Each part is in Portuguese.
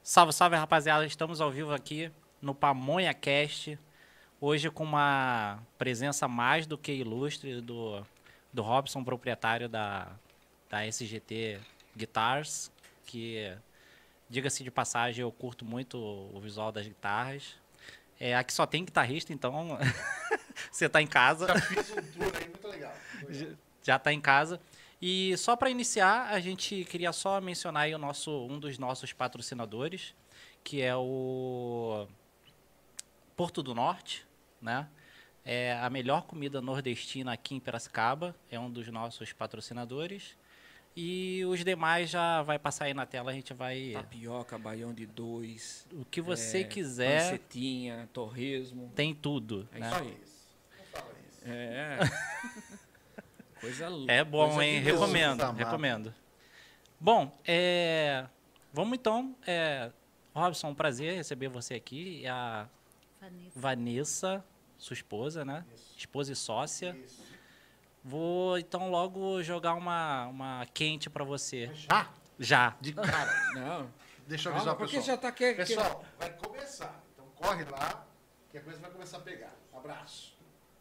Salve, salve, rapaziada. Estamos ao vivo aqui no Pamonha Cast. Hoje com uma presença mais do que ilustre do Robson, proprietário da SGT Guitars, que, diga-se de passagem, eu curto muito o visual das guitarras. Aqui só tem guitarrista, então você tá em casa. Já fiz um tour aí muito legal. Já tá em casa. E só para iniciar, a gente queria só mencionar aí um dos nossos patrocinadores, que é o Porto do Norte, né? É a melhor comida nordestina aqui em Piracicaba, é um dos nossos patrocinadores. E os demais já vai passar aí na tela, a gente vai... Tapioca, baião de dois. O que você quiser, Pancetinha, torresmo. tem tudo, É né? isso aí. Não fala isso. É. Coisa louca. É bom, coisa hein? de Deus. Recomendo, amado. recomendo. Bom, vamos então. Robson, um prazer receber você aqui. E a Vanessa, sua esposa, né? Isso. Esposa e sócia. Isso. Vou então logo jogar uma quente pra você. Já? Já. De cara. Não. Deixa eu avisar Calma, o porque pessoal. já tá que... Pessoal, vai começar. Então corre lá, que a coisa vai começar a pegar. Abraço.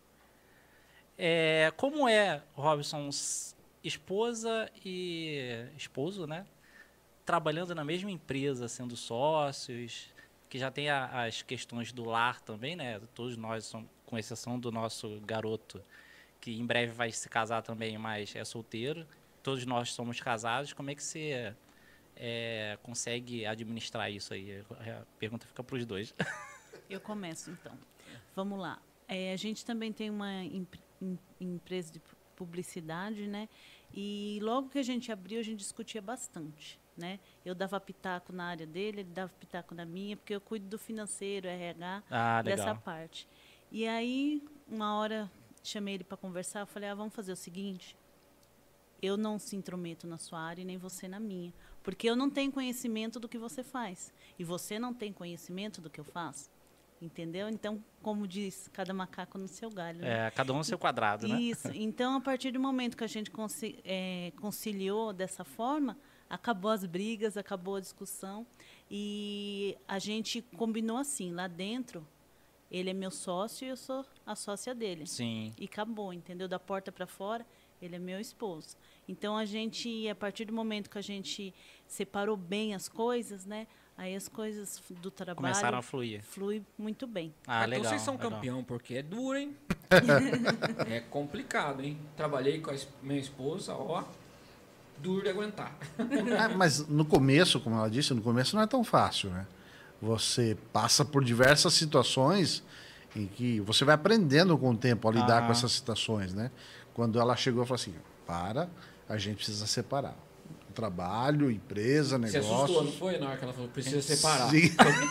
Como é, Robson, esposa e esposo, né? Trabalhando na mesma empresa, sendo sócios, que já tem as questões do lar também, né? Todos nós somos, com exceção do nosso garoto, que em breve vai se casar também, mas é solteiro. Todos nós somos casados. Como é que você consegue administrar isso aí? A pergunta fica para os dois. Eu começo, então. Vamos lá. A gente também tem uma empresa de publicidade, né? E logo que a gente abriu, a gente discutia bastante, né? Eu dava pitaco na área dele, ele dava pitaco na minha, porque eu cuido do financeiro, RH, dessa Legal. parte. E aí, uma hora, chamei ele para conversar, eu falei, vamos fazer o seguinte, eu não se intrometo na sua área e nem você na minha, porque eu não tenho conhecimento do que você faz, e você não tem conhecimento do que eu faço. Entendeu? Então, como diz, cada macaco no seu galho. Né? Cada um no seu quadrado, né? Isso. Então, a partir do momento que a gente conciliou dessa forma, acabou as brigas, acabou a discussão. E a gente combinou assim, lá dentro, ele é meu sócio e eu sou a sócia dele. Sim. E acabou, entendeu? Da porta para fora, ele é meu esposo. Então, a partir do momento que a gente separou bem as coisas, né? Aí as coisas do trabalho... Começaram a fluir. Flui muito bem. Ah, Então legal. vocês são legal. campeão, porque é duro, hein? É complicado, hein? Trabalhei com a minha esposa, ó. Duro de aguentar. Mas no começo, como ela disse, no começo não é tão fácil, né? Você passa por diversas situações em que você vai aprendendo com o tempo a lidar com essas situações, né? Quando ela chegou e falou assim, a gente precisa separar. Trabalho, empresa, Você negócio. assustou, não foi? Na hora que ela falou, precisa separar. Sim.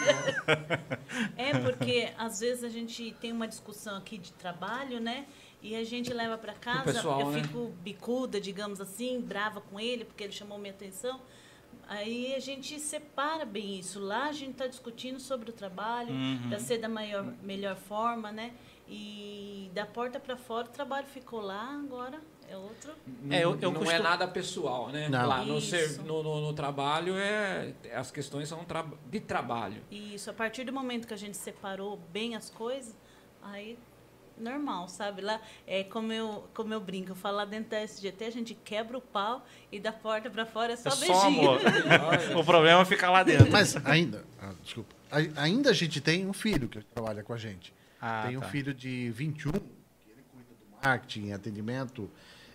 Porque às vezes a gente tem uma discussão aqui de trabalho, né? E a gente leva para casa, pessoal, eu né? fico bicuda, digamos assim, brava com ele, porque ele chamou minha atenção. Aí a gente separa bem isso. Lá a gente está discutindo sobre o trabalho, para ser da melhor forma, né? E da porta para fora, o trabalho ficou lá, agora é outro. Eu Não é costumo- nada pessoal, né? Não. Lá Isso. no trabalho, as questões são de trabalho. E isso, a partir do momento que a gente separou bem as coisas, aí normal, sabe? Lá é como eu brinco, eu falo lá dentro da SGT, a gente quebra o pau e da porta para fora é só É beijinho. só amor. O problema é ficar lá dentro. Mas ainda, desculpa, ainda a gente tem um filho que trabalha com a gente. Tem um tá. filho de 21, que ele cuida do marketing, atendimento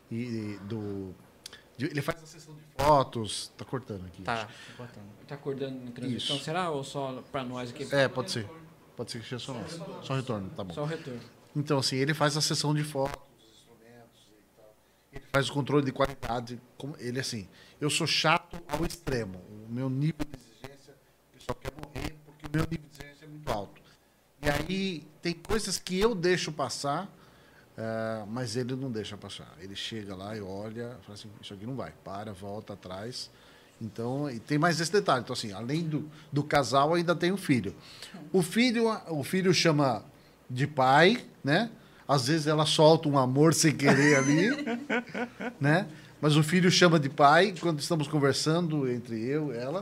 ele faz a sessão de fotos. Tá cortando aqui. Tá, importante. Tá acordando na transmissão, Isso. será? Ou só para nós aqui? Pode ser. Pode ser que seja só nós. Só retorno, tá bom. Só o retorno. Então, assim, ele faz a sessão de fotos dos instrumentos e tal. Ele faz o controle de qualidade. Ele, assim, eu sou chato ao extremo. O meu nível de exigência, o pessoal quer morrer, porque o meu nível de exigência é muito alto. E aí, tem coisas que eu deixo passar, mas ele não deixa passar. Ele chega lá e olha, fala assim, isso aqui não vai. Para, volta atrás. Então, e tem mais esse detalhe. Então, assim, além do casal, ainda tem o filho. O filho chama de pai, né? Às vezes ela solta um amor sem querer ali, né? Mas o filho chama de pai quando estamos conversando entre eu e ela.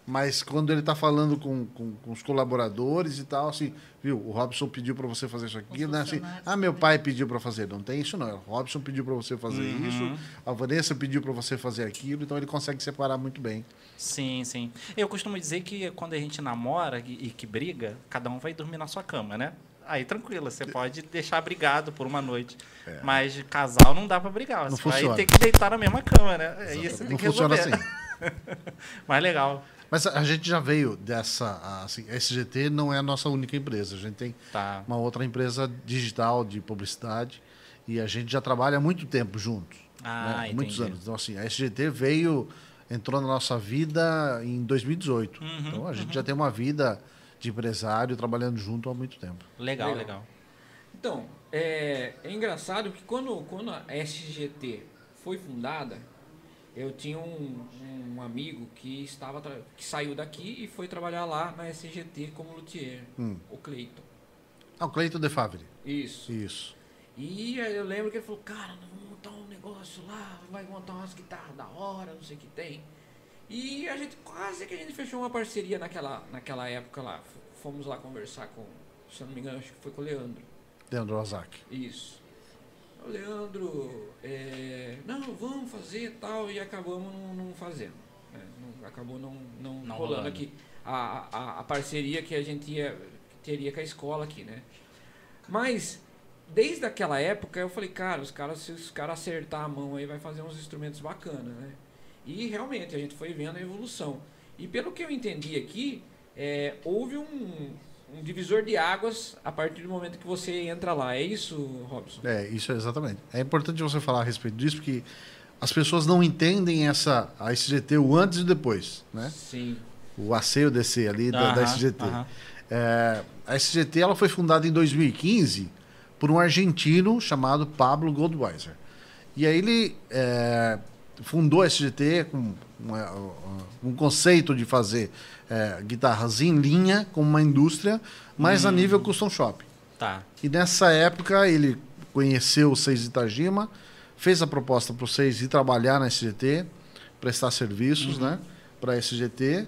Mas quando ele está falando com os colaboradores e tal, assim, viu, o Robson pediu para você fazer isso aqui, né? Assim, meu pai pediu para fazer. Não tem isso, não. O Robson pediu para você fazer isso, a Vanessa pediu para você fazer aquilo, então ele consegue separar muito bem. Sim, sim. Eu costumo dizer que quando a gente namora e que briga, cada um vai dormir na sua cama, né? Aí tranquilo, você pode deixar brigado por uma noite. Mas de casal não dá para brigar. Não Você funciona. vai ter que deitar na mesma cama, né? Aí você tem Não que funciona resolver. assim. Mas legal. Mas a gente já veio dessa... Assim, a SGT não é a nossa única empresa. A gente tem Tá. uma outra empresa digital de publicidade e a gente já trabalha há muito tempo juntos. Ah, né? Muitos entendi. anos. Então, assim, a SGT entrou na nossa vida em 2018. Então, a gente já tem uma vida de empresário trabalhando junto há muito tempo. Legal, legal. Então, é engraçado que quando a SGT foi fundada, eu tinha um amigo que saiu daqui e foi trabalhar lá na SGT como luthier, o Cleiton. Ah, o Cleiton De Favre. Isso. Isso. E aí eu lembro que ele falou, cara, nós vamos montar um negócio lá, vai montar umas guitarras da hora, não sei o que tem. E a gente quase que a gente fechou uma parceria naquela época lá. Fomos lá conversar com, se eu não me engano, acho que foi com o Leandro. Leandro Ozaki. Isso. O Leandro, não, vamos fazer e tal, e acabamos não fazendo. Né? Acabou não rolando aqui a parceria que a gente teria com a escola aqui, né? Mas, desde aquela época, eu falei, cara, se os caras acertar a mão aí, vai fazer uns instrumentos bacanas, né? E realmente, a gente foi vendo a evolução. E pelo que eu entendi aqui, houve um divisor de águas a partir do momento que você entra lá. É isso, Robson? Isso exatamente. É importante você falar a respeito disso, porque as pessoas não entendem a SGT, o antes e o depois, né? Sim. O AC e o DC ali da SGT. A SGT ela foi fundada em 2015 por um argentino chamado Pablo Goldweiser. E aí ele fundou a SGT com um conceito de fazer guitarras em linha com uma indústria, mas a nível custom shop. Tá. E nessa época ele conheceu o Seiji Tajima, fez a proposta para o Seiji trabalhar na SGT, prestar serviços, né, para a SGT.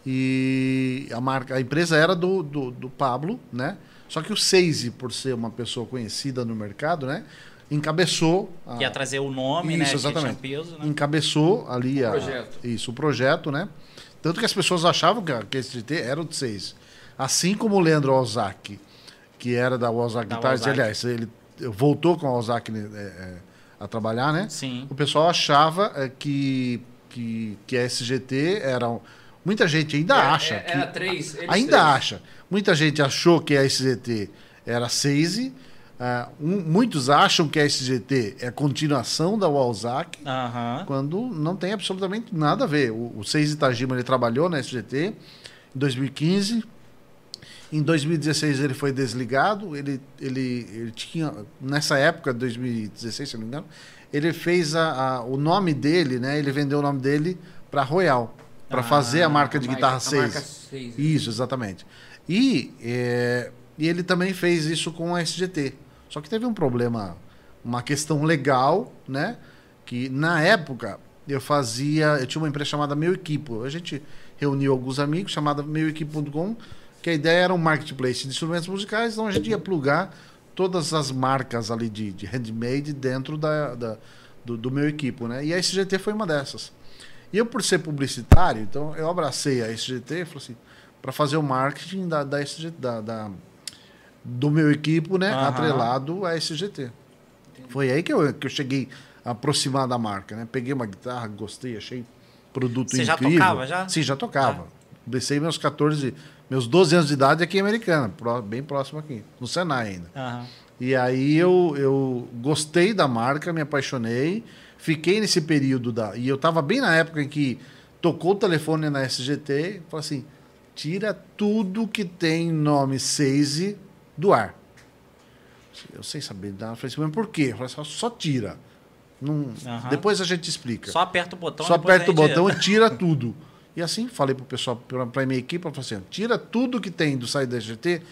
E a empresa era do Pablo, né? Só que o Seiji, por ser uma pessoa conhecida no mercado, né, encabeçou... Ia trazer o nome, isso, né? exatamente. Que tinha peso, né? Encabeçou ali projeto. O projeto, né? Tanto que as pessoas achavam que a SGT era o Seiji. Assim como o Leandro Ozaki, que era da Ozaki Guitars, aliás, ele voltou com a Ozaki a trabalhar, né? Sim. O pessoal achava que a SGT era... Muita gente ainda acha que... Era três. Ainda acha. Muita gente achou que a SGT era Seiji. Muitos acham que a SGT é a continuação da Ozaki, quando não tem absolutamente nada a ver. O Seiji Tajima ele trabalhou na SGT em 2015. Em 2016 ele foi desligado. Ele tinha, nessa época, 2016, se não me engano, ele fez o nome dele, né? Ele vendeu o nome dele para Royal, para fazer a marca de guitarra Seiji. Isso, exatamente. E ele também fez isso com a SGT. Só que teve um problema, uma questão legal, né? Que na época eu tinha uma empresa chamada Meu Equipo. A gente reuniu alguns amigos, chamada meuequipo.com, que a ideia era um marketplace de instrumentos musicais, então a gente ia plugar todas as marcas ali de handmade dentro do Meu Equipo, né? E a SGT foi uma dessas. E eu, por ser publicitário, então eu abracei a SGT e falei assim, para fazer o marketing da SGT, do Meu Equipo, né? Atrelado à SGT. Entendi. Foi aí que eu cheguei a aproximar da marca, né? Peguei uma guitarra, gostei, achei produto incrível. Você já tocava, já? Sim, já tocava. Comecei meus 12 anos de idade aqui em Americana, bem próximo aqui, no Senai ainda. E aí eu gostei da marca, me apaixonei, fiquei nesse período e eu estava bem na época em que tocou o telefone na SGT, falei assim, tira tudo que tem nome Seiji do ar. Eu sem saber, eu falei assim, mas por quê? Eu falei assim, só tira. Não, depois a gente explica. Só aperta o botão. Só aperta o botão e tira tudo. E assim, falei pro pessoal, para a minha equipe, eu falei assim, tira tudo que tem do site da SGT,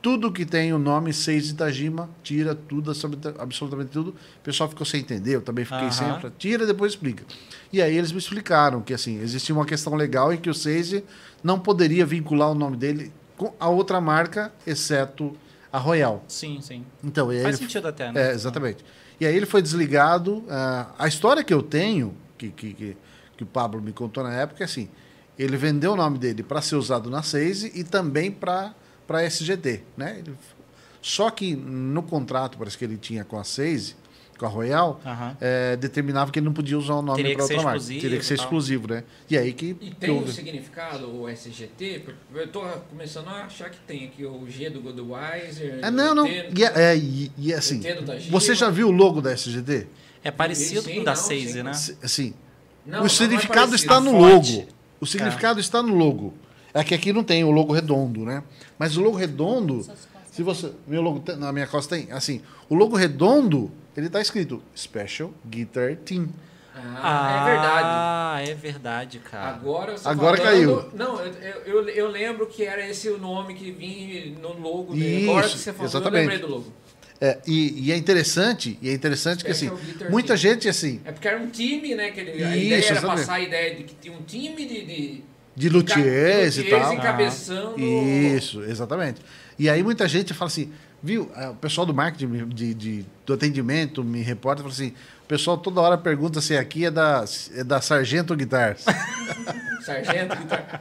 tudo que tem o nome Seiji Itajima, tira tudo, absolutamente tudo. O pessoal ficou sem entender, eu também fiquei sem. Tira e depois explica. E aí eles me explicaram que assim, existia uma questão legal em que o Seiji não poderia vincular o nome dele com a outra marca, exceto a Royal. Sim, sim. Então, faz sentido até, né? Exatamente. E aí ele foi desligado. A história que eu tenho, que o Pablo me contou na época, é assim, ele vendeu o nome dele para ser usado na Seiji e também para a SGT, né? Só que no contrato, parece que ele tinha com a Seiji, com a Royal, determinava que ele não podia usar o nome para outra marca. Teria que ser exclusivo, né? E aí que... E tem um significado, o SGT? Eu estou começando a achar que tem aqui o G do Budweiser... Não. E assim, você já viu o logo da SGT? É parecido com o da Seiji, né? Assim, o significado está no logo. O significado está no logo. É que aqui não tem o logo redondo, né? Mas o logo redondo, se você... Meu logo na minha costa tem, assim, o logo redondo, ele está escrito Special Guitar Team. É verdade. É verdade, cara. Agora falando, caiu. Não, eu lembro que era esse o nome que vinha no logo dele. Isso, agora que você falou, exatamente. eu lembrei do logo. E é interessante que assim, muita gente assim... É porque era um time, né? Que a ideia era passar a ideia de que tinha um time de luthiers e tal. Encabeçando... Isso, exatamente. E aí muita gente fala assim, viu, o pessoal do marketing, do atendimento, me reporta, fala assim, o pessoal toda hora pergunta se aqui é da Sargento Guitars. Sargento Guitars.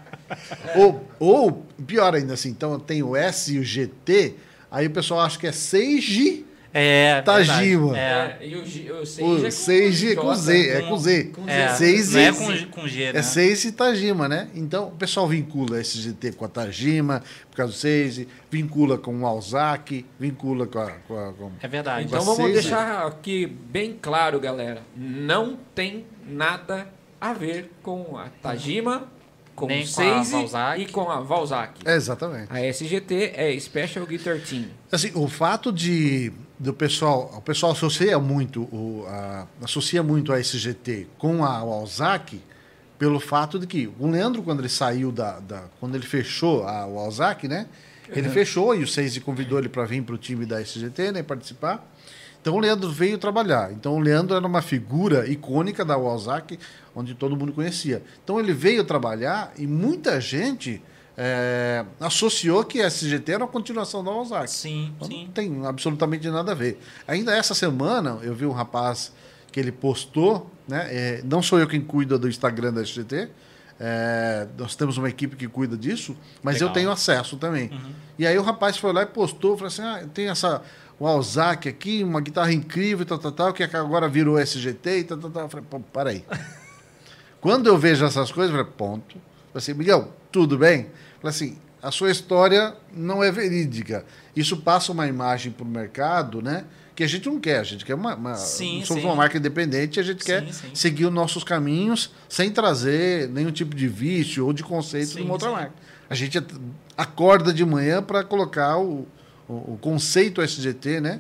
Ou, pior ainda assim, então tem o S e o GT, aí o pessoal acha que é Seiji Tajima. E o Seiji é com Z. É com Z. Seiji, não é com G, né? É Seiji Tajima, né? Então, o pessoal vincula esse GT com a Tajima, por causa do Seiji, vincula com o Alzaki, vincula com É verdade. Então, vamos deixar aqui bem claro, galera. Não tem nada a ver com a Tajima, com o Seiji e com a Valzaki. Exatamente. A SGT é Special Guitar Team. Assim, o fato o pessoal associa muito a SGT com a Alzaki pelo fato de que o Leandro, quando ele saiu quando ele fechou o Alzaki, né? Ele fechou e o Seiji convidou ele para vir para o time da SGT, né? Participar. Então o Leandro veio trabalhar. Então o Leandro era uma figura icônica da Alzaki, onde todo mundo conhecia. Então ele veio trabalhar e muita gente associou que a SGT era a continuação da Alzaki. Sim. Não tem absolutamente nada a ver. Ainda essa semana eu vi um rapaz que ele postou, né? Não sou eu quem cuida do Instagram da SGT, nós temos uma equipe que cuida disso, mas legal. Eu tenho acesso também. E aí o rapaz foi lá e postou, falou assim, tem o Alzaki aqui, uma guitarra incrível, que agora virou SGT e tal. Eu falei, pô, para aí. Quando eu vejo essas coisas, eu falei, ponto. Eu falei assim, Miguel, tudo bem? Eu falei assim, a sua história não é verídica. Isso passa uma imagem para o mercado, né? Que a gente não quer. A gente quer somos uma marca independente, a gente quer seguir os nossos caminhos sem trazer nenhum tipo de vício ou de conceito de uma outra marca. A gente acorda de manhã para colocar o conceito SGT, né?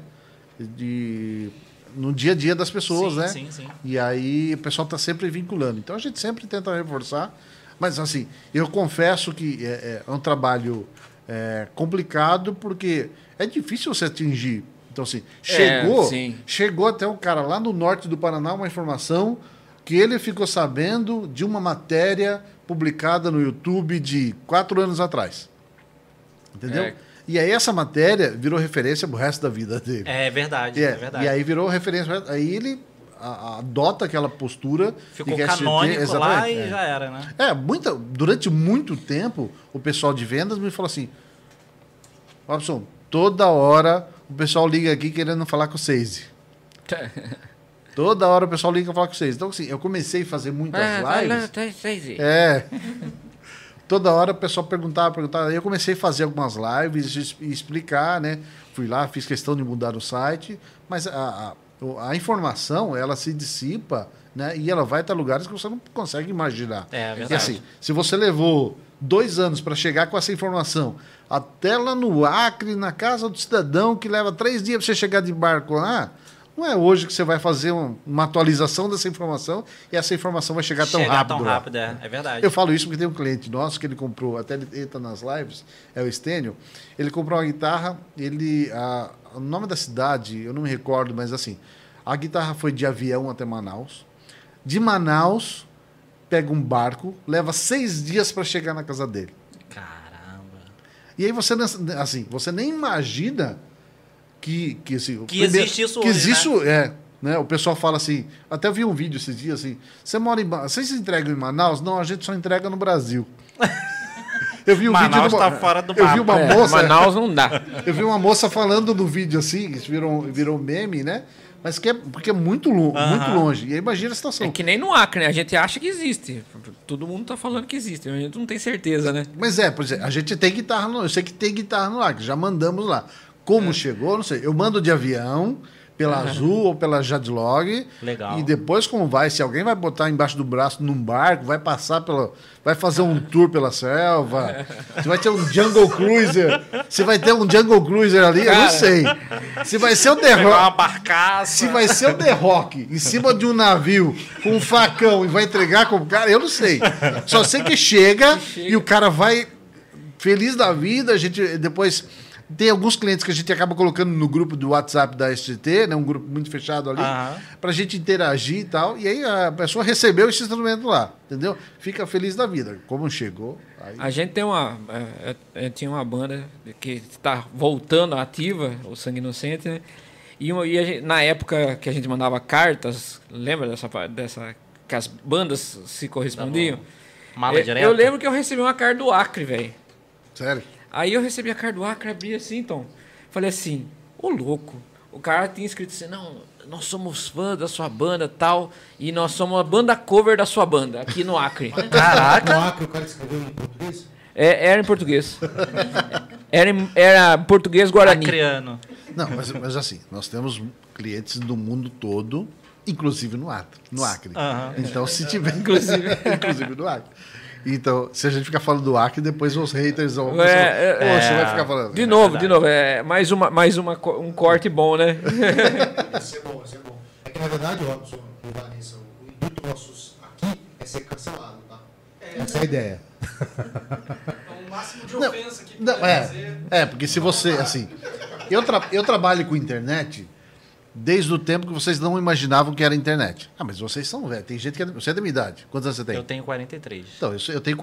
No dia a dia das pessoas, né? Sim. E aí o pessoal está sempre vinculando. Então a gente sempre tenta reforçar. Mas assim, eu confesso que é um trabalho complicado porque é difícil você atingir. Então assim, chegou até um cara lá no norte do Paraná uma informação que ele ficou sabendo de uma matéria publicada no YouTube de 4 anos atrás. Entendeu? E aí essa matéria virou referência pro resto da vida dele. É verdade, é verdade. E aí virou referência. Aí ele adota aquela postura. Ficou canônico lá e já era, né? Durante muito tempo, o pessoal de vendas me falou assim, Robson, toda hora o pessoal liga aqui querendo falar com o Seiji. Toda hora o pessoal liga para falar com o Seiji. Então, assim, eu comecei a fazer muitas lives. Toda hora o pessoal perguntava. Aí eu comecei a fazer algumas lives e explicar, né? Fui lá, fiz questão de mudar o site, mas a informação, ela se dissipa, né? E ela vai até lugares que você não consegue imaginar. É verdade. E assim, se você levou 2 anos para chegar com essa informação, até lá no Acre, na casa do cidadão, que leva 3 dias para você chegar de barco lá, Não é hoje que você vai fazer uma atualização dessa informação e essa informação vai chegar tão rápido. Tão lá. rápido, é verdade. Eu falo isso porque tem um cliente nosso que ele comprou, até ele entra nas lives, é o Estênio, ele comprou uma guitarra, o nome da cidade, eu não me recordo, mas assim, a guitarra foi de avião até Manaus. De Manaus, pega um barco, leva 6 dias para chegar na casa dele. Caramba. E aí você nem imagina que existe isso hoje, existe, né? O pessoal fala assim, até vi um vídeo esses dias assim, vocês entregam em Manaus? Não, a gente só entrega no Brasil. Eu vi um Manaus vídeo tá fora do eu mapa. vi uma moça, Manaus não dá. eu vi uma moça falando no vídeo assim, isso virou meme, né? Mas porque é muito longe. E aí imagina a situação. É que nem no Acre, né? A gente acha que existe. Todo mundo tá falando que existe. A gente não tem certeza, né? Mas por exemplo, a gente tem guitarra eu sei que tem guitarra no Acre, já mandamos lá. Como chegou, não sei. Eu mando de avião, pela Azul ou pela Jadlog. Legal. E depois como vai, se alguém vai botar embaixo do braço num barco, vai passar vai fazer um tour pela selva. Se vai ter um Jungle Cruiser, se vai ter um Jungle Cruiser ali, eu não sei. Se vai ser o The Pegar uma Rock, barcaça. se vai ser o The Rock em cima de um navio com um facão e vai entregar com o cara, eu não sei. Só sei que chega e o cara vai feliz da vida, a gente depois tem alguns clientes que a gente acaba colocando no grupo do WhatsApp da SGT, né, um grupo muito fechado ali, pra gente interagir e tal. E aí a pessoa recebeu esse instrumento lá, entendeu? Fica feliz da vida. Como chegou... Aí... A gente tem tinha uma banda que está voltando ativa, o Sangue Inocente, né? E na época que a gente mandava cartas, lembra dessa que as bandas se correspondiam? Mala direta? Eu lembro que eu recebi uma carta do Acre, velho. Sério? Aí eu recebi a carta do Acre, abri assim, então. Falei assim, ô louco. O cara tinha escrito assim, não, nós somos fãs da sua banda e tal, e nós somos a banda cover da sua banda, aqui no Acre. Caraca! No Acre o cara escreveu em português? Era em português. Era português guarani. Acreano. Não, mas assim, nós temos clientes do mundo todo, inclusive no Acre. Então, se tiver... inclusive no Acre. Então, se a gente ficar falando do Acre, depois os haters vão... Poxa, vai ficar falando. De novo. Mais um corte bom, né? Esse é bom. É que, na verdade, Robson e Vanessa, o intuito nossos aqui é ser cancelado, tá? Essa é a ideia. O máximo de ofensa que Não, puder fazer. porque se você, assim... Eu trabalho com internet desde o tempo que vocês não imaginavam que era internet. Ah, mas vocês são velhos. Tem gente que... Você é da minha idade. Quantos anos você tem? Eu tenho 43. Então, eu tenho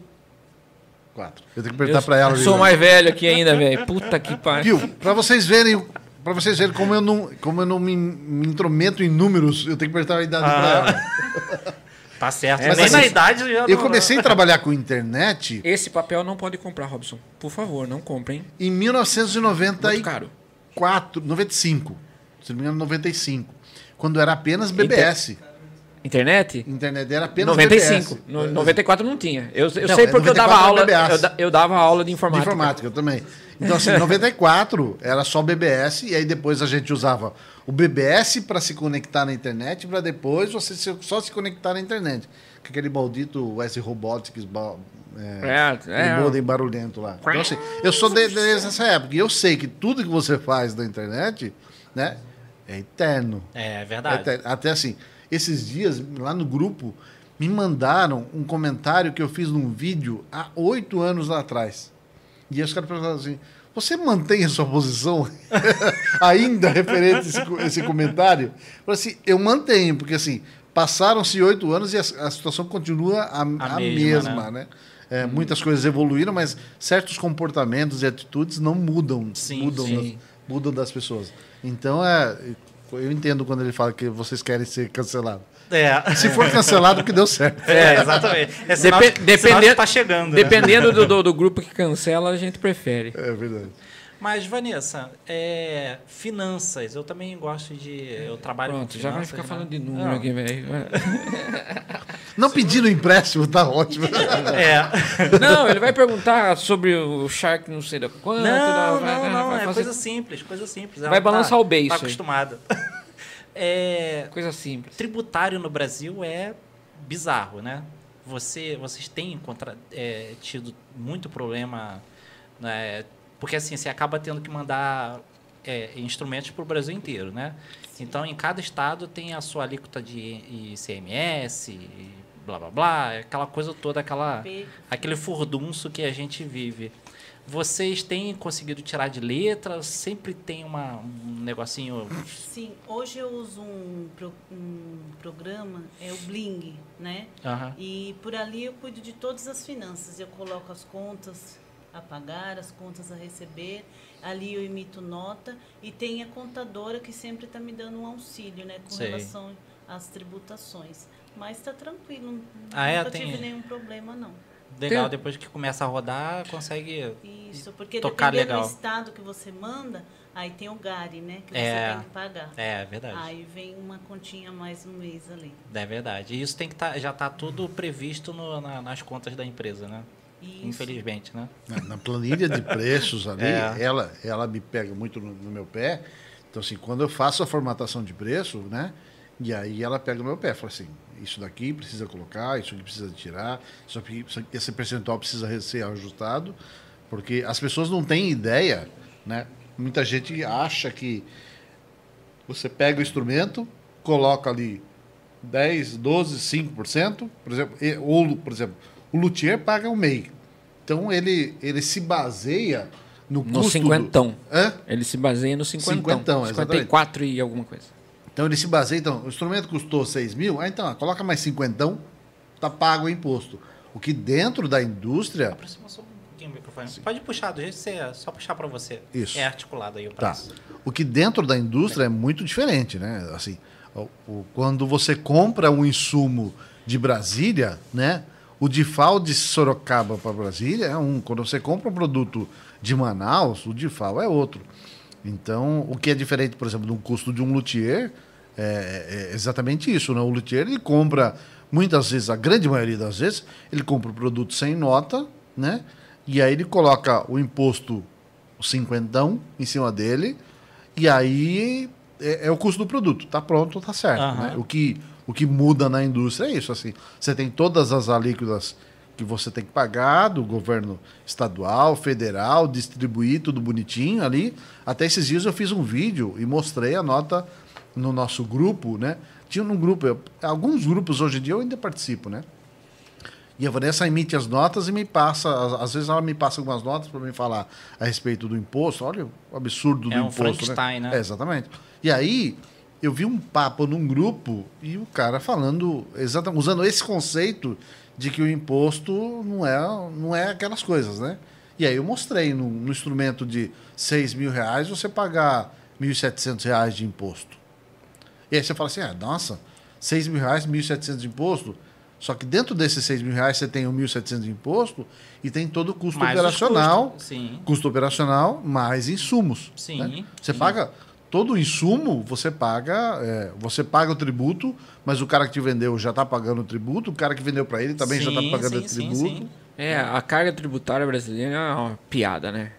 44. Eu tenho que perguntar pra ela. Sou mais velho aqui ainda, velho. Puta que pariu. Viu? Pra vocês verem como eu não me intrometo em números, eu tenho que perguntar a idade pra ela. Tá certo. Mas Nem assim, na idade já Eu comecei a trabalhar com internet Esse papel não pode comprar, Robson. Por favor, não comprem. em Muito 1994, caro. 95. Se não me engano, 95. Quando era apenas BBS. Internet? Internet era apenas 95. BBS. No 94 não tinha. Eu sei é porque eu 94 dava aula. BBS. Eu dava aula de De informática. informática, eu também. Então, assim, em 94 era só BBS, e aí depois a gente usava o BBS para se conectar na internet, para depois você só se conectar na internet. Com aquele maldito S Robotics, aquele modem barulhento lá. Então, assim, eu sou desde essa época, e eu sei que tudo que você faz na internet, né, é eterno. É verdade. Até assim, esses dias, lá no grupo, me mandaram um comentário que eu fiz num vídeo há 8 anos lá atrás. E aí os caras perguntaram assim, você mantém a sua posição ainda referente a esse comentário? Eu falei assim, eu mantenho, porque assim, passaram-se 8 anos e a situação continua a mesma, né? Muitas coisas evoluíram, mas certos comportamentos e atitudes não mudam. Mudam das pessoas. Então, eu entendo quando ele fala que vocês querem ser cancelados. Se for cancelado, que deu certo. Exatamente. É sinal que tá chegando. Dependendo do grupo que cancela, a gente prefere. É verdade. Mas, Vanessa, finanças, eu também gosto de... Eu trabalho com finanças. Já vai ficar falando de número Não. aqui, velho. Não pedindo empréstimo, tá ótimo. Não, ele vai perguntar sobre o Shark não sei da quanto. Não, vai é fazer coisa simples. Vai balançar o beiço Tá aí. acostumada. Coisa simples. Tributário no Brasil é bizarro, né? Vocês têm tido muito problema, né? Porque assim, você acaba tendo que mandar instrumentos para o Brasil inteiro, né? Então, em cada estado tem a sua alíquota de ICMS, e blá, blá, blá, aquela coisa toda, aquele furdunço que a gente vive. Vocês têm conseguido tirar de letra? Sempre tem um negocinho... Sim, hoje eu uso um programa, é o Bling, né? E por ali eu cuido de todas as finanças. Eu coloco as contas a pagar, as contas a receber. Ali eu emito nota. E tem a contadora que sempre está me dando um auxílio, né? Com relação às tributações. Mas está tranquilo, nunca tive nenhum problema, não. Legal, depois que começa a rodar, consegue isso, porque tocar dependendo legal. do estado que você manda, aí tem o GARI, né? Que você tem que pagar. É verdade. Aí vem uma continha a mais no mês ali. É verdade. E isso tem que já está tudo previsto nas contas da empresa, né? Isso. Infelizmente, né? Na planilha de preços ali, ela me pega muito no meu pé. Então, assim, quando eu faço a formatação de preço, né? E aí ela pega no meu pé, fala assim, isso daqui precisa colocar, isso aqui precisa tirar, esse percentual precisa ser ajustado, porque as pessoas não têm ideia, né? Muita gente acha que você pega o instrumento, coloca ali 10, 12, 5%, por exemplo, o luthier paga o MEI. Então ele se baseia no custo... cinquentão. Ele se baseia no cinquentão. 54 e alguma coisa. Então ele se baseia, então, o instrumento custou 6 mil, coloca mais 50, tá pago o imposto. O que dentro da indústria... Aproxima só um pouquinho o microfone. Pode puxar, do jeito que você só puxar para você. Isso. É articulado aí o preço. O que dentro da indústria é muito diferente, né? Assim, quando você compra um insumo de Brasília, né? O DIFAL de Sorocaba para Brasília é um. Quando você compra um produto de Manaus, o DIFAL é outro. Então, o que é diferente, por exemplo, do custo de um luthier é exatamente isso, né? O luthier, ele compra, muitas vezes, a grande maioria das vezes, ele compra o produto sem nota, né? E aí ele coloca o imposto, o cinquentão, em cima dele, e aí é o custo do produto. Tá pronto, tá certo. Né? O que muda na indústria é isso, assim. Você tem todas as alíquotas que você tem que pagar do governo estadual, federal, distribuir tudo bonitinho ali. Até esses dias eu fiz um vídeo e mostrei a nota no nosso grupo, né? Tinha um grupo, alguns grupos hoje em dia eu ainda participo, né? E a Vanessa emite as notas e me passa, às vezes ela me passa algumas notas para me falar a respeito do imposto. Olha o absurdo do imposto. Frankenstein, né? Exatamente. E aí eu vi um papo num grupo e o cara falando, usando esse conceito de que o imposto não é aquelas coisas, né? E aí eu mostrei no instrumento de 6 mil reais você pagar 1.700 reais de imposto. E aí você fala assim, nossa, 6 mil reais, 1.700 de imposto. Só que dentro desses 6 mil reais você tem o 1.700 de imposto e tem todo o custo mais operacional. Sim. Custo operacional mais insumos. Sim. Né? Você paga... Todo o insumo, você paga o tributo, mas o cara que te vendeu já está pagando o tributo, o cara que vendeu para ele também já está pagando o tributo. Sim. A carga tributária brasileira é uma piada, né?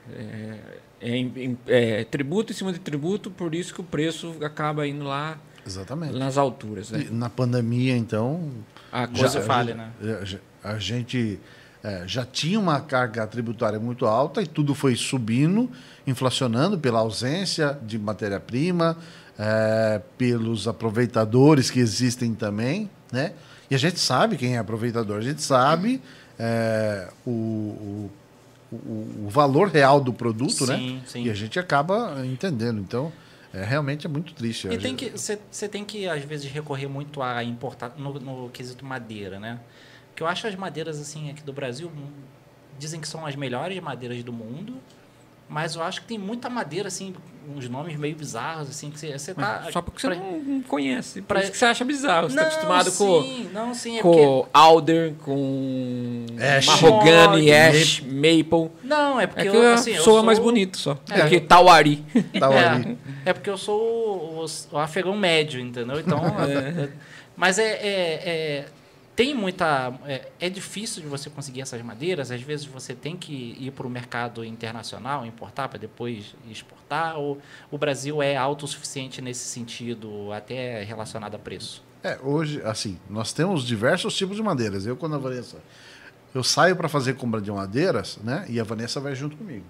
Tributo em cima de tributo, por isso que o preço acaba indo lá. Exatamente. Nas alturas. Né? Na pandemia, então... A coisa falha, né? A gente... já tinha uma carga tributária muito alta e tudo foi subindo, inflacionando pela ausência de matéria-prima, pelos aproveitadores que existem também, né? E a gente sabe quem é aproveitador, a gente sabe o valor real do produto, sim, né? Sim. E a gente acaba entendendo. Então, realmente é muito triste. E você tem que, às vezes, recorrer muito a importar no quesito madeira, né? Porque eu acho as madeiras assim aqui do Brasil, dizem que são as melhores madeiras do mundo, mas eu acho que tem muita madeira, assim, uns nomes meio bizarros, assim, que você tá... Só porque você não conhece, por isso que você acha bizarro. Você está acostumado com alder, com ash, mahogany, ash, maple. Não, é porque eu sou mais bonito só. Que tauari. É porque eu sou o afegão médio, entendeu? Então, mas tem muita... É difícil de você conseguir essas madeiras. Às vezes você tem que ir para o mercado internacional, importar para depois exportar. Ou o Brasil é autossuficiente nesse sentido, até relacionado a preço? Hoje, assim, nós temos diversos tipos de madeiras. Eu saio para fazer compra de madeiras, né? E a Vanessa vai junto comigo.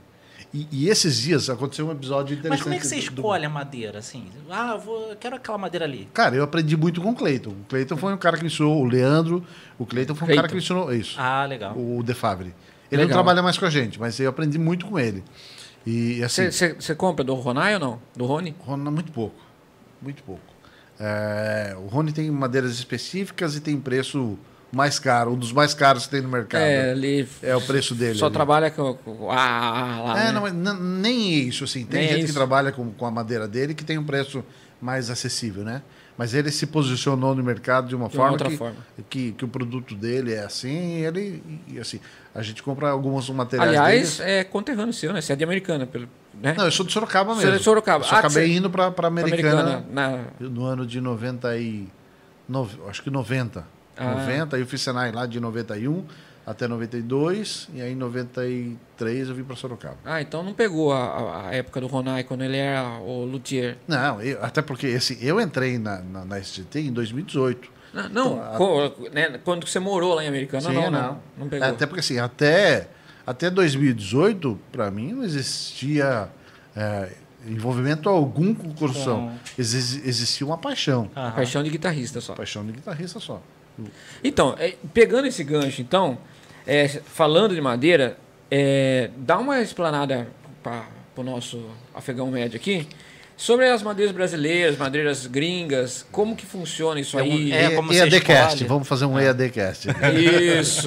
E esses dias aconteceu um episódio interessante. Mas como é que você escolhe a madeira, assim? Ah, eu quero aquela madeira ali. Cara, eu aprendi muito com o Cleiton. O Cleiton foi um cara que me ensinou, o Leandro, o Cleiton foi um cara que me ensinou isso. Ah, legal. O De Favre. Ele não trabalha mais com a gente, mas eu aprendi muito com ele. E assim... Você compra do Ronai ou não? Do Rony? Rony, muito pouco. Muito pouco. O Rony tem madeiras específicas e tem preço mais caro, um dos mais caros que tem no mercado. Ele é o preço dele. Só ali. Trabalha com lá, né? Não, nem isso, assim. Tem gente que trabalha com a madeira dele que tem um preço mais acessível, né? Mas ele se posicionou no mercado de uma forma, que o produto dele é assim, e assim, a gente compra alguns materiais. Aliás, dele. é conterrâneo seu, né? Você é de Americana, né? Não, eu sou de Sorocaba mesmo. Você é de Sorocaba. Só acabei indo para Americana, no no ano de 99, acho que 90. 90, aí eu fiz Senai lá de 91 até 92, e aí em 93 eu vim para Sorocaba. Então não pegou a época do Ronai, quando ele era o luthier. Não, até porque eu entrei na SGT em 2018. Não, né, quando você morou lá em Americana, sim, não pegou. Até porque assim, até 2018, para mim, não existia envolvimento algum com construção. Existia uma paixão. Paixão de guitarrista só. Paixão de guitarrista só. Então, pegando esse gancho, então, falando de madeira, dá uma explanada para o nosso afegão médio aqui sobre as madeiras brasileiras, madeiras gringas, como que funciona isso aí. Como EADcast, vamos fazer um EADcast. Isso.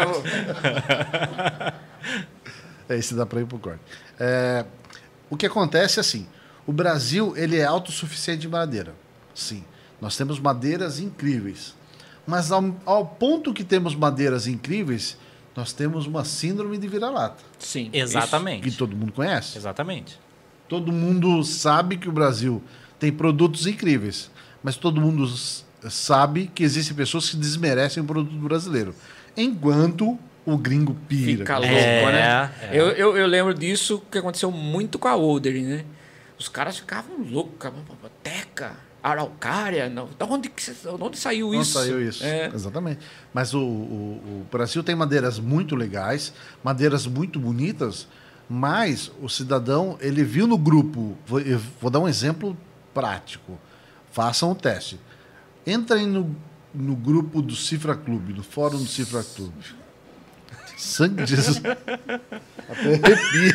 Esse dá para ir pro corte. O que acontece é assim, o Brasil ele é autossuficiente de madeira. Sim, nós temos madeiras incríveis. Mas ao ponto que temos madeiras incríveis, nós temos uma síndrome de vira-lata. Sim, exatamente. Que todo mundo conhece. Exatamente. Todo mundo sabe que o Brasil tem produtos incríveis, mas todo mundo sabe que existem pessoas que desmerecem o produto brasileiro. Enquanto o gringo pira. Fica louco, né? Eu lembro disso que aconteceu muito com a Oldering, né? Os caras ficavam loucos, Teca. Araucária, não. Onde saiu isso? Não saiu isso, exatamente. Mas o Brasil tem madeiras muito legais, madeiras muito bonitas, mas o cidadão, ele viu no grupo, vou dar um exemplo prático, façam o teste. Entrem no grupo do Cifra Clube, no fórum do Cifra Clube. Sangue de Jesus. Até arrepia.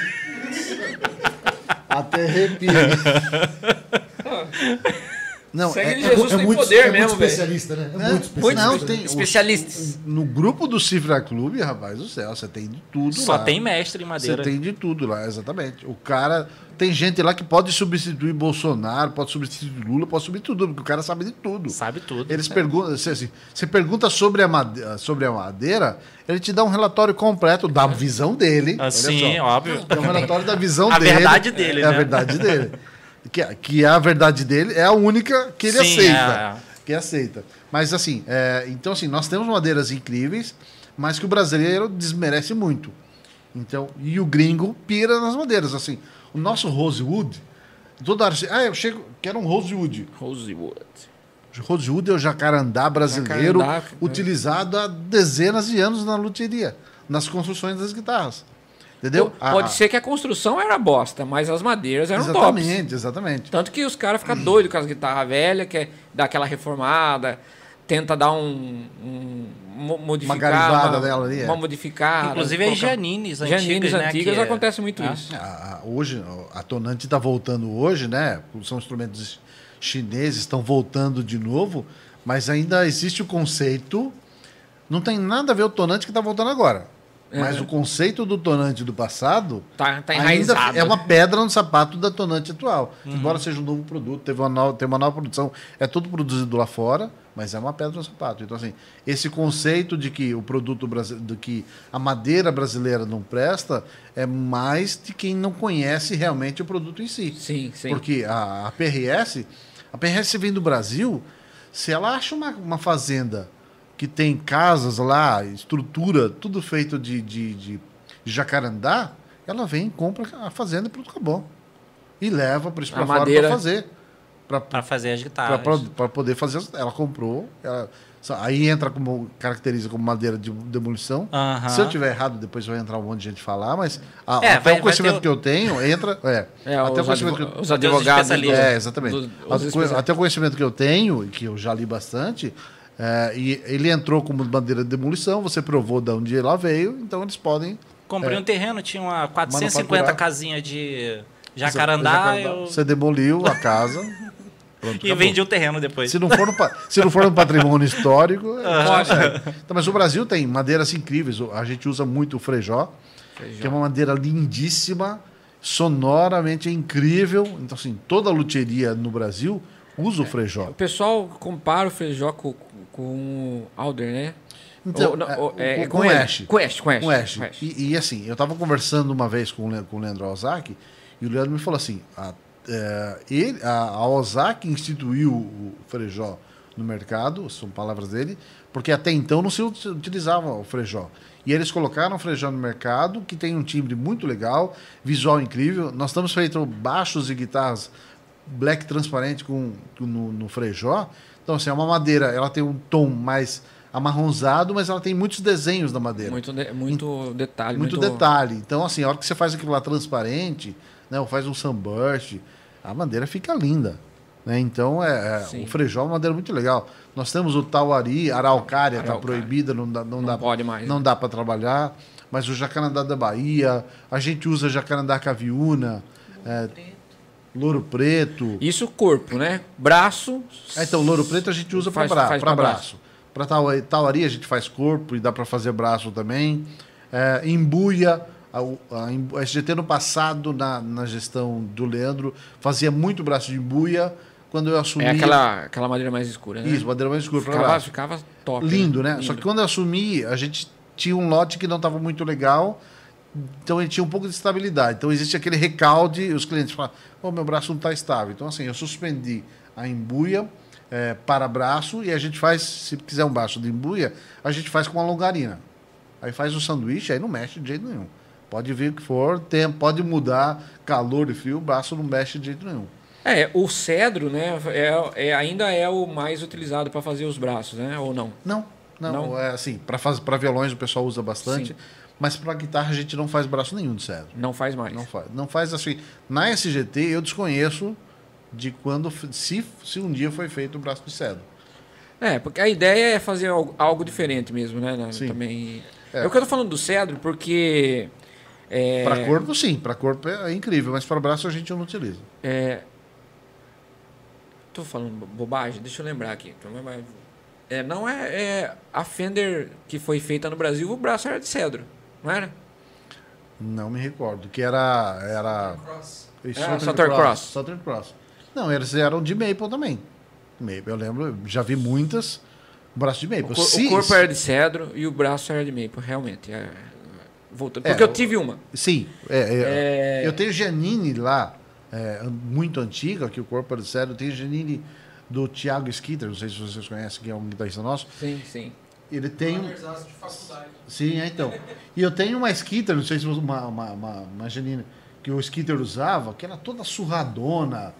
Até arrepia. Não, Jesus tem muito, poder mesmo, especialista, né? Muito especialistas. No grupo do Cifra Clube, rapaz do céu, você tem de tudo Só lá. Só tem mestre em madeira. Você tem de tudo lá, exatamente. O cara... Tem gente lá que pode substituir Bolsonaro, pode substituir Lula, pode substituir tudo, porque o cara sabe de tudo. Sabe tudo. Eles perguntam... Assim, você pergunta sobre a madeira, ele te dá um relatório completo da visão dele. Sim, óbvio. É um relatório da visão dele. A verdade dele, né? É a verdade dele. Que a verdade dele é a única que ele aceita. Que aceita. Mas assim, então assim, nós temos madeiras incríveis, mas que o brasileiro desmerece muito. Então, e o gringo pira nas madeiras. Assim, o nosso rosewood, toda hora, eu quero um rosewood. Rosewood é o jacarandá brasileiro, utilizado há dezenas de anos na luthieria, nas construções das guitarras. Entendeu? Pode ser que a construção era bosta, mas as madeiras eram tops. Exatamente. Tanto que os caras ficam doidos com as guitarras velhas, quer dar aquela reformada, tenta dar modificar, uma garibada dela ali. Uma modificada. Inclusive as Janines antigas, acontece muito isso. Hoje, a Tonante está voltando hoje, né? São instrumentos chineses, estão voltando de novo, mas ainda existe o conceito. Não tem nada a ver o Tonante que está voltando agora. Mas o conceito do tonante do passado tá ainda é uma pedra no sapato da tonante atual. Embora seja um novo produto, tem uma nova produção, é tudo produzido lá fora, mas é uma pedra no sapato. Então, assim, esse conceito de que o produto brasileiro, de que a madeira brasileira não presta, é mais de quem não conhece realmente o produto em si. Sim. Porque a PRS vem do Brasil, se ela acha uma fazenda que tem casas lá, estrutura, tudo feito de jacarandá, ela vem, compra a fazenda e pronto, acabou. E leva para isso para fora para fazer. para fazer as guitarras. Para poder fazer. Ela comprou. Aí entra caracteriza como madeira de demolição. Se eu tiver errado, depois vai entrar um monte de gente falar, mas até o conhecimento que eu tenho, entra. Até o conhecimento os advogados. Exatamente. Até o conhecimento que eu tenho, que eu já li bastante, e ele entrou como madeira de demolição, você provou de onde ela veio, então eles podem. Comprei um terreno, tinha uma 450 casinhas de jacarandá. Você demoliu a casa. Pronto, e vendi o terreno depois. Se não for no patrimônio histórico, então, mas o Brasil tem madeiras incríveis. A gente usa muito o frejó, que é uma madeira lindíssima, sonoramente incrível. Então, assim, toda a luthieria no Brasil usa o frejó. O pessoal compara o frejó com o alder, né? Então, com o Ash. Com o Ash. E assim, eu estava conversando uma vez com o Leandro Ozaki, e o Leandro me falou assim, a Ozaki instituiu o frejó no mercado, são palavras dele, porque até então não se utilizava o frejó. E eles colocaram o frejó no mercado, que tem um timbre muito legal, visual incrível. Nós estamos feito baixos e guitarras black transparente no frejó. Então, assim, é uma madeira, ela tem um tom mais amarronzado, mas ela tem muitos desenhos na madeira. Muito detalhe. Muito detalhe. Então, assim, a hora que você faz aquilo lá transparente, né, ou faz um sunburst, a madeira fica linda. Né? Então, o frejó é uma madeira muito legal. Nós temos o tauari, a araucária está proibida, não dá para trabalhar. Mas o jacarandá da Bahia, a gente usa jacarandá caviúna, louro preto. Isso corpo, né? Braço. Então, louro preto a gente usa para braço. Para tauari a gente faz corpo e dá para fazer braço também. Embuia. A SGT no passado, na gestão do Leandro, fazia muito braço de embuia. Quando eu assumi... aquela madeira mais escura, né? Isso, madeira mais escura. Ficava top. Lindo, né? Só que quando eu assumi, a gente tinha um lote que não estava muito legal, então ele tinha um pouco de estabilidade. Então existe aquele recalde, e os clientes falam, meu braço não está estável. Então assim, eu suspendi a embuia para braço, e a gente faz, se quiser um braço de embuia, a gente faz com uma longarina. Aí faz o sanduíche, aí não mexe de jeito nenhum. Pode vir o que for, pode mudar, calor e frio, o braço não mexe de jeito nenhum. O cedro, né, ainda é o mais utilizado para fazer os braços, né? Ou não? Não. É assim, para violões o pessoal usa bastante, sim. Mas para guitarra a gente não faz braço nenhum de cedro. Não faz mais? Não faz assim. Na SGT eu desconheço de quando, se um dia foi feito o braço de cedro. Porque a ideia é fazer algo diferente mesmo, né? Sim. Também... É o que eu tô falando do cedro, porque... Para corpo, sim. Para corpo é incrível, mas para braço a gente não utiliza. Tô falando bobagem? Deixa eu lembrar aqui. Não a Fender que foi feita no Brasil, o braço era de cedro, não era? Não me recordo. Que era Southern Cross. Não, eles eram de maple também. Maple, eu lembro, já vi muitas braço de maple. O corpo era de cedro e o braço era de maple, realmente. Voltando. Porque eu tive uma. Sim. Eu tenho Giannini lá, muito antiga, que o corpo era de cedro. Eu tenho Giannini do Thiago Schitter, não sei se vocês conhecem, que é um guitarrista nosso. Sim. Ele tem... de faculdade. Sim, então. E eu tenho uma Schitter, não sei se uma Giannini, que o Schitter usava, que era toda surradona,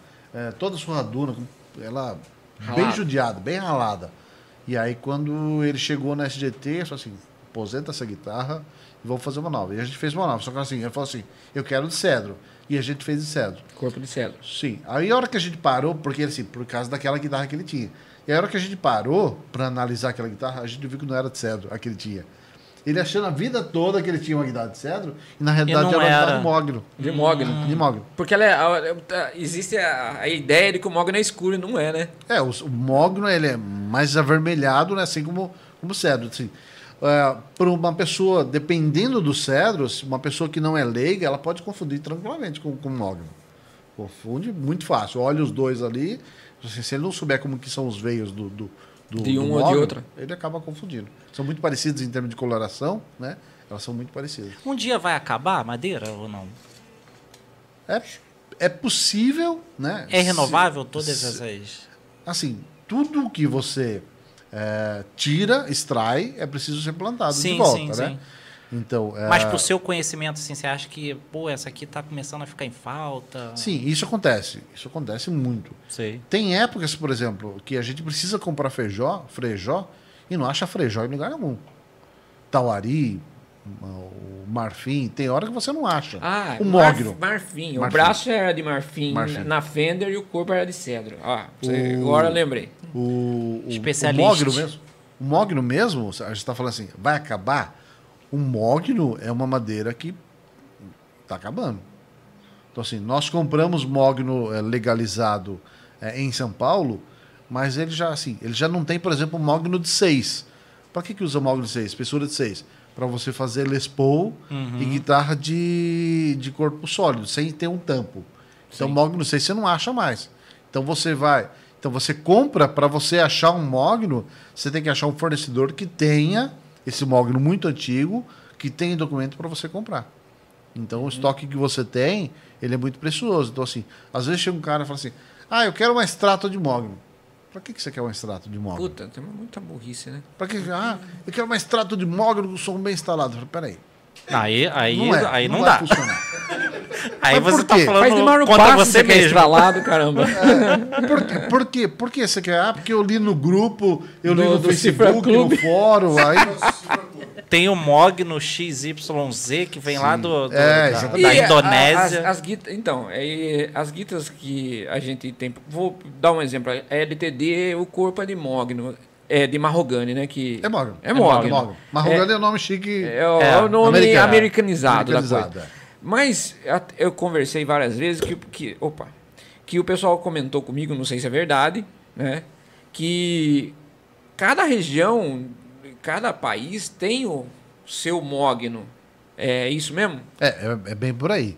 ela bem judiada, bem ralada. E aí, quando ele chegou na SGT, ele falou assim, aposenta essa guitarra e vamos fazer uma nova. E a gente fez uma nova. Só que assim, ele falou assim, eu quero de cedro. E a gente fez de cedro. Corpo de cedro. Sim. Aí a hora que a gente parou, porque assim, por causa daquela guitarra que ele tinha. E a hora que a gente parou para analisar aquela guitarra, a gente viu que não era de cedro a que ele tinha. Ele achando a vida toda que ele tinha uma guitarra de cedro, e na realidade era uma guitarra de mogno. De mogno. Porque existe a ideia de que o mogno é escuro, e não é, né? O mogno ele é mais avermelhado, né? Assim como o cedro. Assim. Para uma pessoa, dependendo dos cedros, uma pessoa que não é leiga, ela pode confundir tranquilamente com mogno. Confunde muito fácil. Olha os dois ali, se ele não souber como que são os veios de um do mogno, ou de outra, ele acaba confundindo. São muito parecidos em termos de coloração, né? Elas são muito parecidas. Um dia vai acabar a madeira ou não? É possível, né? É renovável todas essas... Assim, tudo que você... extrai, é preciso ser plantado de volta, né? Sim. Então, Mas pro seu conhecimento, assim, você acha que, pô, essa aqui tá começando a ficar em falta? sim, isso acontece. Isso acontece muito. Sei. Tem épocas, por exemplo, que a gente precisa comprar frejó e não acha frejó em lugar nenhum. Tauari, o marfim, tem hora que você não acha. Ah, o mogno. Marfim. O Marfim. braço era de marfim, Marfim. na Fender e o corpo era de cedro. Agora eu lembrei. O Especialista. mogno mesmo. O mogno mesmo, a gente está falando assim, vai acabar? O mogno é uma madeira que está acabando. Então, assim, nós compramos mogno legalizado em São Paulo, mas ele já não tem, por exemplo, mogno de 6. Para que usa mogno de 6? Espessura de 6? Para você fazer Les Paul e guitarra de corpo sólido, sem ter um tampo. Então, mogno 6 você não acha mais. Então, você compra, para você achar um mogno, você tem que achar um fornecedor que tenha esse mogno muito antigo, que tem documento para você comprar. Então, o estoque que você tem, ele é muito precioso. Então, assim, às vezes chega um cara e fala assim, eu quero uma extrato de mogno. Para que você quer um extrato de mogno? Puta, tem muita burrice, né? Para que? Eu quero uma extrato de mogno com som bem instalado. Eu falei, peraí. Aí não dá. Funcionar. Aí Mas você por tá quê? falando Faz demora um contra passo, você quer mesmo. estralado, caramba. Por quê? Por que você quer? Porque eu li no grupo, eu li Do no Cifra Facebook, Club. no fórum. Aí... Tem o Mogno XYZ, que vem lá exatamente. da E Indonésia. Então, as guitas que a gente tem... Vou dar um exemplo. A LTD, o corpo é de mogno. É de marrogane, né? Que É mogno. É mogno. Marrogane é o nome chique. É o nome americanizado da coisa. Americanizado, Mas eu conversei várias vezes que o pessoal comentou comigo, não sei se é verdade, né? Que cada região, cada país tem o seu mogno. É isso mesmo? É bem por aí.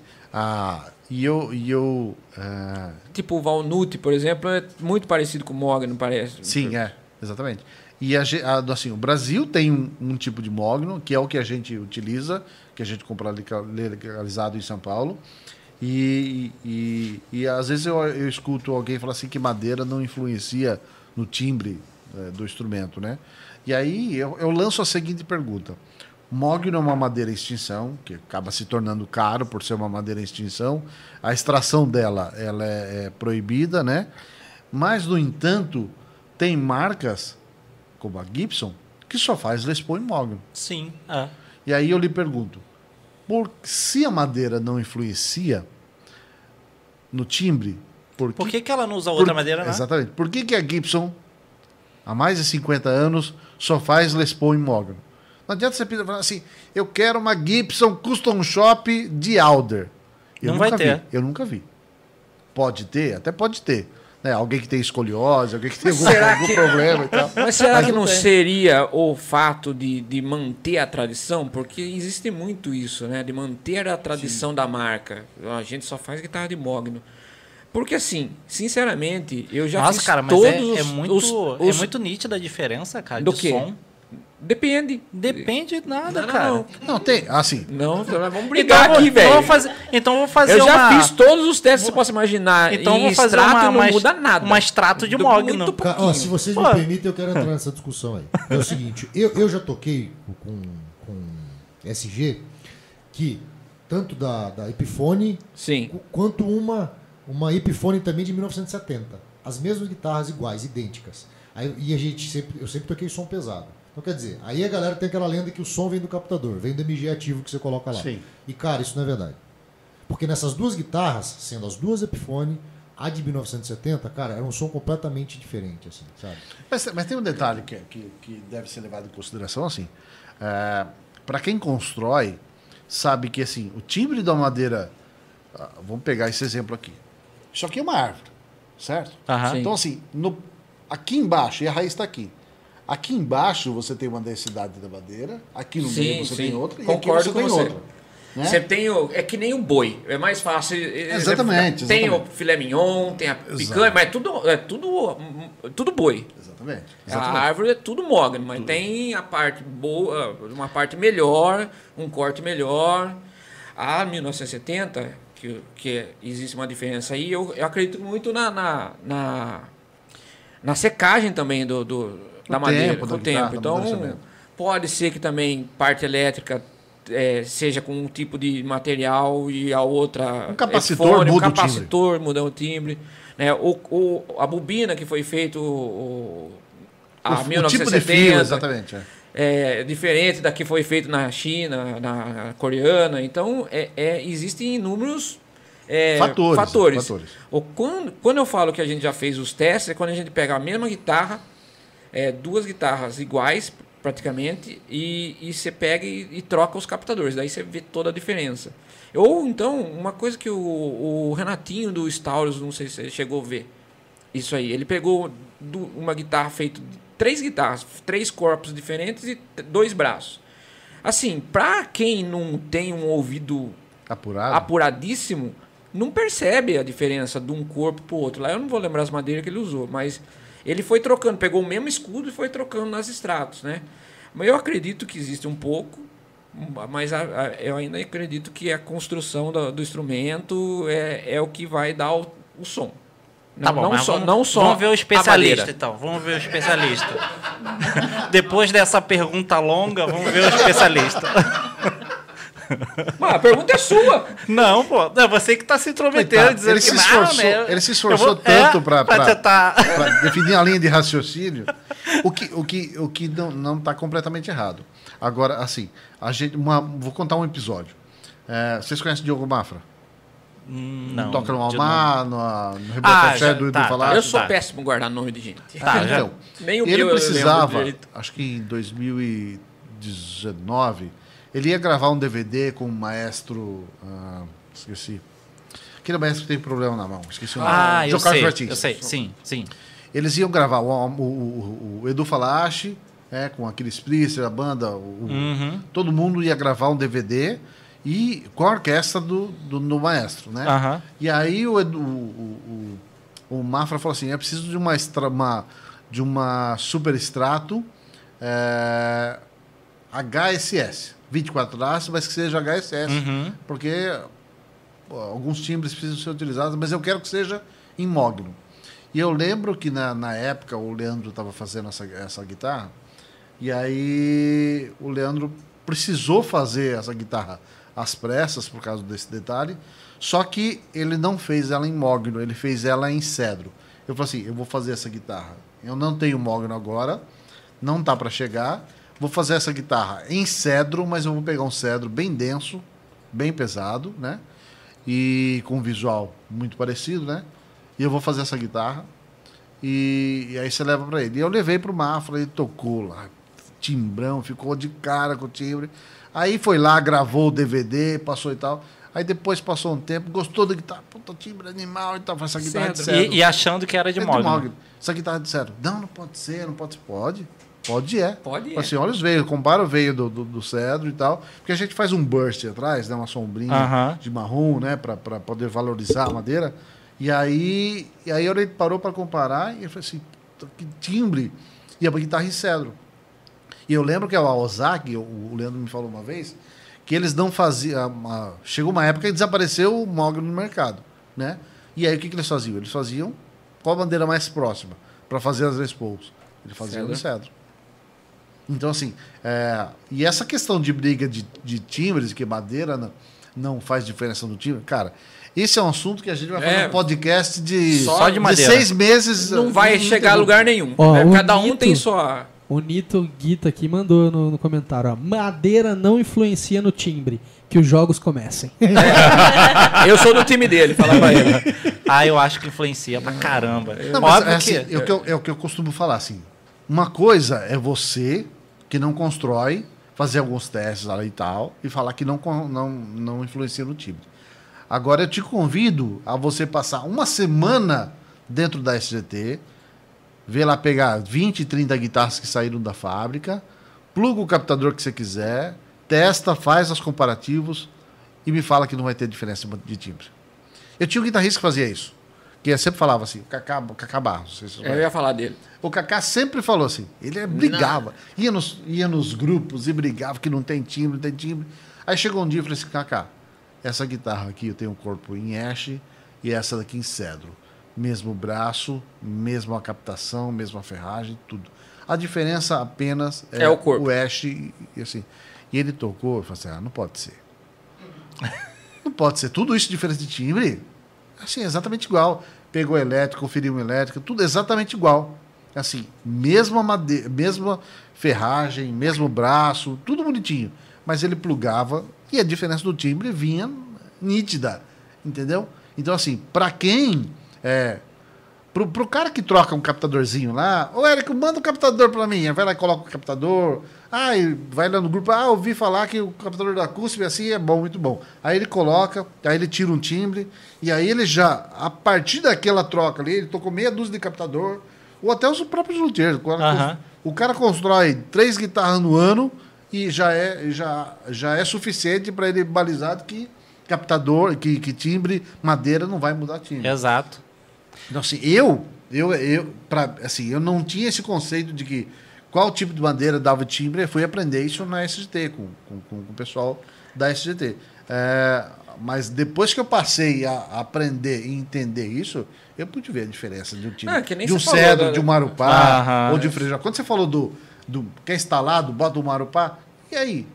Tipo o Valnut, por exemplo, é muito parecido com o mogno, parece. Sim, exatamente. E assim, o Brasil tem um tipo de mogno, que é o que a gente utiliza, que a gente compra legalizado em São Paulo. E às vezes eu escuto alguém falar assim que madeira não influencia no timbre do instrumento, né? E aí eu lanço a seguinte pergunta. Mogno é uma madeira em extinção, que acaba se tornando caro por ser uma madeira em extinção. A extração dela ela é proibida, né? Mas, no entanto, tem marcas, como a Gibson, que só faz Les Paul em mogno. Sim. E aí eu lhe pergunto, se a madeira não influencia no timbre, por que ela não usa outra madeira, né? Exatamente. Por que a Gibson, há mais de 50 anos, só faz Les Paul em mogno? Não adianta você falar assim, eu quero uma Gibson Custom Shop de Alder. Não vai ter. Eu nunca vi. Pode ter? Até pode ter. Né? Alguém que tem escoliose, alguém que tem algum problema e tal. Mas será que não seria o fato de manter a tradição? Porque existe muito isso, né? De manter a tradição da marca. A gente só faz guitarra de mogno. Porque assim, sinceramente, eu já fiz cara, mas todos é muito nítida a diferença, cara, do de quê? som. Depende. Depende de nada, cara. Não, tem, assim... Não, vamos brigar aqui, velho. Então eu vou fazer Eu já fiz todos os testes que você possa imaginar. Então eu vou fazer extrato não muda nada. Um extrato de mogno. Muito pouquinho. Se vocês me permitem, eu quero entrar nessa discussão aí. É o seguinte, eu já toquei com SG, que tanto da Epiphone, Sim. quanto uma Epiphone também de 1970. As mesmas guitarras iguais, idênticas. E eu sempre toquei som pesado. Então, quer dizer, aí a galera tem aquela lenda que o som vem do captador, vem do MG ativo que você coloca lá. Sim. E, cara, isso não é verdade. Porque nessas duas guitarras, sendo as duas Epiphone, a de 1970, cara, era um som completamente diferente, assim, sabe? Mas tem um detalhe que deve ser levado em consideração, assim. Para quem constrói, sabe que, assim, o timbre da madeira... vamos pegar esse exemplo aqui. Isso aqui é uma árvore, certo? Então, assim, aqui embaixo, e a raiz está aqui. Aqui embaixo você tem uma densidade da madeira, aqui no meio você tem outra, e aqui você tem outra. Né? Você tem é que nem o boi, é mais fácil. Exatamente. Tem o filé mignon, tem a picanha, mas é tudo boi. Exatamente. A árvore é tudo mogno, mas tem a parte boa, uma parte melhor, um corte melhor. A 1970, que existe uma diferença aí, eu acredito muito na secagem também da madeira com o tempo. Então, pode ser que também parte elétrica seja com um tipo de material e a outra... Um capacitor muda o timbre. Um capacitor muda o timbre. Né? A bobina que foi feito a 1970... O tipo de fio, exatamente. É diferente da que foi feito na China, na coreana. Então, existem inúmeros fatores. Quando eu falo que a gente já fez os testes, é quando a gente pega a mesma guitarra, duas guitarras iguais, praticamente, e você pega e troca os captadores. Daí você vê toda a diferença. Ou, então, uma coisa que o Renatinho do Staurus, não sei se você chegou a ver, isso aí. Ele pegou uma guitarra feita de 3 guitarras, 3 corpos diferentes e 2 braços. Assim, para quem não tem um ouvido apuradíssimo, não percebe a diferença de um corpo para o outro. Lá eu não vou lembrar as madeiras que ele usou, mas ele foi trocando, pegou o mesmo escudo e foi trocando nas extratos, né? Mas eu acredito que existe um pouco, mas eu ainda acredito que a construção do instrumento é o que vai dar o som. Tá bom, vamos ver o especialista, então. Vamos ver o especialista. Depois dessa pergunta longa, vamos ver o especialista. Mas a pergunta é sua. Não, pô. É você que está se intrometendo, dizendo que ele se esforçou tanto para definir a linha de raciocínio, o que não está completamente errado. Agora, assim, vou contar um episódio. Vocês conhecem o Diogo Mafra? Não. Toca no Almar, no Rebelde do Edu Falar. Eu sou péssimo em guardar nome de gente. Então, nem o ele meu precisava, acho que em 2019, ele ia gravar um DVD com um maestro. Esqueci. Aquele maestro que tem problema na mão. Esqueci o nome. Eu sei. Sim. Eles iam gravar o Edu Falache, com aquele Splicer, a banda, todo mundo ia gravar um DVD. E com a orquestra do maestro, né? Uhum. E aí o Mafra falou assim, eu preciso de uma super extrato HSS, 24 laços, mas que seja HSS, porque alguns timbres precisam ser utilizados, mas eu quero que seja em mogno. E eu lembro que na época o Leandro estava fazendo essa guitarra, e aí o Leandro precisou fazer essa guitarra às pressas, por causa desse detalhe, só que ele não fez ela em mogno, ele fez ela em cedro. Eu falei assim, eu vou fazer essa guitarra, eu não tenho mogno agora, não tá para chegar, vou fazer essa guitarra em cedro, mas eu vou pegar um cedro bem denso, bem pesado, né? E com um visual muito parecido, né? E eu vou fazer essa guitarra, e aí você leva para ele. E eu levei para o Mafra, ele tocou lá, timbrão, ficou de cara com o timbre. Aí foi lá, gravou o DVD, passou e tal. Aí depois passou um tempo, gostou da guitarra. Puta, timbre animal e tal. Essa guitarra de cedro. E achando que era de mogno. Essa guitarra de cedro. Não pode ser, não pode ser. Pode. Pode. Assim, olha os veios, compara o veio do cedro e tal. Porque a gente faz um burst atrás, né? Uma sombrinha de marrom, né? Pra poder valorizar a madeira. E aí ele parou para comparar e eu falei assim, que timbre. E a guitarra em cedro. E eu lembro que a Ozaki, o Leandro me falou uma vez, que eles não faziam... Chegou uma época que desapareceu o mogno no mercado, né? E aí o que eles faziam? Eles faziam qual a bandeira mais próxima para fazer as Les Pauls? Eles faziam no cedro. Então, assim... E essa questão de briga de timbres, que madeira não faz diferença no timbre, cara... Esse é um assunto que a gente vai fazer um podcast só de madeira. 6 meses. Não vai chegar a lugar nenhum. Cada um tem sua... O Nito Guita aqui mandou no comentário, ó, madeira não influencia no timbre, que os jogos comecem. Eu sou do time dele, fala pra ele. Eu acho que influencia pra caramba. Não, mas é o que eu costumo falar, assim, uma coisa é você, que não constrói, fazer alguns testes ali e tal, e falar que não influencia no timbre. Agora eu te convido a você passar uma semana dentro da SGT, vê lá pegar 20, 30 guitarras que saíram da fábrica, pluga o captador que você quiser, testa, faz os comparativos e me fala que não vai ter diferença de timbre. Eu tinha um guitarrista que fazia isso, que sempre falava assim, o Cacá Barros. Eu ia falar dele. O Cacá sempre falou assim, ele brigava, ia nos grupos e brigava que não tem timbre. Aí chegou um dia e falei assim, Cacá, essa guitarra aqui eu tenho um corpo em ash e essa daqui em cedro. Mesmo braço, mesma captação, mesma ferragem, tudo. A diferença apenas é o corpo. O ash e assim. E ele tocou e falou assim, não pode ser. Não pode ser. Tudo isso diferente de timbre, assim, exatamente igual. Pegou elétrico, conferiu elétrica, tudo exatamente igual. Assim, mesma madeira, mesma ferragem, mesmo braço, tudo bonitinho. Mas ele plugava e a diferença do timbre vinha nítida, entendeu? Então, assim, para quem... Pro cara que troca um captadorzinho lá, ô Érico, manda um captador para mim. Aí vai lá e coloca o captador. Vai lá no grupo, ouvi falar que o captador da Cusp assim é bom, muito bom. Aí ele coloca, aí ele tira um timbre, e aí ele já, a partir daquela troca ali, ele tocou meia dúzia de captador, ou até os próprios luthiers. O cara constrói 3 guitarras no ano e já é suficiente para ele balizado que captador, que timbre, madeira não vai mudar timbre. Exato. Então, assim, eu não tinha esse conceito de que qual tipo de madeira dava timbre. Eu fui aprender isso na SGT, com o pessoal da SGT. Mas depois que eu passei a aprender e entender isso, eu pude ver a diferença de um timbre, de um cedro, de um marupá, ou de um freio. Quando você falou do que é instalado, bota um marupá, e aí?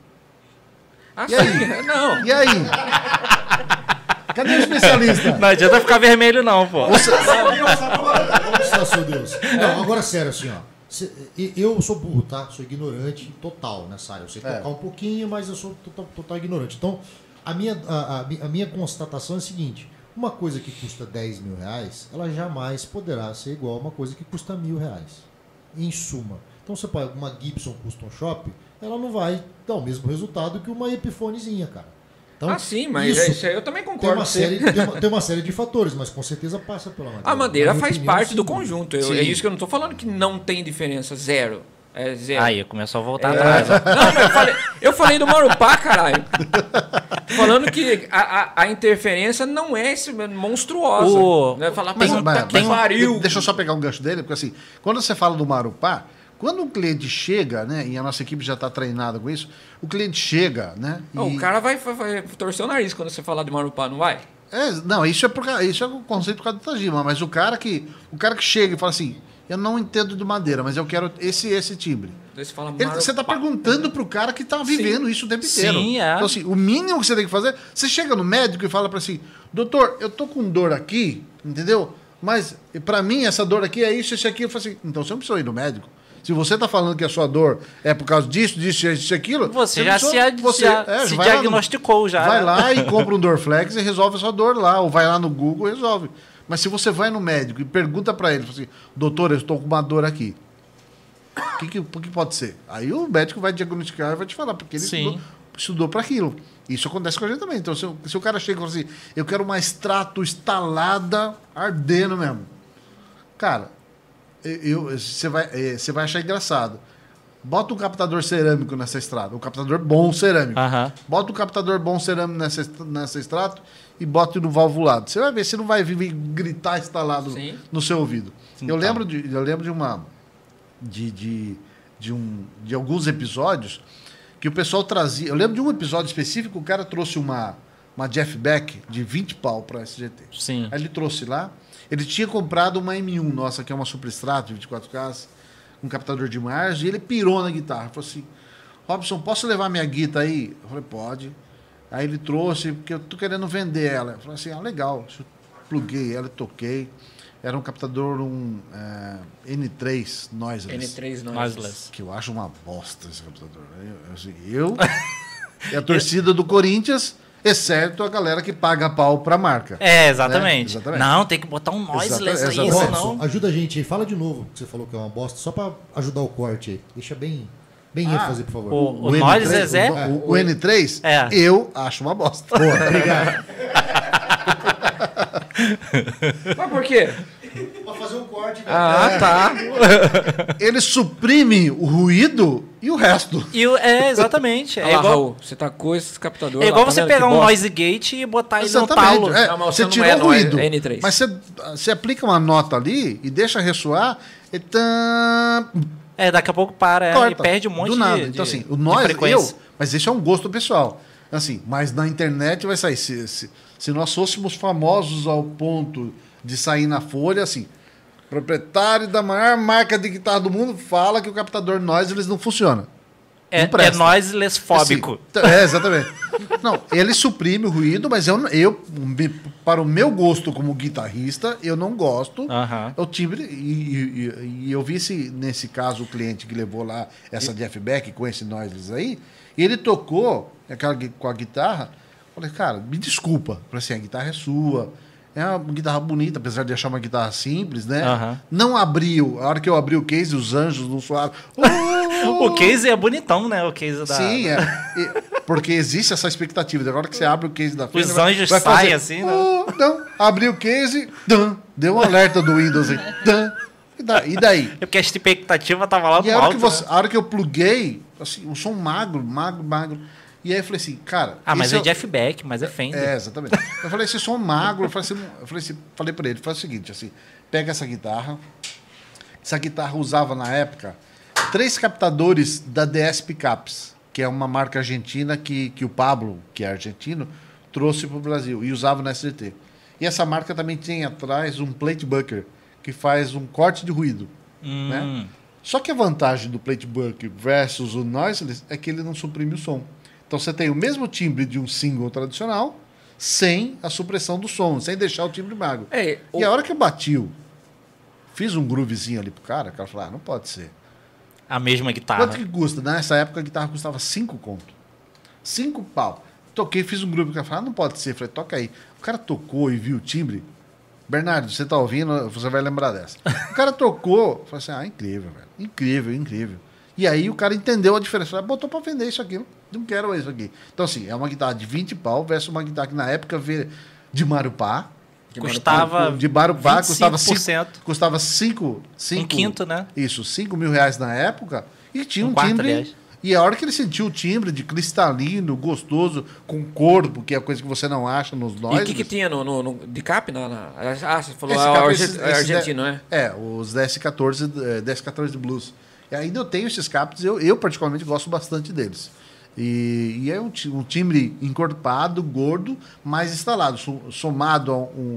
E aí? Não. E aí? Cadê o especialista? Não adianta ficar vermelho, não, pô. Nossa, seu Deus. Não, agora sério, assim, ó. Eu sou burro, tá? Sou ignorante total nessa área. Eu sei tocar um pouquinho, mas eu sou total ignorante. Então, a minha constatação é a seguinte: uma coisa que custa 10 mil reais, ela jamais poderá ser igual a uma coisa que custa R$1.000. Em suma. Então, você pega uma Gibson Custom Shop, ela não vai dar o mesmo resultado que uma Epiphonezinha, cara. Então, sim, mas isso aí eu também concordo. Tem uma série de fatores, mas com certeza passa pela madeira. A madeira faz parte do conjunto. É isso que eu não estou falando que não tem diferença, zero. É zero. Aí, começou a voltar atrás. Não, mas eu falei do marupá, caralho. Falando que a interferência não é monstruosa. Né? Falar, deixa eu só pegar um gancho dele, porque assim, quando você fala do marupá, quando um cliente chega, né, e a nossa equipe já está treinada com isso, o cliente chega, né? O cara vai torcer o nariz quando você falar de marupá, não vai? Não, isso é o conceito por causa do Tajima, mas o cara que chega e fala assim, eu não entendo de madeira, mas eu quero esse timbre. Você está perguntando para o cara que está vivendo isso o tempo inteiro. Sim, Então, assim, o mínimo que você tem que fazer, você chega no médico e fala para assim, doutor, eu tô com dor aqui, entendeu? Mas para mim essa dor aqui é isso, aqui. Eu falo assim, então você não precisa ir no médico. Se você está falando que a sua dor é por causa disso, aquilo... Você já se diagnosticou já. Vai lá e compra um Dorflex e resolve a sua dor lá. Ou vai lá no Google e resolve. Mas se você vai no médico e pergunta para ele, assim, doutor, eu estou com uma dor aqui. O que pode ser? Aí o médico vai diagnosticar e vai te falar, porque ele estudou para aquilo. Isso acontece com a gente também. Então, se o cara chega e fala assim, eu quero uma extrato instalada ardendo mesmo. Cara... Você vai achar engraçado. Bota um captador cerâmico nessa extrato, um captador bom cerâmico. Bota um captador bom cerâmico nessa extrato e bota no valvulado. Você vai ver, você não vai vir gritar instalado no seu ouvido. Eu lembro de alguns episódios que o pessoal trazia. Eu lembro de um episódio específico, o cara trouxe uma Jeff Beck de 20 pau para a SGT. Sim. Aí ele trouxe lá. Ele tinha comprado uma M1 nossa, que é uma Superstrato de 24 casas, um captador de margem, e ele pirou na guitarra. Falou assim, Robson, posso levar minha guitarra aí? Eu falei, pode. Aí ele trouxe, porque eu tô querendo vender ela. Eu falei assim, legal. Eu pluguei ela, toquei. Era um captador, N3 Noiseless. N3 Noiseless. Que eu acho uma bosta esse captador. E a torcida do Corinthians... Exceto a galera que paga pau pra marca. Exatamente. Né? Não, tem que botar um noiseless aí, senão... Ajuda a gente aí. Fala de novo que você falou que é uma bosta, só pra ajudar o corte aí. Deixa bem ênfase, por favor. O noiseless o N3, eu acho uma bosta. Boa, obrigado. Mas por quê? Pra fazer um corte. Tá. Ele suprime o ruído e o resto. exatamente. Igual, Raul, você tacou esses captadores. É igual você pegar um noise gate e botar ele no talo. Você tirou o ruído. N3. Mas você aplica uma nota ali e deixa ressoar. Daqui a pouco para e perde um monte do nada. Então, assim, o noise, mas isso é um gosto pessoal. Assim, mas na internet vai sair. Se nós fôssemos famosos ao ponto de sair na Folha, assim, proprietário da maior marca de guitarra do mundo fala que o captador noiseless não funciona. não É presta. noiseless-fóbico. Assim, exatamente. Não, ele suprime o ruído, mas para o meu gosto como guitarrista, eu não gosto. Aham. É o timbre. E eu vi nesse caso o cliente que levou lá essa Jeff Beck com esse noiseless aí, e ele tocou com a guitarra. Falei, cara, me desculpa. Falei assim, a guitarra é sua. É uma guitarra bonita, apesar de achar uma guitarra simples, né? Aham. Não abriu. A hora que eu abri o case, os anjos não soaram. O case é bonitão, né? O case da... Sim, porque existe essa expectativa. Agora que você abre o case da frente... Os anjos saem assim, né? Não, abri o case, deu um alerta do Windows aí. E daí? É porque a expectativa tava lá no E a hora, alto, né? a hora que eu pluguei, assim, um som magro. E aí eu falei assim, cara... Mas esse é Jeff Beck, mas é Fender. Exatamente. Eu falei, esse som magro... Falei pra ele, faz o seguinte, assim, pega essa guitarra. Essa guitarra usava, na época, 3 captadores da DS Pickups, que é uma marca argentina que o Pablo, que é argentino, trouxe para o Brasil e usava na SDT. E essa marca também tem atrás um plate bucker, que faz um corte de ruído. Né? Só que a vantagem do plate bucker versus o noiseless é que ele não suprime o som. Então você tem o mesmo timbre de um single tradicional, sem a supressão do som, sem deixar o timbre magro. E a hora que eu bati, fiz um groovezinho ali pro cara, o cara falou, não pode ser. A mesma guitarra. Quanto que custa? Nessa época a guitarra custava 5 conto. 5 pau. Toquei, fiz um groove, o cara falou, não pode ser. Falei, toca aí. O cara tocou e viu o timbre. Bernardo, você tá ouvindo, você vai lembrar dessa. O cara tocou, falei assim, incrível, velho. Incrível. E aí o cara entendeu a diferença. Falei, botou pra vender isso aqui. Não quero isso aqui. Então, assim, é uma guitarra de 20 pau versus uma guitarra que na época veio de Marupá. Custava de Marupá, 25%. Custava 5. Um quinto, né? Isso, 5 mil reais na época. E tinha um quarto, timbre. aliás. E a hora que ele sentiu o timbre de cristalino, gostoso, com corpo, que é a coisa que você não acha nos E nós. o que tinha no de cap? Você falou esse argentino, né? Os DS14 de blues. E ainda eu tenho esses caps, eu particularmente gosto bastante deles. E é um timbre encorpado, gordo, mais instalado. Somado a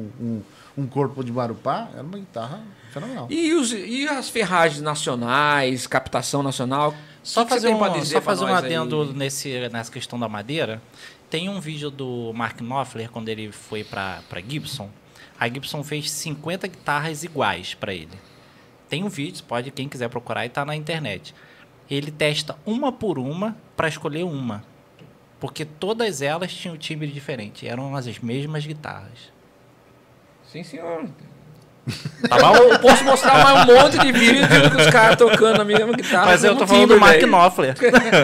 um corpo de Marupá, era uma guitarra fenomenal. E as ferragens nacionais, captação nacional? Só fazer um adendo adendo nessa questão da madeira. Tem um vídeo do Mark Knopfler, quando ele foi para Gibson. A Gibson fez 50 guitarras iguais para ele. Tem um vídeo, quem quiser procurar, e tá na internet. Ele testa uma por uma para escolher uma. Porque todas elas tinham timbre diferente. Eram as mesmas guitarras. Sim, senhor. Tá bom? Eu posso mostrar mais um monte de vídeo dos caras tocando a mesma guitarra. Mas eu tô falando do Mark Knopfler.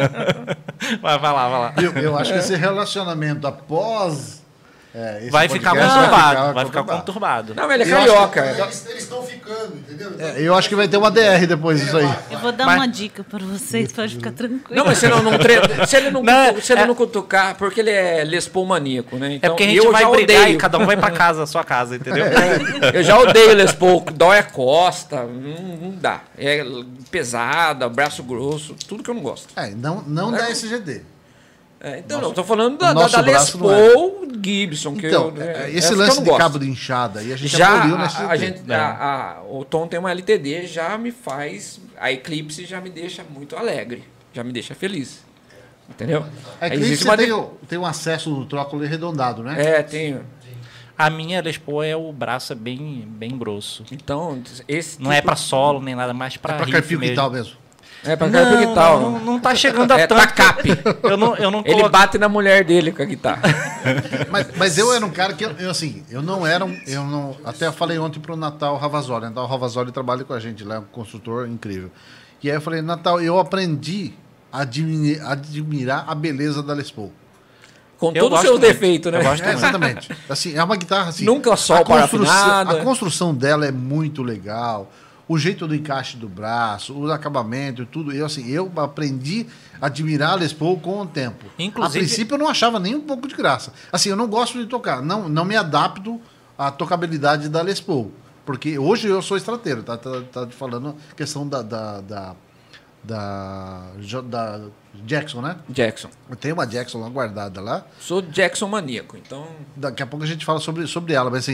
Vai lá. Eu acho que esse relacionamento após... vai ficar conturbado. Vai ficar conturbado. Não, ele é carioca. Eles estão ficando, entendeu? Eu acho que vai ter uma DR depois disso aí. Eu vou dar uma dica para vocês, pode ficar tranquilo. Não, mas se ele não cutucar, porque ele é Les Paul maníaco, né? Então, é porque a gente vai brigar e cada um vai para casa, sua casa, entendeu? Eu já odeio Les Paul, dói a costa, não dá. É pesada, braço grosso, tudo que eu não gosto. Não dá SGD. Então, não, tô falando da Les Paul Gibson. Esse lance de cabo de enxada, e a gente aboliu na SGD. O Tom tem uma LTD, já me faz... A Eclipse já me deixa muito alegre, já me deixa feliz. Entendeu? A Eclipse tem um acesso no tróculo arredondado, né? Tenho. A minha Les Paul o braço é bem grosso. Então, esse não é para solo nem nada, mais para carpio que tal mesmo. É pra carpio que tal. Não tá chegando a tanto. Tacap. Eu não Ele bate na mulher dele com a guitarra. mas eu era um cara que eu não era até eu falei ontem pro Natal Ravazoli. Natal Ravazoli trabalha com a gente lá, é um construtor incrível. E aí eu falei, Natal, eu aprendi a admirar a beleza da Les Paul. Com todos os seus defeitos, né? Exatamente. Assim, é uma guitarra assim. Nunca só parafinada. A construção dela é muito legal. O jeito do encaixe do braço, o acabamento e tudo. Eu aprendi a admirar a Les Paul com o tempo. Inclusive, a princípio eu não achava nem um pouco de graça. Assim, eu não gosto de tocar. Não me adapto à tocabilidade da Les Paul. Porque hoje eu sou estrateiro. Tá falando a questão da Jackson, né? Jackson. Eu tenho uma Jackson lá guardada lá. Sou Jackson maníaco, então... Daqui a pouco a gente fala sobre ela, mas assim...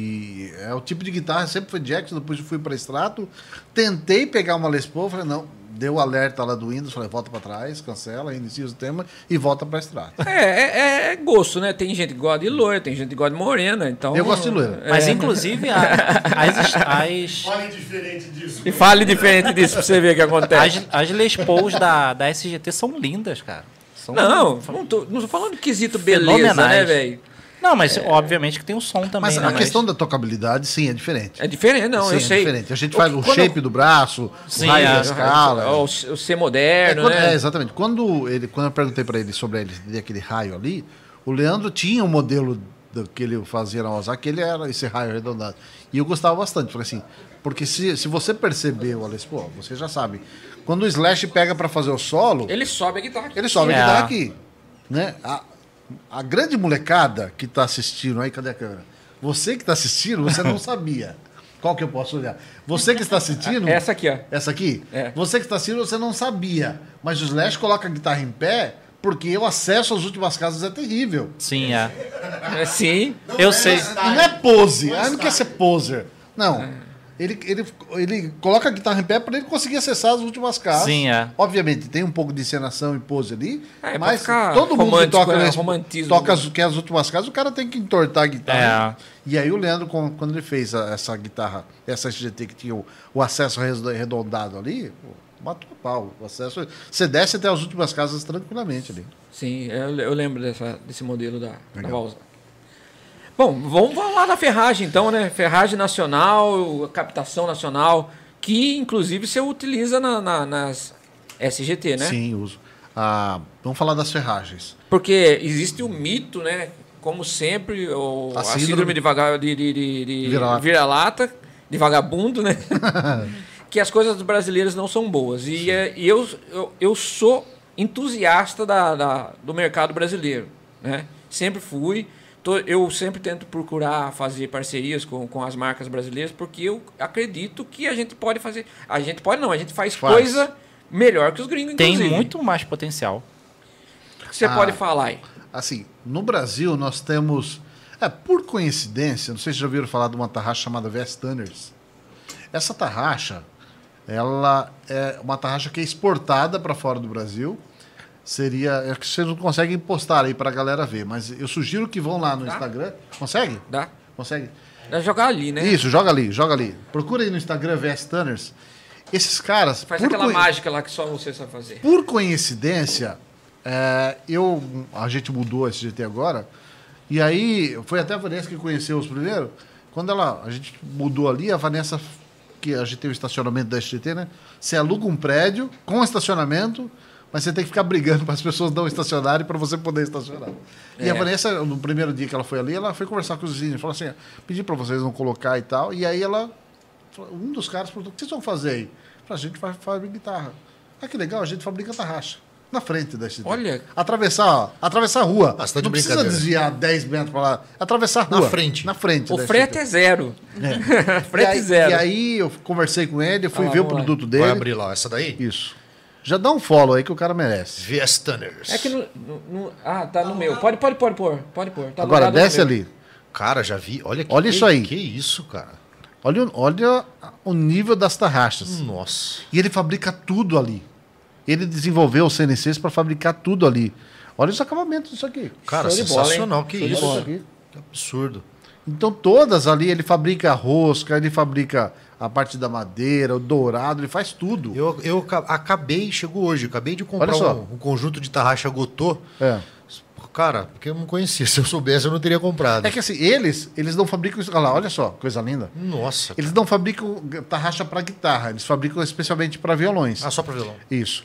é o tipo de guitarra, sempre foi Jackson, depois eu fui para Strato, tentei pegar uma Les Paul, falei, não, deu o alerta lá do Windows, falei, volta para trás, cancela, inicia o tema e volta para a estrada. É gosto, né? Tem gente que gosta de loira, tem gente que gosta de morena, então... Eu gosto de loira. Mas, inclusive, as Fale diferente disso. E fale diferente disso pra você ver o que acontece. as Les Pauls da SGT são lindas, cara. São Não tô falando de quesito beleza, né, Fenomenais. velho? Não, mas obviamente que tem o som também, Mas né? a questão da tocabilidade, sim, é diferente. É diferente, não, Sim, eu é sei. diferente. A gente faz o Quando- shape do braço, Sim, o raio é. da escala. O ser moderno, né? Exatamente. Quando eu perguntei para ele sobre aquele raio ali, o Leandro tinha um modelo que ele fazia na Ozaki, ele era esse raio arredondado. E eu gostava bastante. Falei assim, porque se você percebeu, Alex, pô, você já sabe, quando o Slash pega para fazer o solo, Ele sobe a guitarra. ele sobe É. a guitarra aqui. Né? A grande molecada que está assistindo aí, cadê a câmera? Você que está assistindo, você não sabia. Qual que eu posso olhar? Você que está assistindo... Essa aqui, ó. Essa aqui? É. Você que está assistindo, você não sabia. Mas o Slash coloca a guitarra em pé porque o acesso às últimas casas é terrível. Sim, é. Sim. Eu sei. E não é pose. Não quer ser poser. Não. Ele coloca a guitarra em pé para ele conseguir acessar as últimas casas. Sim, é. Obviamente, tem um pouco de encenação e pose ali, É, pra mas ficar todo mundo que romântico, toca, né? nesse, Romantismo. toca as últimas casas, o cara tem que entortar a guitarra. E aí o Leandro, quando ele fez essa guitarra, essa SGT que tinha o acesso arredondado ali, pô, matou a pau. O acesso, você desce até as últimas casas tranquilamente ali. Sim, eu lembro desse modelo da Legal. Valsa. Bom, vamos falar da ferragem então, né? Ferragem nacional, captação nacional, que inclusive você utiliza nas SGT, né? Sim, uso. Vamos falar das ferragens. Porque existe o mito, né? Como sempre, a síndrome de Vira-lata. vira-lata, de vagabundo, né? Que as coisas brasileiras não são boas. E eu sou entusiasta do mercado brasileiro, né? Sempre fui. Eu sempre tento procurar fazer parcerias com as marcas brasileiras, porque eu acredito que a gente pode fazer... A gente pode não, a gente faz coisa melhor que os gringos, Tem inclusive. muito mais potencial. O que você pode falar aí? Assim, no Brasil nós temos... por coincidência, não sei se já ouviram falar de uma tarraxa chamada VS Tanners. Essa tarraxa, ela é uma tarraxa que é exportada para fora do Brasil. É que vocês não conseguem postar aí para a galera ver, mas eu sugiro que vão lá no Instagram. Consegue? Dá? Consegue? Dá jogar ali, né? Isso, joga ali, joga ali. Procura aí no Instagram VS Tanners. Esses caras... Faz aquela mágica lá que só você sabe fazer. Por coincidência, a gente mudou esse GT agora, e aí foi até a Vanessa que conheceu os primeiros. Quando a gente mudou ali, a Vanessa, que a gente tem o estacionamento da SGT, né? Você aluga um prédio com estacionamento, mas você tem que ficar brigando para as pessoas não estacionarem para você poder estacionar. E a Vanessa, no primeiro dia que ela foi ali, ela foi conversar com os vizinhos, falou assim, pedi para vocês não colocar e tal, e aí um dos caras perguntou, o que vocês vão fazer aí? A gente vai fabricar guitarra. Que legal, a gente fabrica tarraxa. Na frente da SGT. Olha. Atravessar a rua. Ah, você tá de não precisa brincadeira. desviar 10 metros para lá. Atravessar a rua. Na frente. Na frente. O da frete SGT. é zero. Frete zero. E aí eu conversei com ele, eu fui Ah, ver o vamos lá. produto dele. Vai abrir lá, essa daí? Isso. Já dá um follow aí que o cara merece. VS Tanners. É que tá no meu. Pode pôr. Pode pôr. Tá Agora, logado no desce meu. ali. Cara, já vi. Olha Olha isso aí. Que isso, cara? Olha o nível das tarraxas. Nossa. E ele fabrica tudo ali. Ele desenvolveu os CNCs para fabricar tudo ali. Olha os acabamentos disso aqui. Cara, Show de bola, sensacional. hein? Que Show de isso? bola. aqui. Que absurdo. Então todas ali, ele fabrica a rosca, ele fabrica a parte da madeira, o dourado, ele faz tudo. Eu chegou hoje, acabei de comprar Olha só. um conjunto de tarraxa Gotô. É. Cara, porque eu não conhecia. Se eu soubesse, eu não teria comprado. É que assim, eles não fabricam isso. Olha lá, olha só, coisa linda. Nossa. Eles não fabricam tarraxa para guitarra, eles fabricam especialmente para violões. Ah, só pra violão. Isso.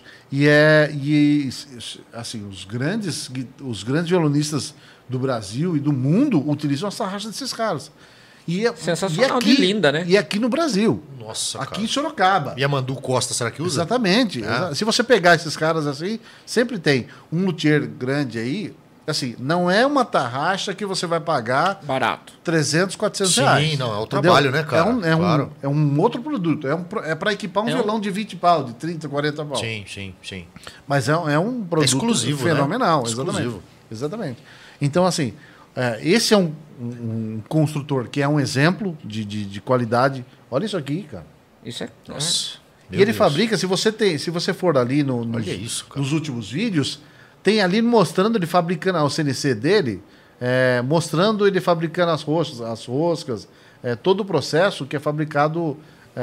Assim, os grandes violonistas do Brasil e do mundo utilizam as tarraxas desses caras. Sensacional, de linda, né? E aqui no Brasil. Nossa, Aqui cara. em Sorocaba. E a Mandu Costa, será que usa? Exatamente. É. Se você pegar esses caras assim, sempre tem um luthier grande aí. Assim, não é uma tarraxa que você vai pagar Barato. 300, 400 Sim, reais. não, é o entendeu? trabalho, né, cara? Claro. Claro. É um outro produto. É para equipar um violão de 20 pau, de 30, 40 pau. Sim. Mas é um produto exclusivo, fenomenal. né? Exatamente. Exclusivo. Exatamente. Então, assim, esse é um construtor que é um exemplo de qualidade. Olha isso aqui, cara. Isso é. Nossa. E ele fabrica, se você for ali Olha isso, cara. nos últimos vídeos, tem ali mostrando ele fabricando o CNC dele, mostrando ele fabricando as roscas, todo o processo que é fabricado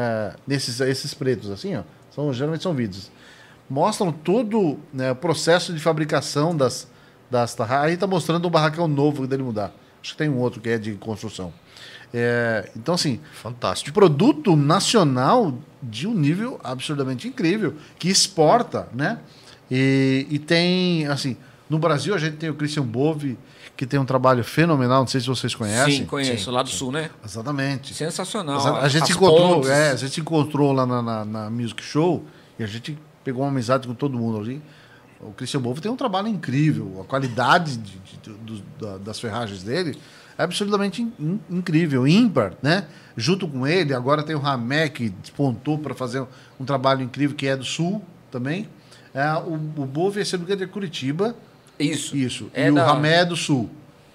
esses pretos, assim, ó. Geralmente são vídeos. Mostram todo, né, o processo de fabricação das tarraxas. Aí tá mostrando um barracão novo dele mudar. Acho que tem um outro que é de construção. Então, assim, fantástico. De produto nacional de um nível absurdamente incrível, que exporta, né? E tem, assim, no Brasil a gente tem o Christian Bove, que tem um trabalho fenomenal, não sei se vocês conhecem. Sim, conheço, lá do Sul, né? Exatamente. Sensacional. A gente se encontrou lá na Music Show e a gente pegou uma amizade com todo mundo ali. O Christian Bove tem um trabalho incrível, a qualidade das ferragens dele é absolutamente incrível, ímpar, né? Junto com ele, agora tem o Ramé, que despontou para fazer um trabalho incrível, que é do Sul também. O Bove, se não me engano, é de Curitiba. Isso. E o Ramé é do Sul.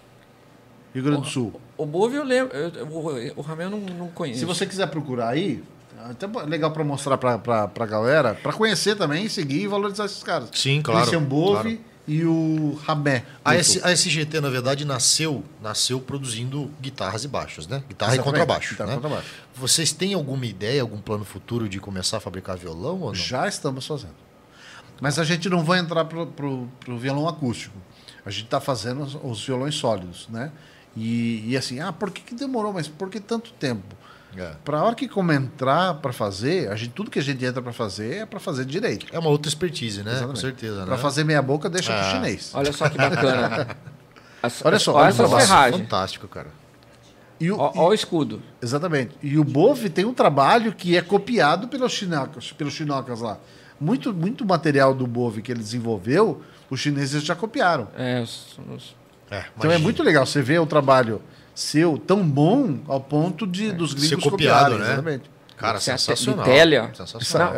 Rio Grande do Sul. O Bove eu lembro. O Ramé eu não conheço. Se você quiser procurar aí, até legal para mostrar para a galera, para conhecer também, seguir e valorizar esses caras. Sim, claro. Christian Bove e o Ramé. A SGT, na verdade, nasceu produzindo guitarras e baixos, né? Guitarra Exatamente. e contrabaixo. Guitarra né? e contrabaixo. Vocês têm alguma ideia, algum plano futuro de começar a fabricar violão ou não? Já estamos fazendo. Mas a gente não vai entrar pro violão acústico. A gente está fazendo os violões sólidos, né? E assim, por que demorou? Mas por que tanto tempo? Para a hora que entrar para fazer, tudo que a gente entra para fazer é para fazer direito. É uma outra expertise, né? Exatamente. Com certeza. Para fazer meia boca, deixa pro chinês. Olha só que bacana. Olha só, olha essa ferragem. Fantástico, cara. Olha o escudo. Exatamente. E o Bove tem um trabalho que é copiado pelos chinocas lá. Muito material do Bove que ele desenvolveu, os chineses já copiaram. Então é muito legal você ver o trabalho seu tão bom ao ponto dos gringos ser copiado, copiarem, né? Exatamente. Cara, sensacional. De telha. Sensacional.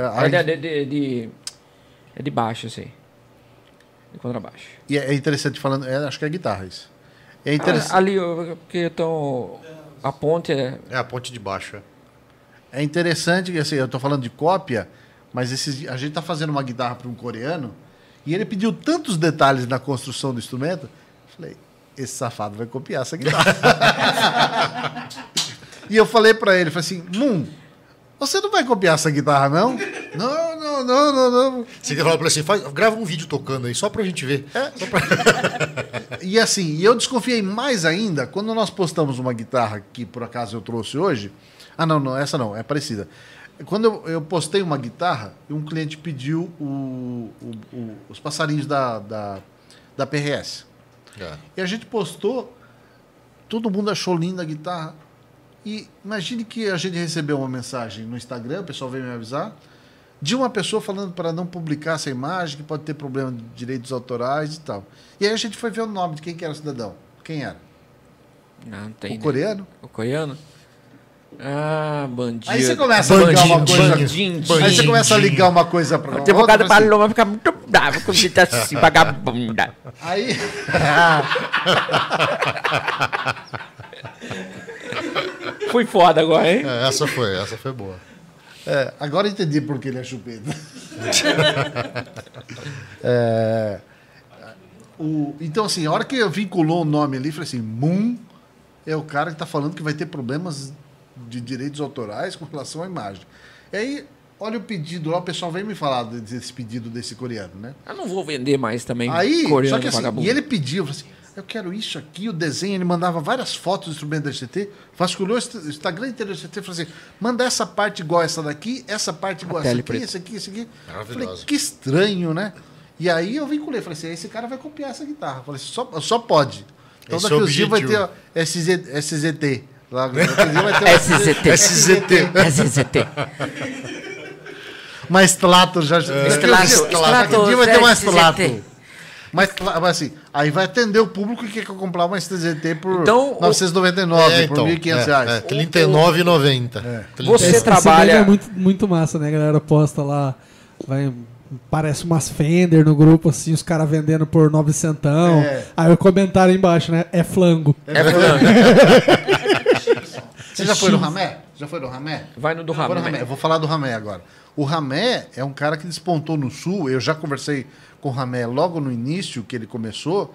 É de baixo, assim. De contrabaixo. E é interessante falando, acho que é guitarra isso. É interessante. Ali, porque estão... A ponte é... É a ponte de baixo, É interessante que, assim, eu estou falando de cópia, mas a gente está fazendo uma guitarra para um coreano e ele pediu tantos detalhes na construção do instrumento. Eu falei, esse safado vai copiar essa guitarra. E eu falei para ele, falei assim, você não vai copiar essa guitarra, não? Não. Você quer falar para ele assim, grava um vídeo tocando aí, só para a gente ver. E assim, eu desconfiei mais ainda quando nós postamos uma guitarra que por acaso eu trouxe hoje. Não, essa não, é parecida. Quando eu postei uma guitarra, um cliente pediu os passarinhos da PRS. E a gente postou, todo mundo achou linda a guitarra. E imagine que a gente recebeu uma mensagem no Instagram, o pessoal veio me avisar, de uma pessoa falando para não publicar essa imagem, que pode ter problema de direitos autorais e tal. E aí a gente foi ver o nome de quem que era o cidadão. Quem era? Não tem. O coreano? O coreano? Bandido. Aí você começa a ligar uma coisa. Aí você começa a ligar uma coisa para o advogado Paloma fica muito bravo quando você tá assim, vagabunda. Aí. Foi foda agora, hein? Essa foi boa. Agora entendi por que ele é chupeta. Então, assim, a hora que vinculou o nome ali, falei assim, Moon é o cara que está falando que vai ter problemas de direitos autorais com relação à imagem. E aí, olha o pedido lá, o pessoal vem me falar desse pedido desse coreano, né? Eu não vou vender mais também aí, coreano só que assim, vagabundo. e ele pediu, eu falei assim, eu quero isso aqui, o desenho, ele mandava várias fotos do instrumento da SGT, vasculhou o Instagram inteiro da SGT e falou assim, manda essa parte igual essa daqui, essa parte igual essa aqui, esse aqui. Falei, que estranho, né? E aí eu vinculei, falei assim, esse cara vai copiar essa guitarra. Falei, só pode. Então daqui uns dias vai ter SZT. Lá, vai ter SZT. Maestrato já. Daqui dia vai ter maestrato. Mas assim, aí vai atender o público que quer comprar uma STZT por R$999, por R$1.500. R$39,90. Você trabalha... É muito massa, né? A galera posta lá, parece umas Fender no grupo, assim, os caras vendendo por 900. Aí o comentário embaixo, né? É flango. Você já foi no Ramé? Vai no do Ramé. Eu Eu vou falar do Ramé agora. O Ramé é um cara que despontou no Sul. Eu já conversei com o Ramé logo no início que ele começou.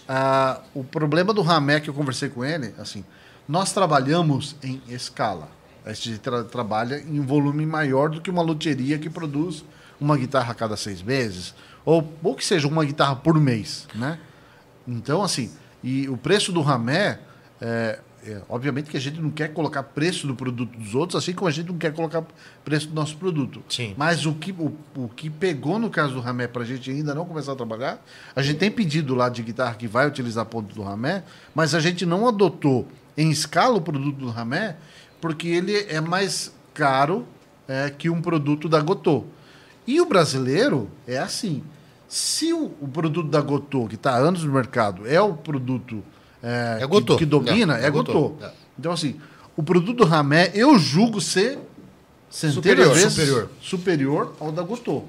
O problema do Ramé que eu conversei com ele, assim, nós trabalhamos em escala. A gente trabalha em volume maior do que uma loteria que produz uma guitarra a cada 6 meses, ou que seja uma guitarra por mês, né? Então, assim, e o preço do Ramé, obviamente que a gente não quer colocar preço do produto dos outros, assim como a gente não quer colocar preço do nosso produto. Sim. Mas o que pegou no caso do Ramé para a gente ainda não começar a trabalhar, a gente tem pedido lá de guitarra que vai utilizar ponto do Ramé, mas a gente não adotou em escala o produto do Ramé, porque ele é mais caro que um produto da Gotô. E o brasileiro é assim. Se o produto da Gotô, que está há anos no mercado, é o produto que domina, é Gotô. Então, assim, o produto do Ramé, eu julgo ser centenas vezes superior ao da Gotô.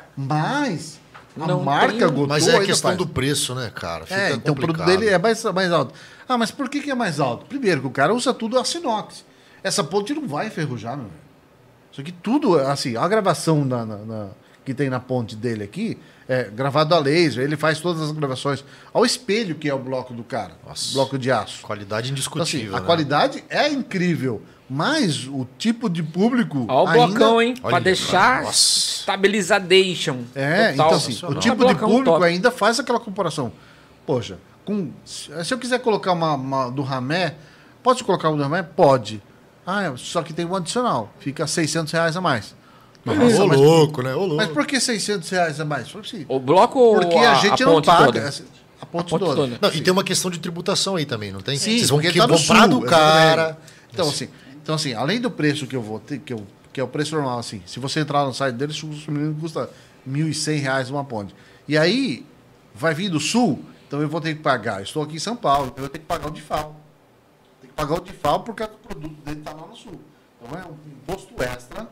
Mas a marca Gotô... Mas é a questão do preço, né, cara? Fica então o produto dele é mais alto. Ah, mas por que é mais alto? Primeiro, que o cara usa tudo aço inox. Essa ponte não vai enferrujar, meu velho. Isso aqui tudo, assim, a gravação que tem na ponte dele aqui é gravado a laser, ele faz todas as gravações ao espelho, que é o bloco do cara. Nossa, bloco de aço. Qualidade indiscutível. Então, assim, a qualidade é incrível, mas o tipo de público. Olha o blocão, hein? Pra deixar estabilization. Então assim, o tipo de público ainda faz aquela comparação. Poxa, se eu quiser colocar uma do Ramé, pode colocar uma do Ramé? Pode. Só que tem um adicional. Fica R$600 a mais. Nossa, louco, né? Mas por que R$600 a mais? O bloco ou porque a gente não paga a ponte toda. Não, e tem uma questão de tributação aí também, não tem? Sim, vocês vão tá comprar do cara. Então assim, além do preço que eu vou ter, que é o preço normal, assim, se você entrar no site deles, custa R$1.100 uma ponte. E aí, vai vir do Sul, então eu vou ter que pagar. Eu estou aqui em São Paulo, então eu tenho que pagar o DIFAL. Tem que pagar o DIFAL porque o produto dele está lá no Sul. Então é um imposto extra.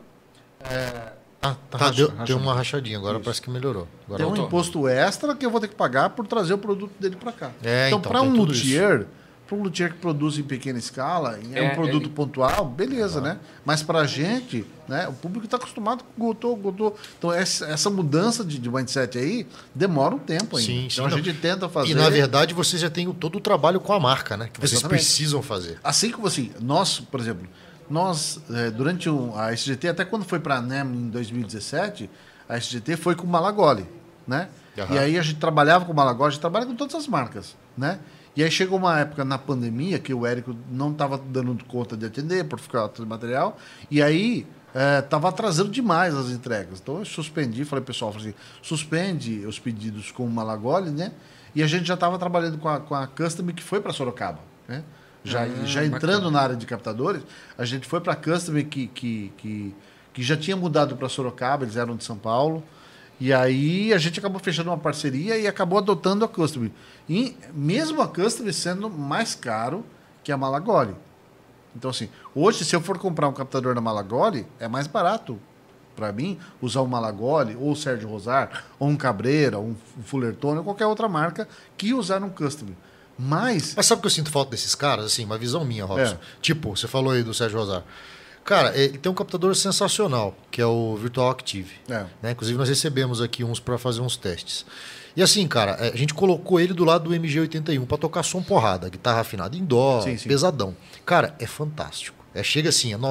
Deu uma rachadinha, agora parece que melhorou. Agora tem um imposto extra que eu vou ter que pagar por trazer o produto dele para cá. Então para um luthier que produz em pequena escala, um produto pontual, beleza, né? Mas para a gente, né, o público está acostumado com Gotô. Então essa mudança de mindset aí demora um tempo ainda. Sim, então a gente tenta fazer. E na verdade vocês já têm todo o trabalho com a marca, né? Que vocês precisam fazer. Assim como assim, nós, por exemplo, durante a SGT, até quando foi para a NEM em 2017, a SGT foi com o Malagoli, né? E aí a gente trabalhava com o Malagoli, a gente trabalha com todas as marcas, né? E aí chegou uma época na pandemia que o Érico não estava dando conta de atender por ficar de material, e aí estava atrasando demais as entregas. Então eu suspendi, falei pessoal, suspende os pedidos com o Malagoli, né? E a gente já estava trabalhando com a Custom que foi para Sorocaba, né? Já entrando na área de captadores, a gente foi para a Custom que já tinha mudado para Sorocaba, eles eram de São Paulo. E aí a gente acabou fechando uma parceria e acabou adotando a Custom. E mesmo a Custom sendo mais caro que a Malagoli. Então, assim, hoje, se eu for comprar um captador da Malagoli, é mais barato para mim usar o Malagoli, ou o Sérgio Rosar, ou um Cabreira, ou um Fullerton, ou qualquer outra marca que usar um Custom. Mas sabe o que eu sinto falta desses caras? Assim, uma visão minha, Robson. Tipo, você falou aí do Sérgio Rosar. Cara, ele tem um captador sensacional, que é o Virtual Active. Né? Inclusive, nós recebemos aqui uns para fazer uns testes. E assim, cara, a gente colocou ele do lado do MG81 para tocar som porrada, guitarra afinada em dó, pesadão. Cara, é fantástico. Chega assim, a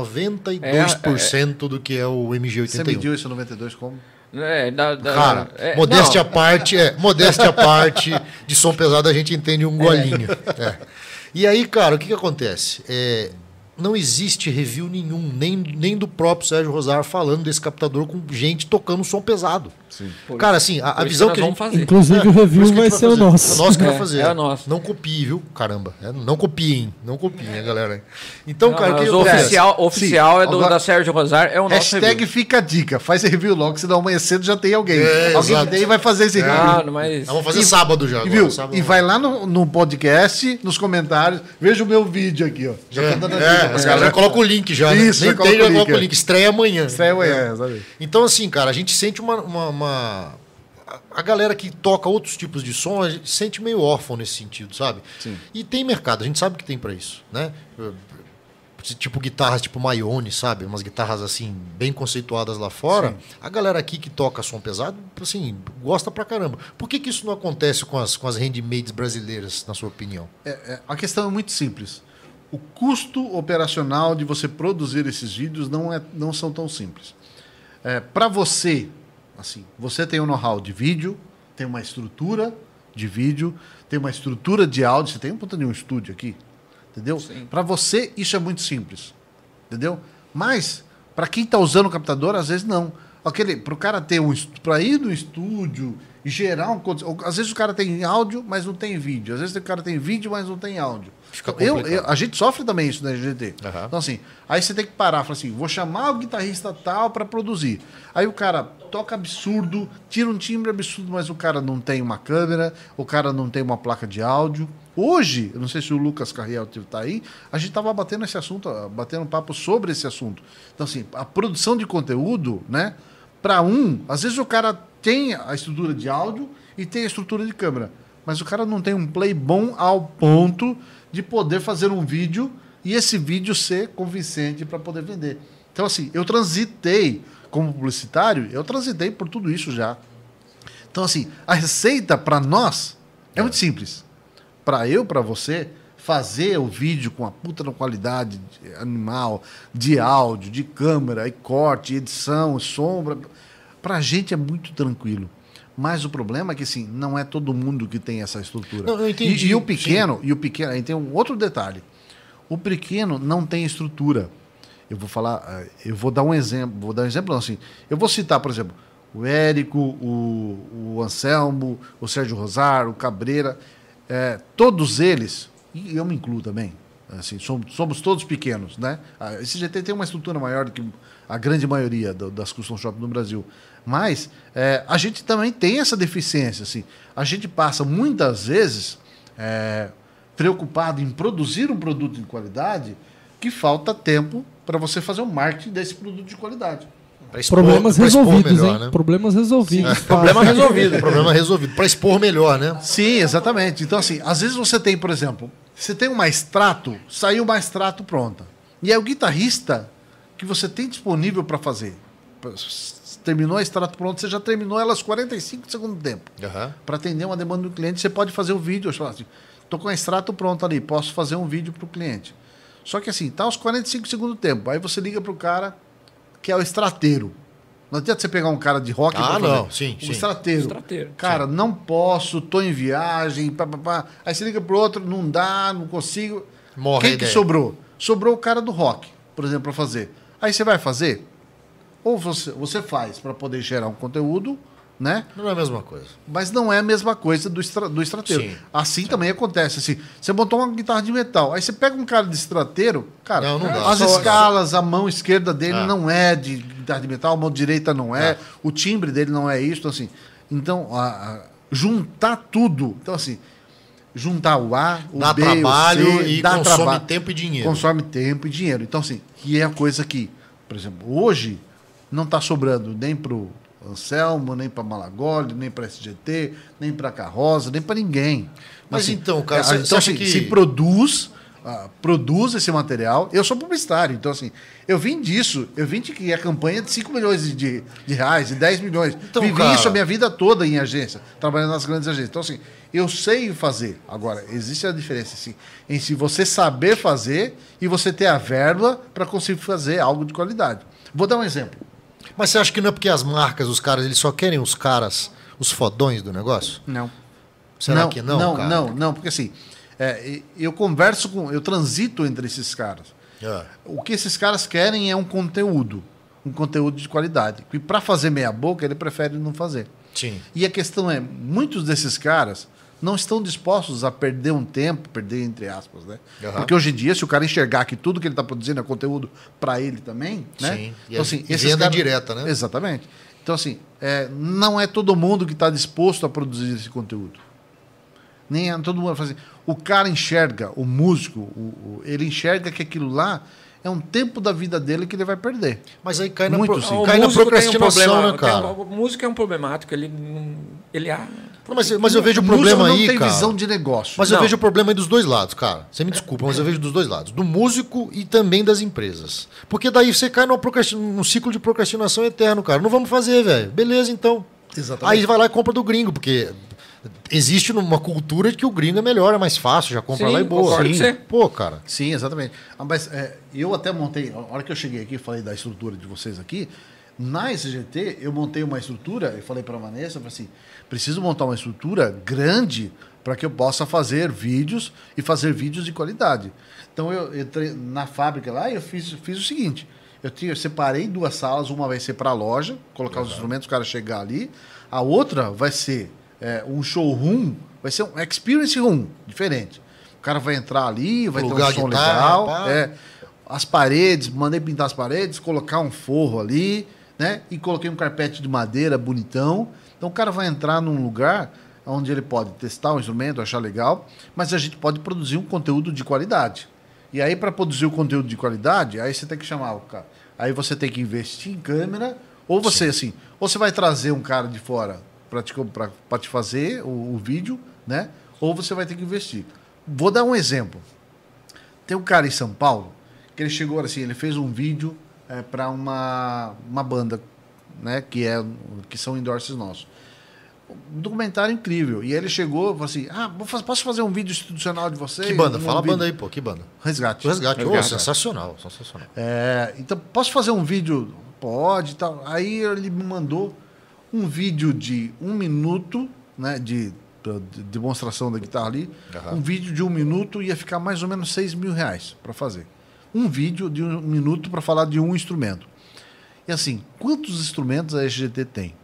92% do que é o MG81. Você mediu esse 92 como? Cara, modéstia à parte, de som pesado a gente entende um golinho. E aí, cara, o que acontece? Não existe review nenhum, nem do próprio Sérgio Rosar falando desse captador com gente tocando som pesado. Sim. Cara, assim, a visão que a gente... fazer. Inclusive o review vai ser o nosso. É o nosso que vai fazer. É o nosso. Não copie, viu? Caramba. Não copiem, galera. Então, não, cara... o oficial é da Sérgio Rosar, é o nosso hashtag review. Fica a dica. Faz review logo, senão amanhã cedo já tem alguém. Alguém que tem vai fazer esse review. Mas... Vamos fazer sábado já. Viu? Sábado e vai lá no podcast, nos comentários, veja o meu vídeo aqui, ó. Já tá dando a galera coloca o link já. Isso, né? Nem tem, já coloca o link. Estreia amanhã. Exatamente. Então, assim, cara, a gente sente a galera que toca outros tipos de som, a gente sente meio órfão nesse sentido, sabe? Sim. E tem mercado, a gente sabe que tem para isso, né? tipo guitarras tipo Maione, sabe? Umas guitarras assim, bem conceituadas lá fora. Sim. A galera aqui que toca som pesado, assim, gosta pra caramba. Por que isso não acontece com as handmades brasileiras, na sua opinião? A questão é muito simples. O custo operacional de você produzir esses vídeos não são tão simples. Para você, assim, você tem um know-how de vídeo, tem uma estrutura de vídeo, tem uma estrutura de áudio, você tem um puta de um estúdio aqui. Entendeu? Para você, isso é muito simples. Entendeu? Mas, para quem está usando o captador, às vezes não. Para o cara ter para ir no estúdio e gerar um... Às vezes o cara tem áudio, mas não tem vídeo. Às vezes o cara tem vídeo, mas não tem áudio. Fica a gente sofre também isso na GT. Uhum. Então, assim, aí você tem que parar e falar assim, vou chamar o guitarrista tal para produzir. Aí o cara toca absurdo, tira um timbre absurdo, mas o cara não tem uma câmera, o cara não tem uma placa de áudio. Hoje, eu não sei se o Lucas Carriel está aí, a gente estava batendo esse assunto, batendo um papo sobre esse assunto. Então, assim, a produção de conteúdo, né? Às vezes o cara tem a estrutura de áudio e tem a estrutura de câmera, mas o cara não tem um play bom ao ponto de poder fazer um vídeo e esse vídeo ser convincente para poder vender. Então, assim, eu transitei como publicitário, eu transitei por tudo isso já. Então, assim, a receita para nós é muito simples. Para você, fazer o vídeo com a puta na qualidade animal, de áudio, de câmera, e corte, edição, sombra, pra gente é muito tranquilo. Mas o problema é que, assim, não é todo mundo que tem essa estrutura. Não, eu entendi. E o pequeno, aí tem um outro detalhe. O pequeno não tem estrutura. Eu vou dar um exemplo, não, assim, eu vou citar, por exemplo, o Érico, o Anselmo, o Sérgio Rosário, o Cabreira, todos eles, e eu me incluo também, assim, somos todos pequenos, né? Esse GT tem uma estrutura maior do que a grande maioria das custom shop no Brasil, mas a gente também tem essa deficiência, assim, a gente passa muitas vezes preocupado em produzir um produto de qualidade que falta tempo para você fazer o marketing desse produto de qualidade. Problemas resolvidos, melhor, hein? Né? Problemas resolvidos. Problema resolvido. Problema resolvido. Para expor melhor, né? Sim, exatamente. Então, assim, às vezes você tem, por exemplo, você tem uma extrato, saiu uma extrato pronta. E é o guitarrista que você tem disponível para fazer. Terminou a extrato pronta, você já terminou ela aos 45 segundos do tempo. Uhum. Para atender uma demanda do cliente, você pode fazer o vídeo. Estou assim, com a extrato pronta ali, posso fazer um vídeo para o cliente. Só que assim, tá aos 45 segundos do tempo. Aí você liga para o cara que é o estrateiro. Não adianta você pegar um cara de rock não, sim, o estrateiro. Cara, não posso, tô em viagem, pá. Aí você liga pro outro, não dá, não consigo. Morre. Quem que sobrou? Sobrou o cara do rock, por exemplo, para fazer. Aí você vai fazer? Ou você faz para poder gerar um conteúdo, né? Não é a mesma coisa. Mas não é a mesma coisa do estrateiro. Sim, assim também acontece. Assim, você montou uma guitarra de metal, aí você pega um cara de estrateiro, cara, não dá. As escalas, a mão esquerda dele não é de guitarra de metal, a mão direita não é, o timbre dele não é isso. Assim, então, juntar tudo. Então, assim, juntar o A, o dá B, trabalho o C, e consome tempo e dinheiro. Consome tempo e dinheiro. Então, assim, que é a coisa que, por exemplo, hoje não está sobrando nem pro Anselmo, nem para Malagoli, nem para SGT, nem para Carroza, nem para ninguém. Mas assim, então, cara, então assim, se produz esse material. Eu sou publicitário, então assim, eu vim de que a campanha de 5 milhões de reais, de 10 milhões. Então, Vivi cara, isso a minha vida toda em agência, trabalhando nas grandes agências. Então assim, eu sei fazer. Agora, existe a diferença assim, em se você saber fazer e você ter a verba para conseguir fazer algo de qualidade. Vou dar um exemplo. Mas você acha que não é porque as marcas, os caras, eles só querem os caras, os fodões do negócio? Não. Será que não, cara? Não, porque assim, eu transito entre esses caras. O que esses caras querem é um conteúdo de qualidade. E para fazer meia boca, ele prefere não fazer. Sim. E a questão é, muitos desses caras não estão dispostos a perder um tempo, perder entre aspas, né? Uhum. Porque hoje em dia, se o cara enxergar que tudo que ele está produzindo é conteúdo para ele também, né? Sim. Então, assim, e venda direta, né? Exatamente. Então, assim, não é todo mundo que está disposto a produzir esse conteúdo. Nem é todo mundo. Assim, o cara enxerga, o músico, ele enxerga que aquilo lá é um tempo da vida dele que ele vai perder. Mas aí cai na, cai na procrastinação, né, cara? O músico é um problemático, ele mas eu vejo o problema aí, cara. Não tem visão de negócio. Mas eu vejo o problema aí dos dois lados, cara. Você me desculpa, mas eu vejo dos dois lados. Do músico e também das empresas. Porque daí você cai num ciclo de procrastinação eterno, cara. Não vamos fazer, velho. Beleza, então. Exatamente. Aí vai lá e compra do gringo, porque existe uma cultura de que o gringo é melhor, é mais fácil, já compra lá e boa. Sim. Pô, cara. Sim, exatamente. Mas eu até montei, a hora que eu cheguei aqui, falei da estrutura de vocês aqui, na SGT eu montei uma estrutura, eu falei para a Vanessa, eu falei assim, preciso montar uma estrutura grande para que eu possa fazer vídeos e fazer vídeos de qualidade. Então eu entrei na fábrica lá e eu fiz o seguinte, eu separei 2 salas, uma vai ser para a loja, colocar os instrumentos, o cara chegar ali, a outra vai ser um showroom, vai ser um experience room, diferente. O cara vai entrar ali, vai ter um som legal. As paredes, mandei pintar as paredes, colocar um forro ali, né? E coloquei um carpete de madeira bonitão. Então o cara vai entrar num lugar onde ele pode testar o instrumento, achar legal, mas a gente pode produzir um conteúdo de qualidade. E aí, para produzir o conteúdo de qualidade, aí você tem que chamar o cara. Aí você tem que investir em câmera, ou você, assim, ou você vai trazer um cara de fora para te fazer o vídeo, né? Ou você vai ter que investir. Vou dar um exemplo. Tem um cara em São Paulo que ele chegou assim, ele fez um vídeo para uma banda, né? Que são endorses nossos. Um documentário incrível. E aí ele chegou e falou assim: posso fazer um vídeo institucional de vocês? Que banda? Fala a banda aí, pô. Que banda? Resgate. Sensacional, sensacional. Então, posso fazer um vídeo? Pode e tal. Aí ele me mandou um vídeo de 1 minuto, né, de demonstração da guitarra ali. Um vídeo de 1 minuto ia ficar mais ou menos R$6.000 para fazer. Um vídeo de 1 minuto para falar de um instrumento. E assim, quantos instrumentos a SGT tem?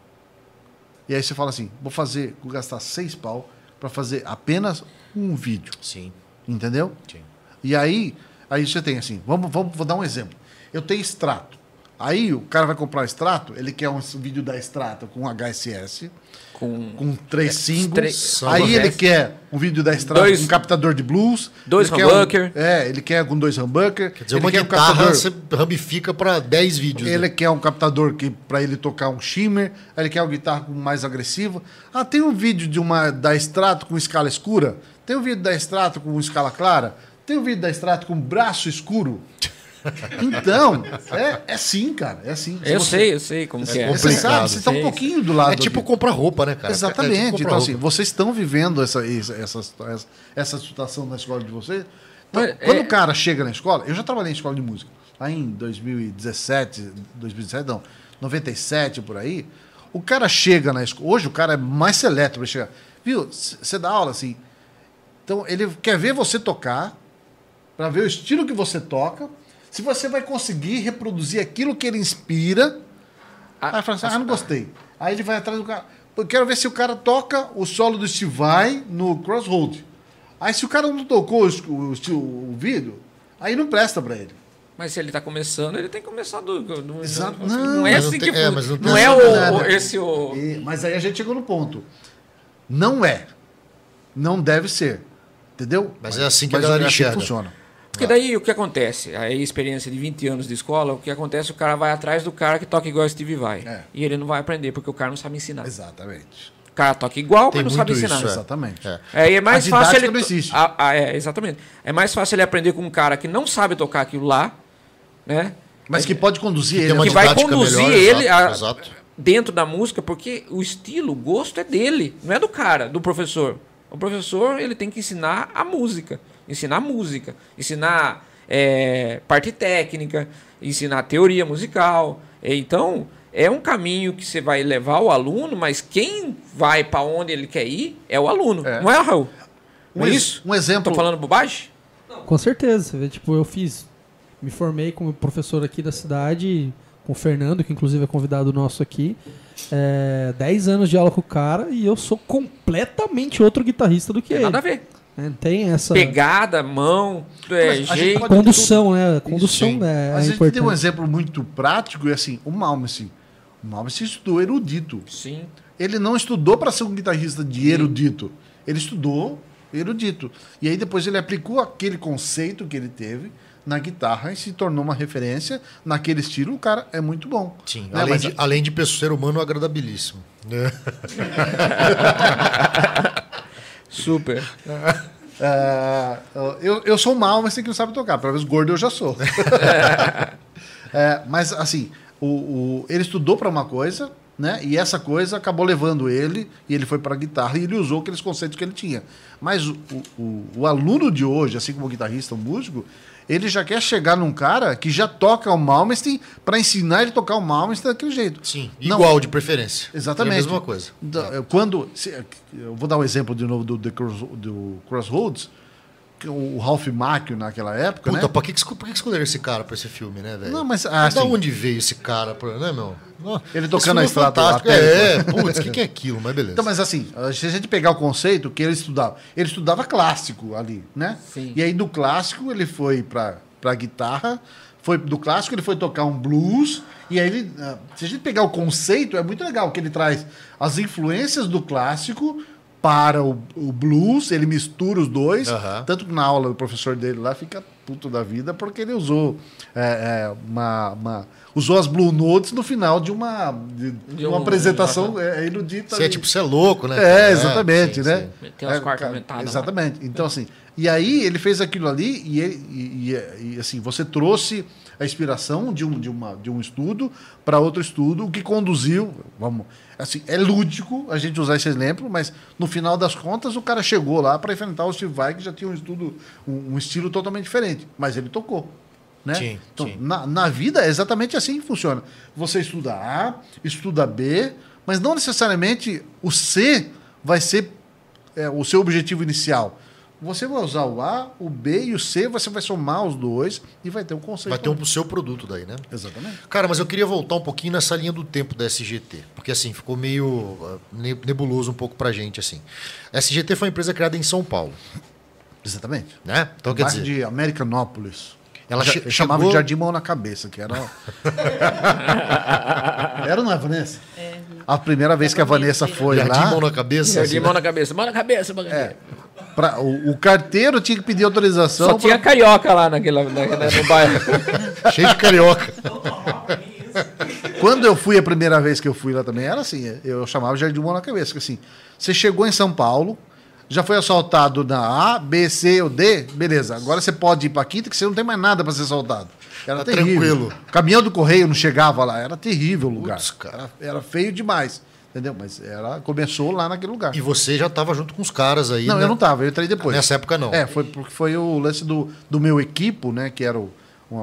E aí você fala assim, vou gastar 6 pau para fazer apenas um vídeo. Sim. Entendeu? Sim. E aí você tem assim, vou dar um exemplo. Eu tenho extrato. Aí o cara vai comprar extrato, ele quer um vídeo da extrato com HSS, com 3 singles. Aí ele quer um vídeo da extrato com um captador de blues. 2 humbucker. Ele quer com 2 humbucker. Quer dizer, uma guitarra você ramifica para 10 vídeos. Ele quer um captador para ele tocar um shimmer. Aí ele quer uma guitarra mais agressiva. Tem um vídeo da extrato com escala escura. Tem um vídeo da extrato com escala clara. Tem um vídeo da extrato com braço escuro. Então, é assim, cara. É assim. Eu sei como que é. Você sabe, você está um pouquinho do lado. É tipo comprar roupa, né, cara? Exatamente. Tipo então, assim, vocês estão vivendo essa situação na escola de vocês. Então, quando o cara chega na escola, eu já trabalhei em escola de música. Lá em 2017, não, 97, por aí. O cara chega na escola. Hoje o cara é mais seleto para chegar. Viu? Você dá aula assim. Então, ele quer ver você tocar, para ver o estilo que você toca. Se você vai conseguir reproduzir aquilo que ele inspira, aí fala assim, não gostei. Aí ele vai atrás do cara. Eu quero ver se o cara toca o solo do Steve Vai no Crossroad. Aí se o cara não tocou o vídeo, aí não presta para ele. Mas se ele está começando, ele tem que começar do Exato. Não é assim que Mas aí a gente chegou no ponto. Não é. Não deve ser. Entendeu? Mas é assim que a galera enxerga. Funciona. Porque daí o que acontece? A experiência de 20 anos de escola, o que acontece? O cara vai atrás do cara que toca igual o Steve Vai. E ele não vai aprender, porque o cara não sabe ensinar. Exatamente. O cara toca igual, mas não sabe ensinar. Exatamente. É mais fácil ele... não existe. Exatamente. É mais fácil ele aprender com um cara que não sabe tocar aquilo lá, né? Mas que pode conduzir ele. Que vai conduzir ele dentro da música, porque o estilo, o gosto é dele, não é do cara, do professor. O professor, ele tem que ensinar a música. Ensinar parte técnica, ensinar teoria musical. Então, é um caminho que você vai levar o aluno, mas quem vai para onde ele quer ir é o aluno. Não é, Raul? Não é isso? Um exemplo. Estou falando bobagem? Não. Com certeza. Tipo, me formei como professor aqui da cidade, com o Fernando, que inclusive é convidado nosso aqui. 10 anos de aula com o cara e eu sou completamente outro guitarrista do que ele. Nada a ver. Tem essa pegada, mão, jeito. Condução, né? Condução é a gente tem um exemplo muito prático e assim, o Malmsteen. O Malmsteen estudou erudito. Sim. Ele não estudou para ser um guitarrista de erudito. Ele estudou erudito. E aí depois ele aplicou aquele conceito que ele teve na guitarra e se tornou uma referência naquele estilo. O cara é muito bom. Sim, né? além de ser humano agradabilíssimo. Super. Eu sou mal, mas tem que não sabe tocar. Pelo menos gordo eu já sou. Mas assim, ele estudou para uma coisa, né? E essa coisa acabou levando ele, e ele foi para a guitarra e ele usou aqueles conceitos que ele tinha. Mas o aluno de hoje, assim como o guitarrista, o músico, ele já quer chegar num cara que já toca o Malmsteen para ensinar ele a tocar o Malmsteen daquele jeito. Sim, igual de preferência. Exatamente. É a mesma coisa. Eu vou dar um exemplo de novo do Crossroads, o Ralph Macchio naquela época, Puta, né? por que escolheram esse cara pra esse filme, né, velho? Não, mas da onde veio esse cara, né, meu? Ele tocando a estrada lá. Putz, o que é aquilo? Mas beleza. Então, mas assim, se a gente pegar o conceito que ele estudava clássico ali, né? Sim. E aí do clássico ele foi pra guitarra, do clássico ele foi tocar um blues, e aí ele, se a gente pegar o conceito, é muito legal que ele traz as influências do clássico para o blues, ele mistura os dois, tanto que na aula do professor dele lá fica puto da vida, porque ele usou usou as Blue Notes no final de uma apresentação erudita. Você é louco, né? Exatamente, sim, né? Sim. Tem umas quartas aumentadas. Exatamente. Então, assim, e aí ele fez aquilo ali e assim, você trouxe a inspiração de um estudo para outro estudo, o que conduziu, assim, é lúdico a gente usar esse exemplo, mas no final das contas o cara chegou lá para enfrentar o Steve Vai, que já tinha um estilo totalmente diferente, mas ele tocou. Né? Sim, então, sim. Na vida é exatamente assim que funciona. Você estuda A, estuda B, mas não necessariamente o C vai ser o seu objetivo inicial. Você vai usar o A, o B e o C, você vai somar os dois e vai ter um conceito. Vai ter o seu produto daí, né? Exatamente. Cara, mas eu queria voltar um pouquinho nessa linha do tempo da SGT, porque assim, ficou meio nebuloso um pouco pra gente, assim. A SGT foi uma empresa criada em São Paulo. Exatamente. Né? Então, quer dizer, de Americanópolis. Ela chamava de Jardim Mão na Cabeça, que era... Era, não é, Vanessa? A primeira vez que a Vanessa foi lá... Jardim Mão na Cabeça? Jardim Mão na Cabeça. Mão na Cabeça, O carteiro tinha que pedir autorização... Só tinha carioca lá no bairro. Cheio de carioca. Quando eu fui a primeira vez que eu fui lá também, era assim, eu chamava de Jardim Mão na Cabeça, que assim, você chegou em São Paulo... Já foi assaltado na A, B, C ou D? Beleza. Agora você pode ir para a quinta, que você não tem mais nada para ser assaltado. Era terrível. Tranquilo. O caminhão do correio não chegava lá. Era terrível o lugar. Putz, cara. Era feio demais. Entendeu? Mas começou lá naquele lugar. E você já estava junto com os caras aí? Não, eu não estava. Eu entrei depois. Nessa época não. Porque foi o lance do meu equipo, né? Que era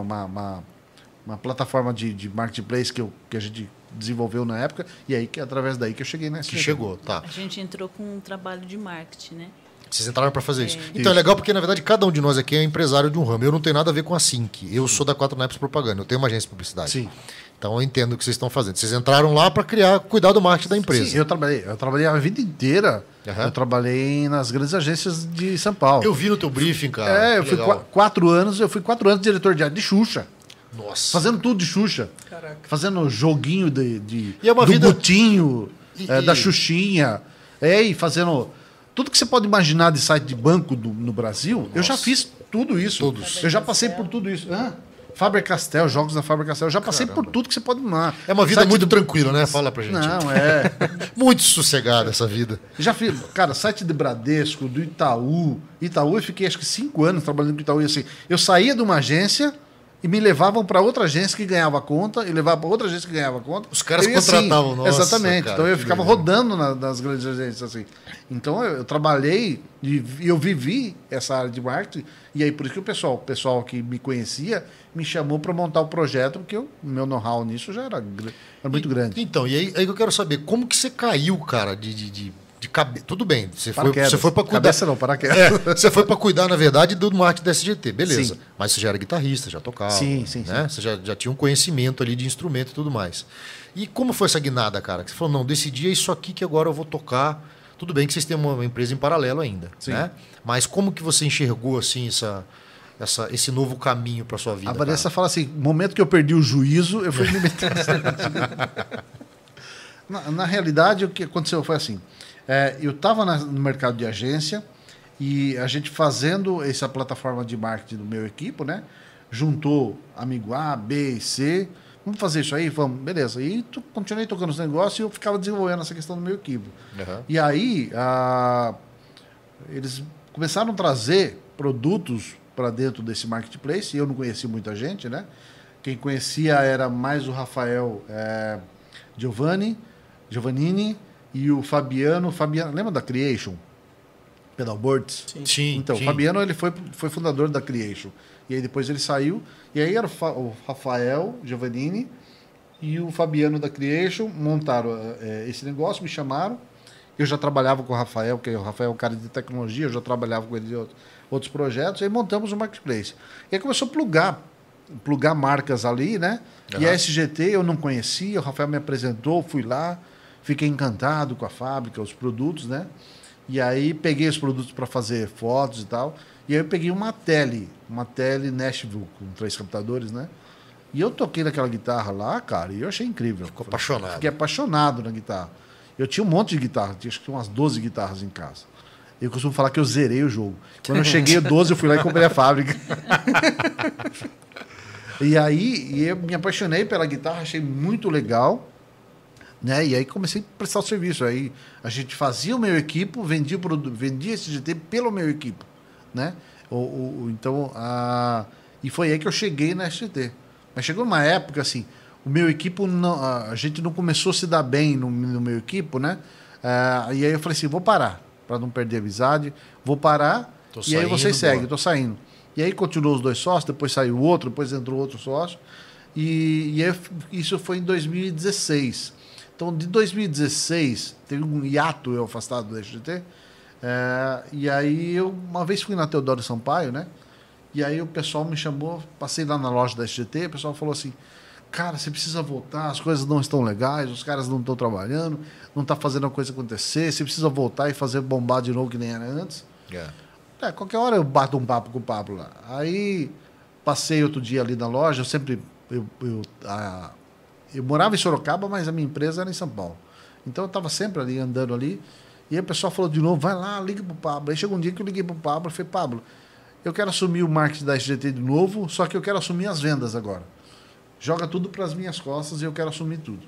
uma plataforma de marketplace que a gente desenvolveu na época, e aí através daí que eu cheguei nessa. Que chegou, tá. A gente entrou com um trabalho de marketing, né? Vocês entraram para fazer isso. Então é legal porque, na verdade, cada um de nós aqui é empresário de um ramo. Eu não tenho nada a ver com a Sync. Eu sou da 4Naps Propaganda. Eu tenho uma agência de publicidade. Sim. Então eu entendo o que vocês estão fazendo. Vocês entraram lá para cuidar do marketing da empresa. Sim, eu trabalhei a vida inteira. Eu trabalhei nas grandes agências de São Paulo. Eu vi no teu briefing, cara. Eu fui 4 anos, diretor de arte de Xuxa. Nossa. Fazendo tudo de Xuxa. Caraca. Fazendo joguinho E é uma do vida... Gutinho, da Xuxinha. E fazendo tudo que você pode imaginar de site de banco no Brasil. Nossa. Eu já fiz tudo isso. Todos. Eu já passei por tudo isso. Faber-Castell, jogos da Faber-Castell. Eu já passei por tudo que você pode imaginar. É uma vida muito tranquila, né? Fala pra gente. Não, muito sossegada essa vida. Já fiz, cara, site de Bradesco, do Itaú. Itaú, eu fiquei acho que 5 anos trabalhando com Itaú. E assim, eu saía de uma agência e me levavam para outra agência que ganhava conta, e levava para outra agência que ganhava conta. Os caras contratavam, assim, nossa. Exatamente. Cara, então eu ficava rodando nas grandes agências assim. Então eu trabalhei e eu vivi essa área de marketing, e aí por isso que o pessoal que me conhecia me chamou para montar o projeto, porque o meu know-how nisso já era muito grande. Então, e aí que eu quero saber, como que você caiu, cara, de cabeça? Tudo bem, você foi para cuidar. Cabeça não, paraquedas. Você foi para cuidar, na verdade, do marketing da SGT, beleza. Sim. Mas você já era guitarrista, já tocava. Sim. Né? Você já tinha um conhecimento ali de instrumento e tudo mais. E como foi essa guinada, cara? Que você falou, não, decidi é isso aqui que agora eu vou tocar. Tudo bem que vocês têm uma empresa em paralelo ainda, né? Mas como que você enxergou assim esse novo caminho para sua vida? A Vanessa fala assim, no momento que eu perdi o juízo, eu fui me meter na realidade, o que aconteceu foi assim. Eu estava no mercado de agência e a gente fazendo essa plataforma de marketing do meu equipe, né? juntou amigo A, B e C. Vamos fazer isso aí? Vamos, beleza. E continuei tocando os negócios e eu ficava desenvolvendo essa questão do meu equipe. E aí, eles começaram a trazer produtos para dentro desse marketplace, e eu não conhecia muita gente, né? Quem conhecia era mais o Rafael Giovannini e o Fabiano. Lembra da Creation? Pedalboards? Sim. Então, o Fabiano ele foi fundador da Creation. E aí depois ele saiu. E aí era o Rafael Giovannini e o Fabiano da Creation montaram esse negócio, me chamaram. Eu já trabalhava com o Rafael, porque o Rafael é um cara de tecnologia, eu já trabalhava com ele em outros projetos. E aí montamos o marketplace. E aí começou a plugar marcas ali, né? E a SGT eu não conhecia, o Rafael me apresentou, fui lá, fiquei encantado com a fábrica, os produtos, né? E aí peguei os produtos para fazer fotos e tal. E aí eu peguei uma Tele Nashville com 3 captadores, né? E eu toquei naquela guitarra lá, cara, e eu achei incrível. Ficou apaixonado. Fiquei apaixonado na guitarra. Eu tinha um monte de guitarra, tinha acho que umas 12 guitarras em casa. Eu costumo falar que eu zerei o jogo. Quando eu cheguei a 12, eu fui lá e comprei a fábrica. E aí eu me apaixonei pela guitarra, achei muito legal, né? E aí comecei a prestar o serviço. Aí a gente fazia o meu equipo, vendia esse GT pelo meu equipo, né? Então, e foi aí que eu cheguei na SGT. Mas chegou uma época assim, o meu equipo a gente não começou a se dar bem no meu equipo, né? E aí eu falei assim, vou parar para não perder a amizade, vou parar. E aí vocês seguem, tô saindo. E aí continuou os 2 sócios, depois saiu outro, depois entrou outro sócio. E aí, isso foi em 2016. Então, de 2016, teve um hiato eu afastado da SGT. E aí, eu uma vez fui na Teodoro Sampaio, né? E aí o pessoal me chamou, passei lá na loja da SGT, o pessoal falou assim, cara, você precisa voltar, as coisas não estão legais, os caras não estão trabalhando, não está fazendo a coisa acontecer, você precisa voltar e fazer bombar de novo que nem era antes. Qualquer hora eu bato um papo com o Pablo lá. Aí passei outro dia ali na loja, eu morava em Sorocaba, mas a minha empresa era em São Paulo. Então eu estava sempre ali, andando ali, e aí o pessoal falou de novo, vai lá, liga pro Pablo. Aí chegou um dia que eu liguei pro Pablo e falei, Pablo, eu quero assumir o marketing da SGT de novo, só que eu quero assumir as vendas agora. Joga tudo para as minhas costas e eu quero assumir tudo.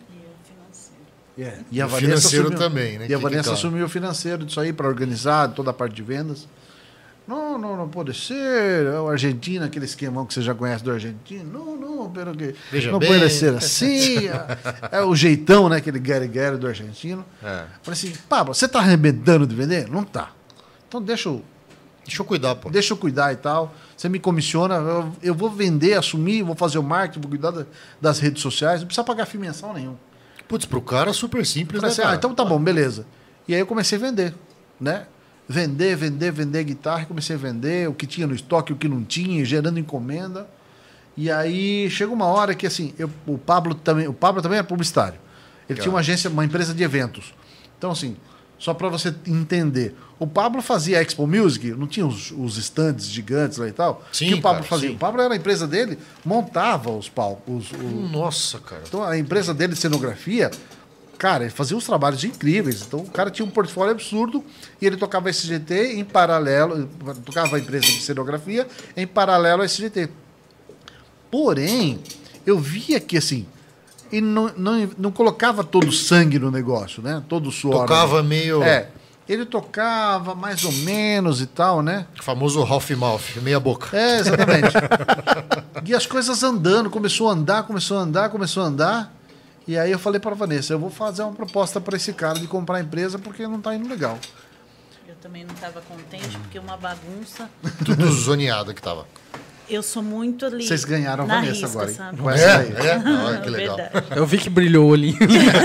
E a Vanessa financeiro assumiu, também, né? E a Vanessa assumiu o financeiro disso aí para organizar toda a parte de vendas. Não pode ser. É o argentino, aquele esquemão que você já conhece do argentino. Não, pelo que. Veja não bem. pode ser assim. É o jeitão, né? Aquele guerre do argentino. Falei assim, Pablo, você tá arrebentando de vender? Não tá. Então deixa eu cuidar, pô. Deixa eu cuidar e tal. Você me comissiona, eu vou vender, assumir, vou fazer o marketing, vou cuidar das redes sociais. Não precisa pagar FII mensal nenhum. Putz, pro cara é super simples, falei né, assim, então tá bom, beleza. E aí eu comecei a vender, né? Vender guitarra, comecei a vender o que tinha no estoque, o que não tinha, gerando encomenda. E aí chega uma hora que assim, o Pablo também é publicitário. Ele tinha uma agência, uma empresa de eventos. Então assim, só para você entender, o Pablo fazia Expo Music, não tinha os stands gigantes lá e tal? Sim, que o Pablo cara, fazia. sim. O Pablo era a empresa dele, montava os palcos. Nossa, cara. Então a empresa dele de cenografia, cara, ele fazia uns trabalhos incríveis. Então o cara tinha um portfólio absurdo e ele tocava SGT em paralelo, tocava a empresa de cenografia em paralelo ao SGT. Porém, eu via que assim, ele não colocava todo o sangue no negócio, né? Todo o suor. Tocava meio... Ele tocava mais ou menos e tal, né? O famoso half mouth, meia boca. Exatamente. E as coisas andando, começou a andar. E aí eu falei para a Vanessa, eu vou fazer uma proposta para esse cara de comprar a empresa porque não está indo legal. Eu também não estava contente, porque uma bagunça. Tudo zoneado que tava. Eu sou muito ali. Vocês ganharam a na Vanessa risca, agora. sabe? Com essa aí. Olha que legal. Verdade. Eu vi que brilhou o olhinho.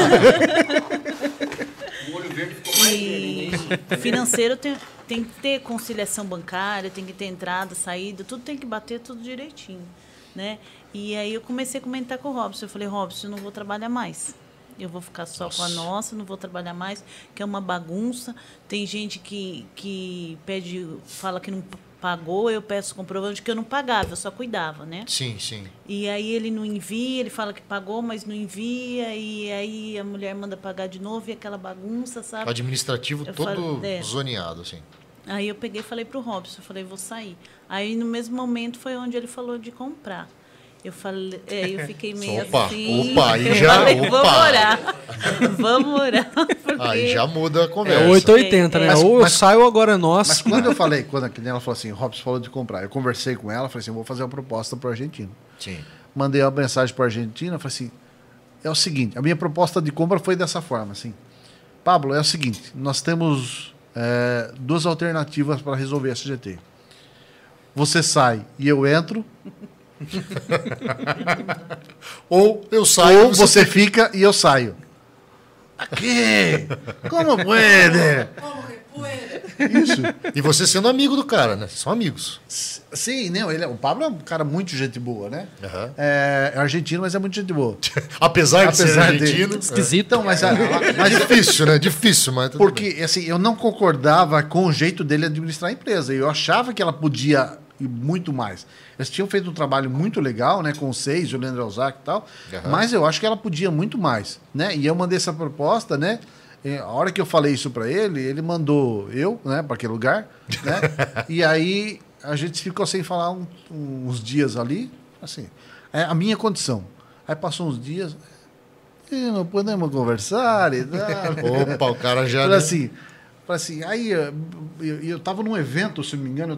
O olho verde ficou mais verde. E financeiro tem que ter conciliação bancária, tem que ter entrada, saída, tudo tem que bater tudo direitinho, né? E aí eu comecei a comentar com o Robson. Eu falei, Robson, eu não vou trabalhar mais. Eu vou ficar só com a nossa, não vou trabalhar mais, que é uma bagunça. Tem gente que fala que não pagou, eu peço comprovante que eu não pagava, eu só cuidava, né? Sim, sim. E aí ele não envia, ele fala que pagou, mas não envia, e aí a mulher manda pagar de novo e aquela bagunça, sabe? O administrativo todo zoneado, assim. Aí eu peguei e falei pro Robson, eu falei, vou sair. Aí no mesmo momento foi onde ele falou de comprar. Eu falei, eu fiquei meio assim. Aí já. Falei, vamos orar. Aí já muda a conversa. É 880, né? Ou eu saio ou agora é nosso. Mas quando eu falei, quando ela falou assim, o Robson falou de comprar, eu conversei com ela, falei assim, eu vou fazer uma proposta pro argentino. Sim. Mandei uma mensagem pro argentino, falei assim, é o seguinte, a minha proposta de compra foi dessa forma, assim. Pablo, é o seguinte, nós temos 2 alternativas para resolver essa GT. Você sai e eu entro. Ou eu saio. Ou você fica e eu saio. Aqui! Como pode? Isso. E você sendo amigo do cara, né? São amigos. Sim, não, o Pablo é um cara muito gente boa, né? Uhum. É argentino, mas é muito gente boa. Apesar de ser argentino. Esquisito. Então, mas difícil, né? Difícil, mas tudo porque, bem. assim, eu não concordava com o jeito dele administrar a empresa. Eu achava que ela podia ir muito mais. Eles tinham feito um trabalho muito legal, né? Com o Seis, o Leandro Alzac e tal. Uhum. Mas eu acho que ela podia muito mais, né? E eu mandei essa proposta, né? A hora que eu falei isso para ele mandou eu, né? Para aquele lugar, né? E aí a gente ficou sem falar uns dias ali, assim. É a minha condição. Aí passou uns dias, não podemos conversar e tal. Opa, o cara já... Falei assim, aí eu tava num evento, se não me engano,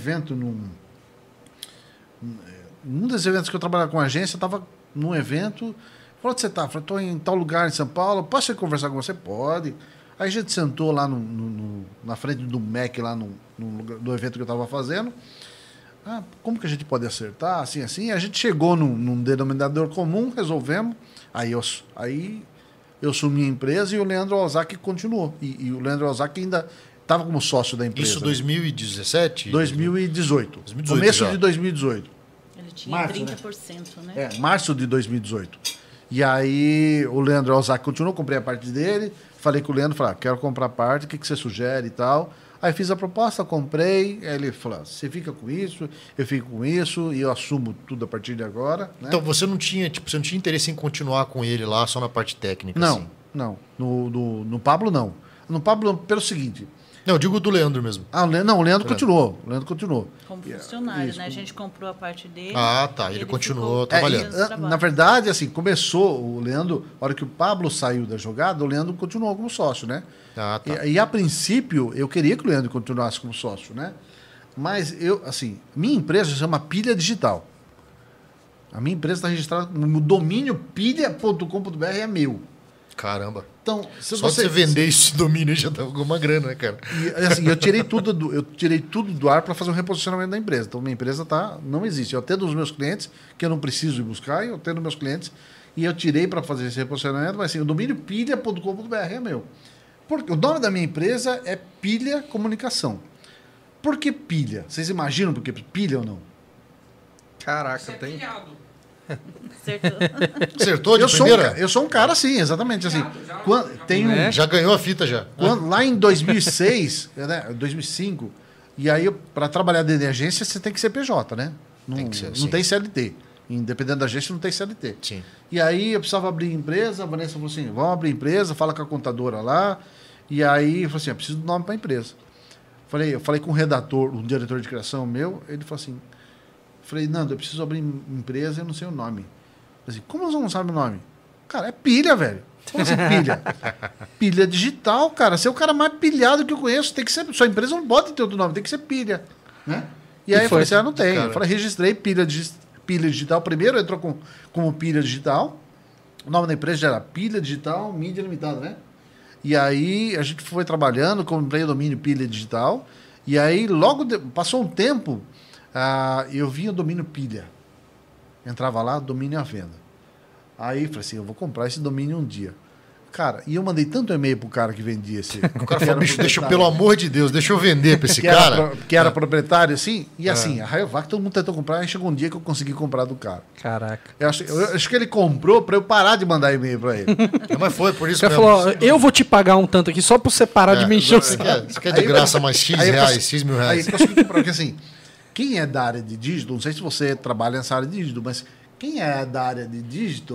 num desses eventos que eu trabalhava com agência, eu tava num evento. Falou, onde você tá? Falei, tô em tal lugar em São Paulo, posso ir conversar com você? Pode. Aí a gente sentou lá na frente do MEC, lá no evento que eu tava fazendo. Como que a gente pode acertar? Assim, assim. A gente chegou num denominador comum, resolvemos. Aí eu assumi a empresa e o Leandro Alzac continuou. E o Leandro Alzac ainda estava como sócio da empresa. Isso 2017? 2018. Começo já. De 2018. Ele tinha março, 30%, né? Março de 2018. E aí o Leandro Alzac continuou, comprei a parte dele, falei com o Leandro, falei, quero comprar a parte, o que você sugere e tal. Aí fiz a proposta, comprei, aí ele falou, você fica com isso, eu fico com isso, e eu assumo tudo a partir de agora. Né? Então você não tinha interesse em continuar com ele lá só na parte técnica? Não, assim? Não. No Pablo, não. No Pablo, pelo seguinte... Não, eu digo do Leandro mesmo. O Leandro continuou. O Leandro continuou. Como funcionário, né? A gente comprou a parte dele. Tá. Ele continuou trabalhando. Na verdade, assim, começou o Leandro... A hora que o Pablo saiu da jogada, o Leandro continuou como sócio, né? Tá. E a princípio, eu queria que o Leandro continuasse como sócio, né? Mas minha empresa se chama Pilha Digital. A minha empresa está registrada no domínio pilha.com.br, é meu. Caramba. Então, só você vender esse domínio já dá alguma grana, né, cara? E assim, eu tirei tudo do ar para fazer um reposicionamento da empresa. Então, minha empresa não existe. Eu atendo os meus clientes, que eu não preciso ir buscar, eu atendo meus clientes, e eu tirei para fazer esse reposicionamento, mas assim, o domínio pilha.com.br é meu. Porque o nome da minha empresa é Pilha Comunicação. Por que pilha? Vocês imaginam por que pilha ou não? Caraca, tem... Acertou de primeira? Eu sou um cara assim, exatamente. Assim, já ganhou a fita já. Lá em 2006, né, 2005, e aí para trabalhar dentro de agência você tem que ser PJ, né? Não tem CLT. Independente da agência, não tem CLT. Sim. E aí eu precisava abrir empresa, a Vanessa falou assim, vamos abrir empresa, fala com a contadora lá. E aí eu falei assim, eu preciso de nome para a empresa. Eu falei com um redator, um diretor de criação meu, ele falou assim, falei, Nando, eu preciso abrir empresa e eu não sei o nome. Falei assim, como você não sabe o nome? Cara, é pilha, velho. Como assim pilha? Pilha digital, cara. Você é o cara mais pilhado que eu conheço. Tem que ser, sua empresa não pode ter outro nome, tem que ser pilha. Né? E aí eu falei assim, não tem. Cara. Eu falei, registrei pilha digital. Primeiro entrou como pilha digital. O nome da empresa já era Pilha Digital Mídia Limitada, né? E aí a gente foi trabalhando, comprei o domínio Pilha Digital. E aí passou um tempo... eu vi o domínio pilha. Entrava lá, domínio à venda. Aí falei assim, eu vou comprar esse domínio um dia. Cara, e eu mandei tanto e-mail pro cara que vendia esse... O cara falou, bicho, pelo amor de Deus, deixa eu vender pra esse cara. Que era proprietário, assim. E assim, a Rayovac todo mundo tentou comprar, aí chegou um dia que eu consegui comprar do cara. Caraca. Eu acho que ele comprou pra eu parar de mandar e-mail pra ele. Mas foi, por isso que ele falou, eu vou te pagar um tanto aqui só pra você parar de me encher o saco. Você quer de graça mais X reais, X mil reais. Aí eu consegui comprar, porque assim... Quem é da área de dígito, não sei se você trabalha nessa área de dígito, mas quem é da área de dígito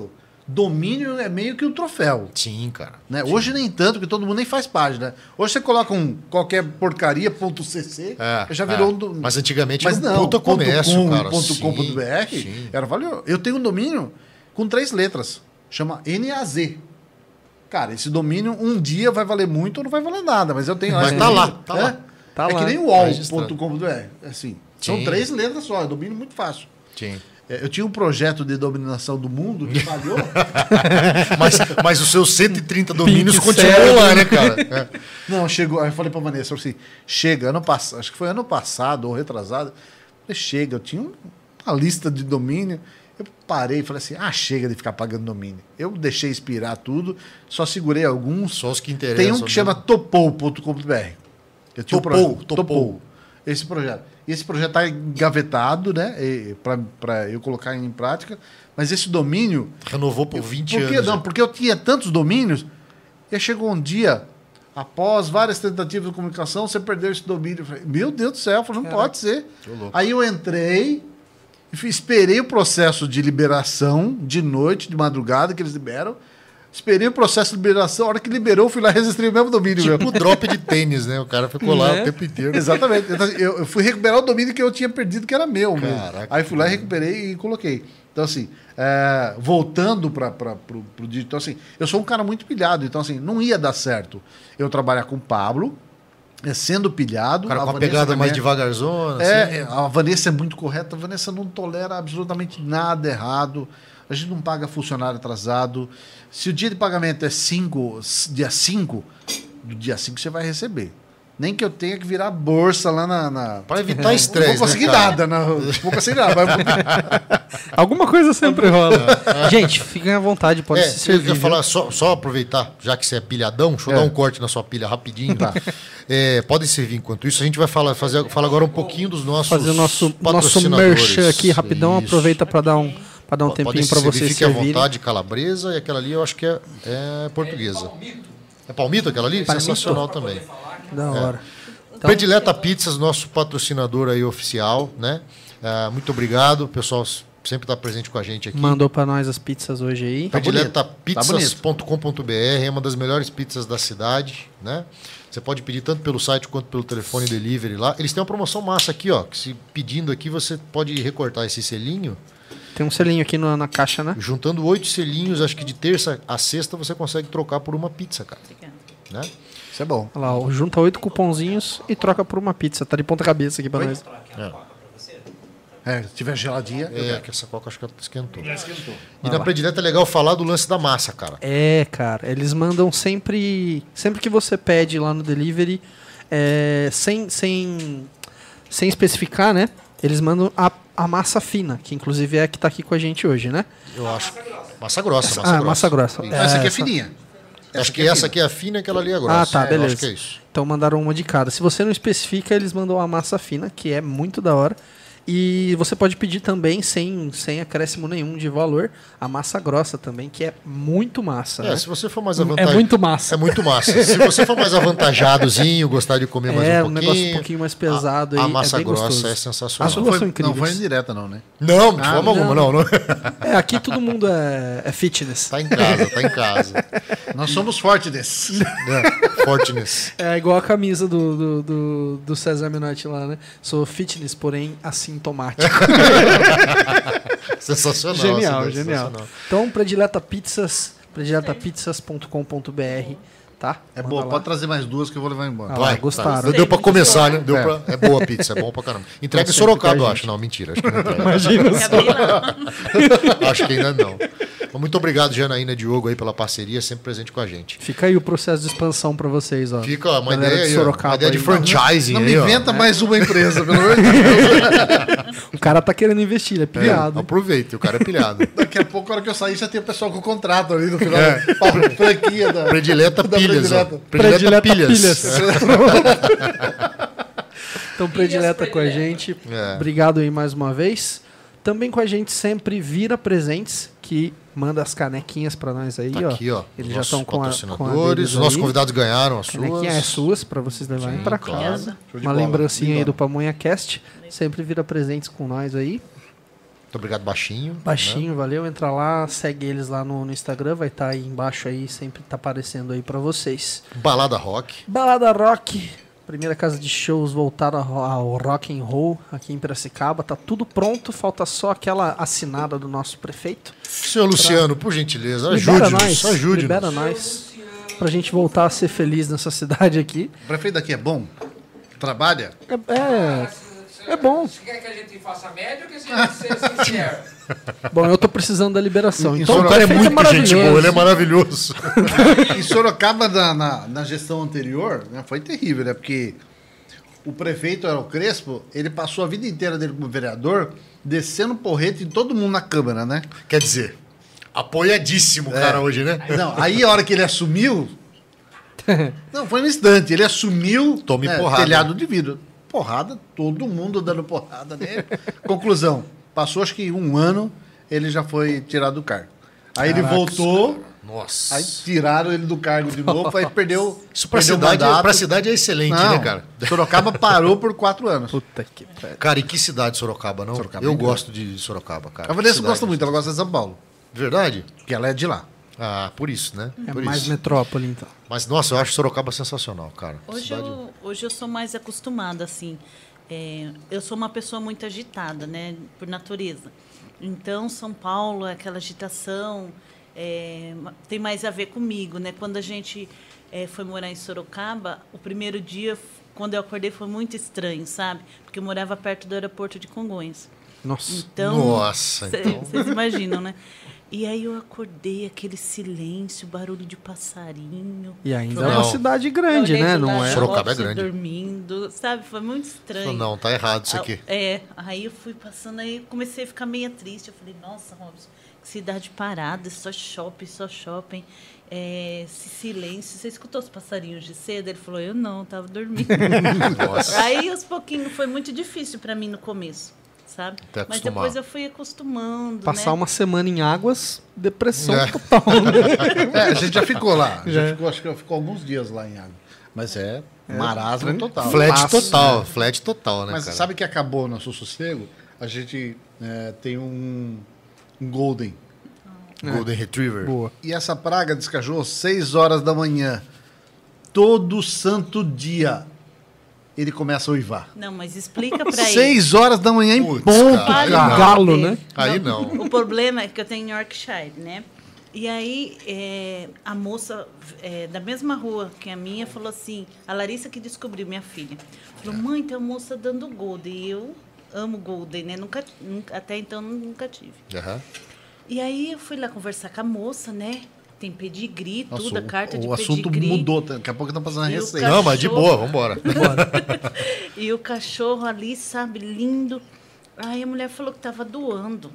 domínio é meio que um troféu. Sim, cara. Né? Sim. Hoje nem tanto, porque todo mundo nem faz página. Hoje você coloca qualquer porcaria, .cc, já virou um... Mas antigamente Mas era um não, puta comércio, cara. .com.br era valioso. Eu tenho um domínio com 3 letras. Chama NAZ. Cara, esse domínio um dia vai valer muito ou não vai valer nada, mas eu tenho... Mas tá lá, tá lá. Tá é lá. que nem o wall.com.br. Assim, são 3 letras só, é domínio muito fácil. Sim. Eu tinha um projeto de dominação do mundo que falhou. mas os seus 130 domínios continuam lá, né, cara? É. Não, chegou. Aí eu falei pra Vanessa, assim, chega, acho que foi ano passado ou retrasado. Eu falei, chega, eu tinha uma lista de domínio. Eu parei e falei assim, chega de ficar pagando domínio. Eu deixei expirar tudo, só segurei alguns. Só os que interessam. Tem um que chama topou.com.br. Topou. Esse projeto. E esse projeto está engavetado, né? Para eu colocar em prática. Mas esse domínio... Renovou por 20 anos. Não, porque eu tinha tantos domínios. E chegou um dia, após várias tentativas de comunicação, você perdeu esse domínio. Eu falei, meu Deus do céu, não pode ser. Aí eu entrei, esperei o processo de liberação de noite, de madrugada, que eles liberam. Esperei o processo de liberação, a hora que liberou, fui lá e registrei o mesmo domínio. Tipo drop de tênis, né? O cara ficou lá o tempo inteiro. Exatamente. Então, eu fui recuperar o domínio que eu tinha perdido, que era meu mesmo. Aí fui lá e recuperei e coloquei. Então, assim, voltando para o digital, assim, eu sou um cara muito pilhado, então, assim, não ia dar certo eu trabalhar com o Pablo, sendo pilhado. O cara com a pegada mais devagarzona. Assim. A Vanessa é muito correta, a Vanessa não tolera absolutamente nada errado. A gente não paga funcionário atrasado. Se o dia de pagamento é dia 5, do dia 5 você vai receber. Nem que eu tenha que virar bolsa lá na... Para evitar estresse. Não vou conseguir nada. Não vou conseguir nada. Alguma coisa sempre rola. Gente, fiquem à vontade, pode se servir. Eu ia falar, só aproveitar, já que você é pilhadão, deixa eu dar um corte na sua pilha rapidinho. Tá. Podem servir enquanto isso. A gente vai falar agora um pouquinho dos nossos patrocinadores. Nosso merchan aqui rapidão. Isso. Aproveita para dar um tempinho para vocês servirem. Fique à vontade, calabresa, e aquela ali eu acho que é portuguesa. É palmito aquela ali? Palmito. Sensacional também. Da hora. Então, Predileta Pizzas, nosso patrocinador aí oficial, né? Muito obrigado, o pessoal sempre está presente com a gente aqui. Mandou para nós as pizzas hoje aí. Prediletapizzas.com.br é uma das melhores pizzas da cidade, né? Você pode pedir tanto pelo site quanto pelo telefone delivery lá. Eles têm uma promoção massa aqui, ó, que se pedindo aqui você pode recortar esse selinho. Tem um selinho aqui na caixa, né? Juntando 8 selinhos, acho que de terça a sexta você consegue trocar por uma pizza, cara. Né? Isso é bom. Olha lá, junta 8 cupomzinhos e troca por uma pizza. Tá de ponta cabeça aqui pra nós. Se tiver geladinha. Que essa coca acho que esquentou. E na Predileta é legal falar do lance da massa, cara. Cara, eles mandam sempre que você pede lá no delivery, sem especificar, né? Eles mandam a massa fina, que inclusive é a que tá aqui com a gente hoje, né? Eu acho. Massa grossa. Massa grossa. Essa aqui é fininha. Acho que essa aqui é a fina e aquela ali é grossa. Tá, beleza. Acho que é isso. Então mandaram uma de cada. Se você não especifica, eles mandam a massa fina, que é muito da hora. E você pode pedir também, sem acréscimo nenhum de valor, a massa grossa também, que é muito massa. Né? Se você for mais avantajado... É muito massa. É muito massa. Se você for mais avantajadozinho, gostar de comer mais um pouquinho... um negócio um pouquinho mais pesado. A massa grossa gostoso. é sensacional. As duas são incríveis. Não foi indireta não, né? Não, de forma alguma, não. Aqui todo mundo é fitness. Tá em casa. Nós somos fortness. Fortness. É igual a camisa do César Menotti lá, né? Sou fitness, porém assintomático. Sensacional. Genial. Então, prediletapizzas.com.br, tá? É boa, pode trazer mais duas que eu vou levar embora. Gostaram. Deu pra começar, né? É boa a pizza, é bom pra caramba. Entrega em Sorocaba, eu acho. Não, mentira. Acho que não entrega. Imagina. Acho que ainda não. Muito obrigado, Janaína e Diogo, aí pela parceria, sempre presente com a gente. Fica aí o processo de expansão para vocês, ó. Fica uma Galera ideia, de Sorocaba, uma ideia de franchising. Não me inventa mais uma empresa, pelo amor de Deus. O cara tá querendo investir, ele é pilhado. Aproveita, o cara é pilhado. Daqui a pouco, na hora que eu sair, já tem o pessoal com o contrato ali no final. Franquia da Predileta Pilhas. Predileta Pilhas. Então, Predileta com a gente. Obrigado aí mais uma vez. Também com a gente sempre Vira Presentes, que manda as canequinhas para nós aí, ó. Aqui, ó. Eles já estão com os nossos convidados ganharam as suas. Canequinha é suas para vocês levarem para casa. Uma lembrancinha aí do Pamonha Cast. Sempre Vira Presentes com nós aí. Muito obrigado, Baixinho. Baixinho, né? Valeu. Entra lá, segue eles lá no Instagram. Vai estar aí embaixo aí, sempre tá aparecendo aí pra vocês. Balada Rock. Balada Rock. Primeira casa de shows voltada ao rock and roll aqui em Piracicaba. Tá tudo pronto, falta só aquela assinada do nosso prefeito. Senhor Luciano, por gentileza, Libera ajude-nos. Ajude-nos. Libera nós. Pra gente voltar a ser feliz nessa cidade aqui. O prefeito daqui é bom? Trabalha? É bom. Você quer que a gente faça média ou que a gente seja sincero? Bom, eu tô precisando da liberação. Então, O cara é muito gente boa, ele é maravilhoso. Em Sorocaba, na gestão anterior, né, foi terrível, né? Porque o prefeito era o Crespo, ele passou a vida inteira dele como vereador, descendo porrete em todo mundo na Câmara, né? Quer dizer, apoiadíssimo o cara hoje, né? Não, aí a hora que ele assumiu... Não, foi no instante. Ele assumiu Tome porrada. telhado de vidro. Porrada, todo mundo dando porrada nele. Conclusão, passou acho que 1 ano, ele já foi tirado do cargo. Aí ele voltou, Nossa. aí tiraram ele do cargo de novo, aí perdeu. Isso pra perdeu o cidade, mandato. pra cidade é excelente, Não, né, cara? Sorocaba parou por 4 anos. Puta que pariu. Cara, e que cidade Sorocaba, não? Sorocaba Eu é gosto de Sorocaba, cara. A Vanessa Que gosta cidade. muito, ela gosta de São Paulo, Verdade? porque ela é de lá. Ah, por isso, né? É por mais isso. metrópole, então. Mas, nossa, eu acho Sorocaba sensacional, cara. Hoje eu sou mais acostumada, assim. Eu sou uma pessoa muito agitada, né, por natureza. Então, São Paulo, aquela agitação, tem mais a ver comigo, né? Quando a gente foi morar em Sorocaba, o primeiro dia, quando eu acordei, foi muito estranho, sabe? Porque eu morava perto do aeroporto de Congonhas. Nossa. Então, Nossa, então. Vocês imaginam, né? E aí eu acordei, aquele silêncio, barulho de passarinho. E ainda Não. é uma cidade grande, Eu olhei né? do Não lado, é? Sorocaba é Robson grande. dormindo, sabe? Foi muito estranho. Não, tá errado isso aqui. Aí eu fui passando, aí comecei a ficar meio triste. Eu falei, nossa, Robson, que cidade parada, só shopping. Esse silêncio. Você escutou os passarinhos de cedo? Ele falou, eu não, tava dormindo. Nossa. Aí, aos pouquinhos, foi muito difícil para mim no começo, sabe? Até Mas acostumar. depois eu fui acostumando, Passar né? uma semana em Águas, depressão É. total. Né? A gente já ficou lá. Já. Acho que ficou alguns dias lá em água. Mas marasmo total. Flat total, né, Mas cara? sabe que acabou o nosso sossego? A gente tem um Golden. Golden Retriever. Boa. E essa praga descajou às 6 horas da manhã. Todo santo dia ele começa a uivar. Não, mas explica para ele. 6 horas da manhã em Putz, ponto, cara. cara. Galo, né? Aí não. O problema é que eu tenho em Yorkshire, né? E aí a moça da mesma rua que a minha falou assim, a Larissa que descobriu, minha filha, falou, mãe, tem uma moça dando Golden. E eu amo Golden, né? Nunca, até então nunca tive. Aham. E aí eu fui lá conversar com a moça, né? Tem pedigree, Nossa, tudo, a carta de o assunto pedigree. mudou. Daqui a pouco estão passando a E o receita. Não, mas de boa, vambora. E o cachorro ali, sabe, lindo. Aí a mulher falou que estava doando.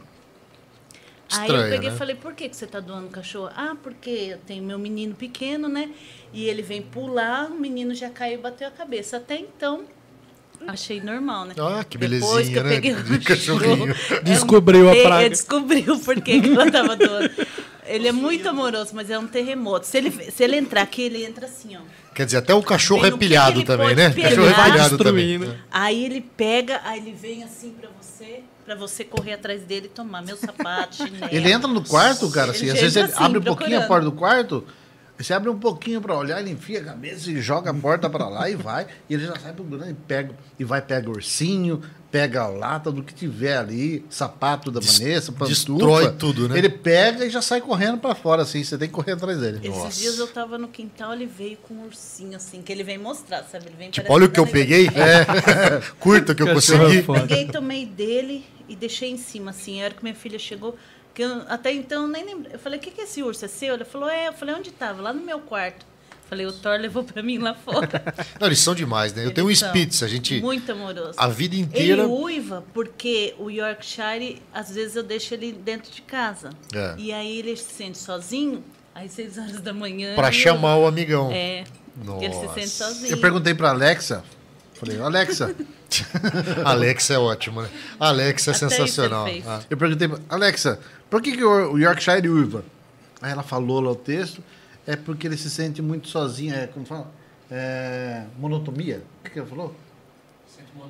Aí eu Estranho, peguei né? e falei, por que você está doando o cachorro? Ah, porque eu tenho meu menino pequeno, né? E ele vem pular, o menino já caiu e bateu a cabeça. Até então, achei normal, né? Ah, que Depois que belezinha, eu né? peguei De o cachorrinho. cachorro, Descobriu a praga. Descobriu por que ela estava doando. Ele é muito amoroso, mas é um terremoto. Se ele entrar aqui, ele entra assim, ó. Quer dizer, até o cachorro Vem é no que pilhado ele também, pode né? pegar. Cachorro é Vai pilhado também. destruindo. Aí ele pega, aí ele vem assim pra você correr atrás dele e tomar meu sapato, chinelo. Ele entra no quarto, cara, assim, Ele às vezes entra ele assim, abre um pouquinho a procurando. porta do quarto, você abre um pouquinho pra olhar, ele enfia a cabeça e joga a porta pra lá e vai, e ele já sai procurando e pega ursinho, pega a lata do que tiver ali, sapato da Vanessa, pantufa. destrói tudo, né? Ele pega e já sai correndo pra fora, assim, você tem que correr atrás dele. Esses dias eu tava no quintal, ele veio com um ursinho, assim, que ele vem mostrar, sabe? Ele vem Tipo, olha o que eu peguei. Curta que eu consegui. Peguei, tomei dele e deixei em cima, assim. A hora que minha filha chegou, que eu, até então nem lembro. Eu falei, o que é esse urso? É seu? Ela falou, eu falei, onde tava? Lá no meu quarto. Falei, o Thor levou pra mim lá fora. Não, eles são demais, né? Eu tenho um Eles são Spitz, a gente... Muito amoroso. A vida Ele inteira... uiva porque o Yorkshire, às vezes eu deixo ele dentro de casa. É. E aí ele se sente sozinho, aí 6 horas da manhã... Pra ele chamar o amigão. É, porque ele se Nossa. sente sozinho. Eu perguntei pra Alexa, falei, Alexa, Alexa é ótimo, né? Alexa é Até isso sensacional. ele fez. Ah. eu perguntei pra Alexa, por que o Yorkshire uiva? Aí ela falou lá o texto, é porque ele se sente muito sozinho, como fala? Monotonia. O que ela falou? Sente monótono.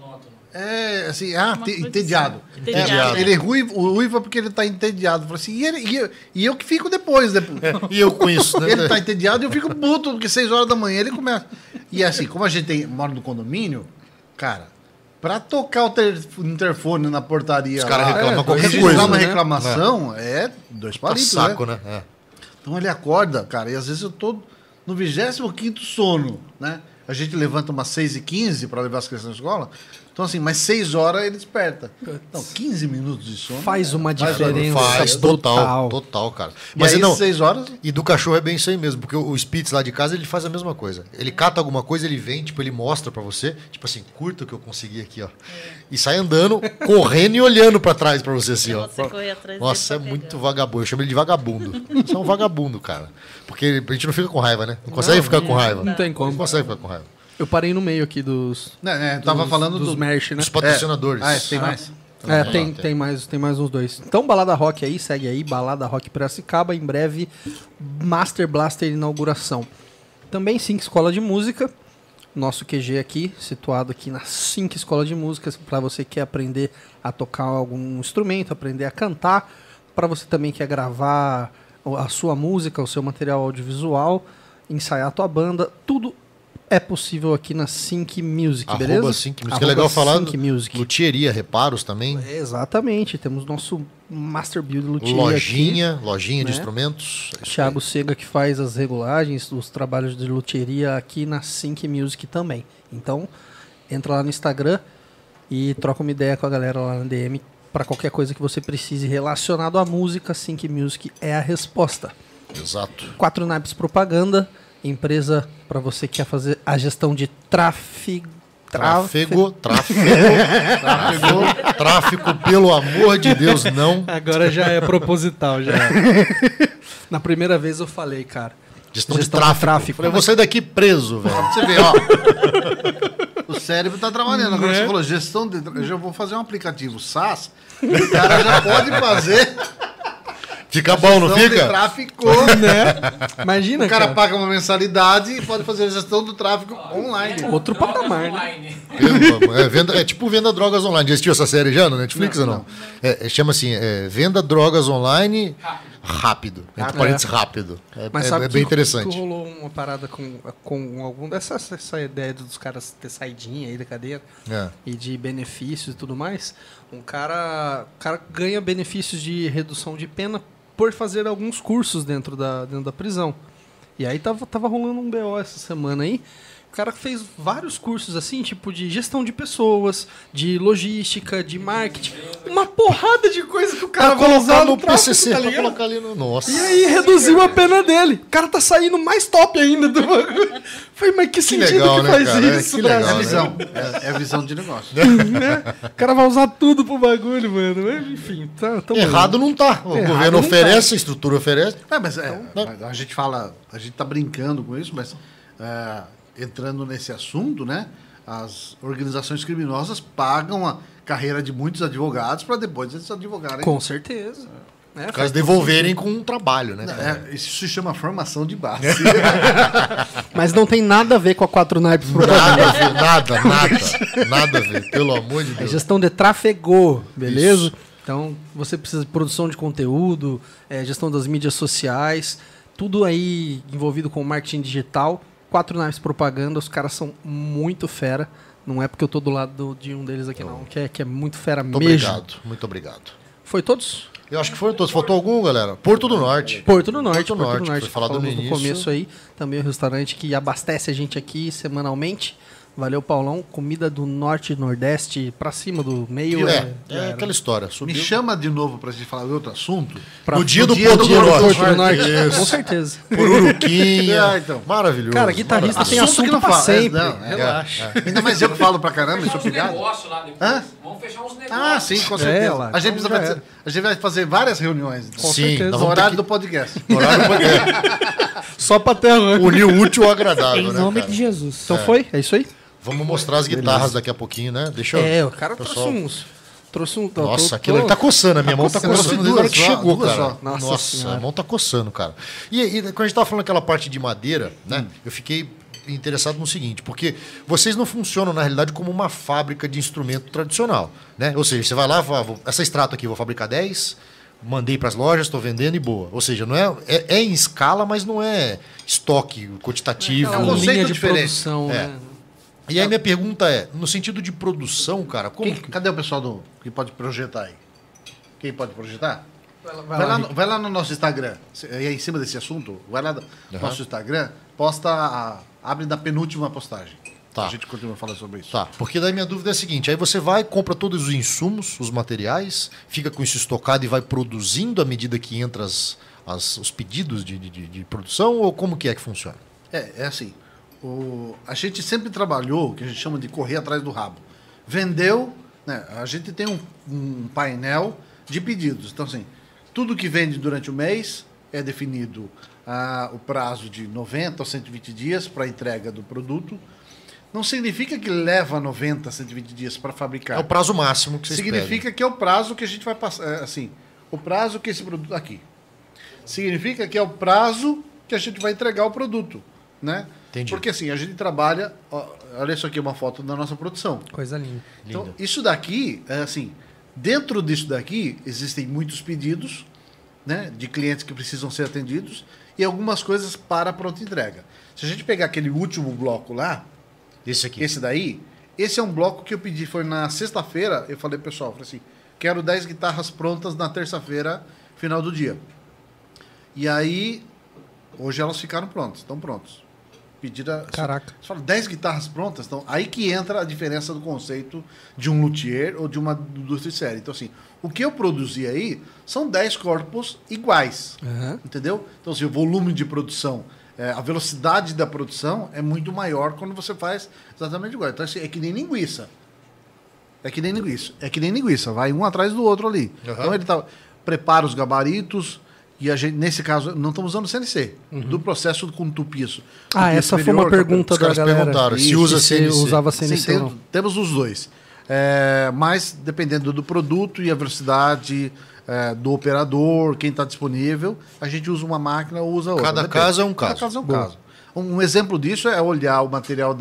É, assim, entediado. Entediado. Ele ruiva porque ele tá entediado. Fala assim, e eu que fico depois. E eu com isso, né? Ele tá entediado e eu fico puto, porque 6 horas da manhã ele começa. E assim, como a gente mora no condomínio, cara, pra tocar o interfone na portaria... Os caras reclamam qualquer coisa, registrar uma né? reclamação, é 2 palitos, Tá saco, né? Então ele acorda, cara, e às vezes eu tô no 25º sono, né? A gente levanta umas 6h15 para levar as crianças na escola. Então, assim, mas 6 horas ele desperta. Então, 15 minutos de sono. Faz uma diferença. Faz total, cara. Mas aí, 6 horas... E do cachorro é bem isso aí mesmo, porque o Spitz lá de casa, ele faz a mesma coisa. Ele cata alguma coisa, ele vem, tipo, ele mostra pra você, tipo assim, curta o que eu consegui aqui, ó. E sai andando, correndo e olhando pra trás pra você, assim, ó. Você corre atrás Nossa, é dele pra muito pegar. vagabundo. Eu chamo ele de vagabundo. Você é um vagabundo, cara. Porque a gente não fica com raiva, né? Não consegue ficar com raiva. Não tem como. Não consegue ficar com raiva. Eu parei no meio aqui dos... tava falando dos merch, né? Dos patrocinadores. tem mais? Tem mais uns 2. Então, Balada Rock aí, segue aí, Balada Rock Piracicaba, em breve, Master Blaster inauguração. Também 5 Escola de Música, nosso QG aqui, situado aqui na 5 Escola de Música, para você que quer aprender a tocar algum instrumento, aprender a cantar, para você também que quer gravar a sua música, o seu material audiovisual, ensaiar a tua banda, tudo é possível aqui na Sync Music, beleza? Sync Music. É legal falar Sync Music. luthieria, reparos também. Exatamente, temos nosso Master Build Luthieria lojinha de né? instrumentos. Thiago Sega que faz as regulagens, os trabalhos de luthieria aqui na Sync Music também. Então, entra lá no Instagram e troca uma ideia com a galera lá na DM para qualquer coisa que você precise relacionado à música. Sync Music é a resposta. Exato. 4 Naipes Propaganda, empresa para você que quer fazer a gestão de tráfego, pelo amor de Deus, não. Agora já é proposital, já. Na primeira vez eu falei, cara. Gestão de tráfego. Falei, eu vou sair daqui preso, velho. Você vê, ó. O cérebro tá trabalhando. Agora você falou gestão de... Eu já vou fazer um aplicativo SaaS. O cara já pode fazer... Fica bom, não fica? Tráfico, né? Imagina, o cara paga uma mensalidade e pode fazer a gestão do tráfego online. Outro patamar, né? É tipo Venda Drogas Online. Já assistiu essa série já no Netflix ou não? Chama assim, Venda Drogas Online rápido. Entre parênteses, rápido. Mas sabe bem interessante. Que rolou uma parada com algum dessa ideia dos caras ter saidinha aí da cadeia e de benefícios e tudo mais. O cara ganha benefícios de redução de pena por fazer alguns cursos dentro da prisão. E aí tava rolando um BO essa semana aí. O cara fez vários cursos assim, tipo de gestão de pessoas, de logística, de marketing. Uma porrada de coisa que o cara vai usar no PCC, tráfico, tá pra colocar ali no... Nossa. E aí reduziu a pena dele. O cara tá saindo mais top ainda do bagulho. Falei, mas que sentido legal, que né, faz cara? isso, Que Brasil? legal, É visão. É a visão de negócio. Né? O cara vai usar tudo pro bagulho, mano. Mas, enfim, Errado não tá. O governo oferece, a estrutura oferece. Mas a gente fala, a gente tá brincando com isso, mas entrando nesse assunto, né? As organizações criminosas pagam a carreira de muitos advogados para depois eles advogarem. Com certeza. Os caras devolverem com um trabalho, né? Isso se chama formação de base. Mas não tem nada a ver com a 4 Naipes Nada a ver, pelo amor de É Deus. gestão de tráfego, beleza? Isso. Então, você precisa de produção de conteúdo, gestão das mídias sociais, tudo aí envolvido com marketing digital. 4 Naipes Propaganda, os caras são muito fera. Não é porque eu tô do lado de um deles aqui, não. Que é muito fera mesmo. Muito obrigado. Foi todos? Eu acho que foram todos. Faltou algum, galera? Porto do Norte. Porto do Norte. Foi falado no início. começo aí. Também o restaurante que abastece a gente aqui semanalmente. Valeu, Paulão. Comida do Norte e Nordeste, pra cima do meio. É aquela história. Me chama de novo pra gente falar de outro assunto. No dia do Porto do Norte. Com certeza. Pururuquinha. Então. Maravilhoso. Cara, guitarrista tem assunto pra sempre. Relaxa. Ainda mais eu que falo pra caramba, eu sou pegado. Vamos fechar uns negócios. Sim, com certeza. A gente vai fazer várias reuniões. Com certeza. No horário do podcast. Só pra ter unir o útil ao agradável, Em nome de Jesus. Então foi? É isso aí? Vamos mostrar as guitarras daqui a pouquinho, né? Deixa eu... o cara trouxe um... Nossa, aquilo ele tá coçando, a minha mão tá coçando desde a hora que chegou, cara. Nossa, a mão tá coçando, cara. E quando a gente tava falando aquela parte de madeira, né? Eu fiquei interessado no seguinte, porque vocês não funcionam, na realidade, como uma fábrica de instrumento tradicional, né? Ou seja, você vai lá, essa extrato aqui, vou fabricar 10, mandei para as lojas, estou vendendo e boa. Ou seja, não é em escala, mas não é estoque quantitativo. É uma linha de produção, né? E aí minha pergunta é, no sentido de produção, cara, cadê o pessoal que pode projetar aí? Quem pode projetar? Vai lá no nosso Instagram, em cima desse assunto, vai lá no nosso Instagram, abre na penúltima postagem. Tá. A gente continua falando sobre isso. Tá, porque daí minha dúvida é a seguinte, aí você vai, compra todos os insumos, os materiais, fica com isso estocado e vai produzindo à medida que entra os pedidos de produção, ou como que funciona? É assim, a gente sempre trabalhou o que a gente chama de correr atrás do rabo. Vendeu, né, a gente tem um painel de pedidos, então assim, tudo que vende durante o mês é definido o prazo de 90 ou 120 dias para a entrega do produto. Não significa que leva 90 a 120 dias para fabricar. É o prazo máximo que vocês significa pedem. Que é o prazo que a gente vai passar. Assim, o prazo que esse produto... Aqui. Significa que é o prazo que a gente vai entregar o produto. Né? Entendi. Porque assim, a gente trabalha... Olha isso aqui, uma foto da nossa produção. Coisa linda. Então, isso daqui, assim... Dentro disso daqui, existem muitos pedidos, né, de clientes que precisam ser atendidos e algumas coisas para pronta entrega. Se a gente pegar aquele último bloco lá, esse daí, esse é um bloco que eu pedi, foi na sexta-feira, eu falei, pessoal, assim, quero 10 guitarras prontas na terça-feira, final do dia. E aí, hoje elas ficaram prontas, estão prontas. Caraca. Você fala 10 guitarras prontas, então aí que entra a diferença do conceito de um luthier ou de uma indústria série. Então, assim, o que eu produzi aí são 10 corpos iguais. Entendeu? Então, assim, o volume de produção, a velocidade da produção é muito maior quando você faz exatamente igual. Então, assim, é que nem linguiça. É que nem linguiça. Vai um atrás do outro ali. Então, ele prepara os gabaritos. E a gente, nesse caso, não estamos usando CNC. Do processo com tupi. Essa foi uma pergunta da galera. Perguntaram se usa CNC. Usava CNC. Sim, temos os dois. Mas, dependendo do produto e a velocidade do operador, quem está disponível, a gente usa uma máquina ou usa outra. Cada caso é um caso. Cada caso é um caso. Um exemplo disso é olhar o material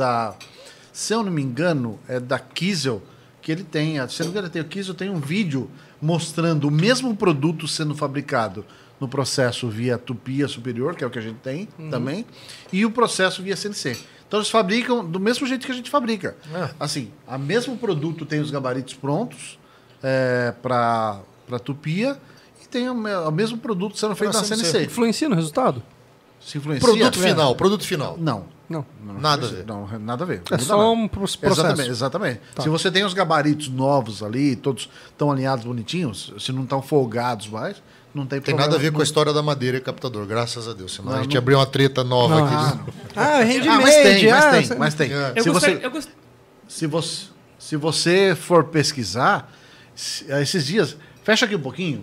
se eu não me engano, é da Kiesel, que ele tem. Se eu não me engano, o Kiesel tem um vídeo mostrando o mesmo produto sendo fabricado no processo via tupia superior, que é o que a gente tem também, e o processo via CNC. Então eles fabricam do mesmo jeito que a gente fabrica. Assim, o mesmo produto tem os gabaritos prontos para tupia e tem o mesmo produto sendo feito na CNC. Influencia no resultado? Se influencia? Produto final. Não. Nada a ver. Não, nada a ver. É só um processo. Exatamente. Tá. Se você tem os gabaritos novos ali, todos estão alinhados bonitinhos, se não estão folgados mais, não tem problema. Tem nada a ver com a história da madeira e captador, graças a Deus. Senão a gente abriu uma treta nova aqui. Mas tem. Se você for pesquisar, esses dias, fecha aqui um pouquinho.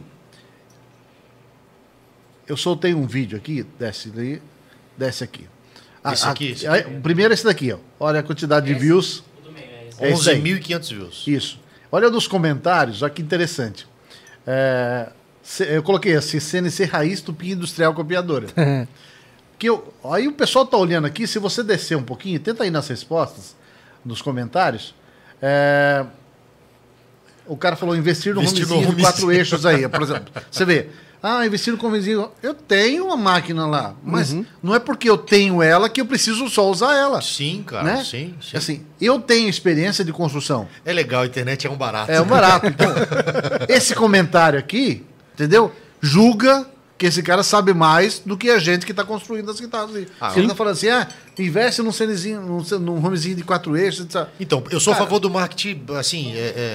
Eu soltei um vídeo aqui, desce aqui. Esse aqui? Primeiro esse daqui, ó. Olha a quantidade de views. 11.500 views. Isso. Olha nos comentários, olha que interessante. Eu coloquei assim, CNC Raiz Tupi Industrial Copiadora. Aí o pessoal tá olhando aqui, se você descer um pouquinho, tenta ir nas respostas, nos comentários. O cara falou investir no homezinho de 4 eixos aí, por exemplo. Você vê, investir no homezinho. Eu tenho uma máquina lá, mas não é porque eu tenho ela que eu preciso só usar ela. Sim, cara, né? sim. Assim, eu tenho experiência de construção. É legal, a internet é um barato. É um barato. Então, esse comentário aqui, entendeu? Julga que esse cara sabe mais do que a gente que está construindo as guitarras. Ele está falando assim, investe num CNzinho, num homezinho de 4 eixos. Etc. Então, eu sou a favor do marketing, assim,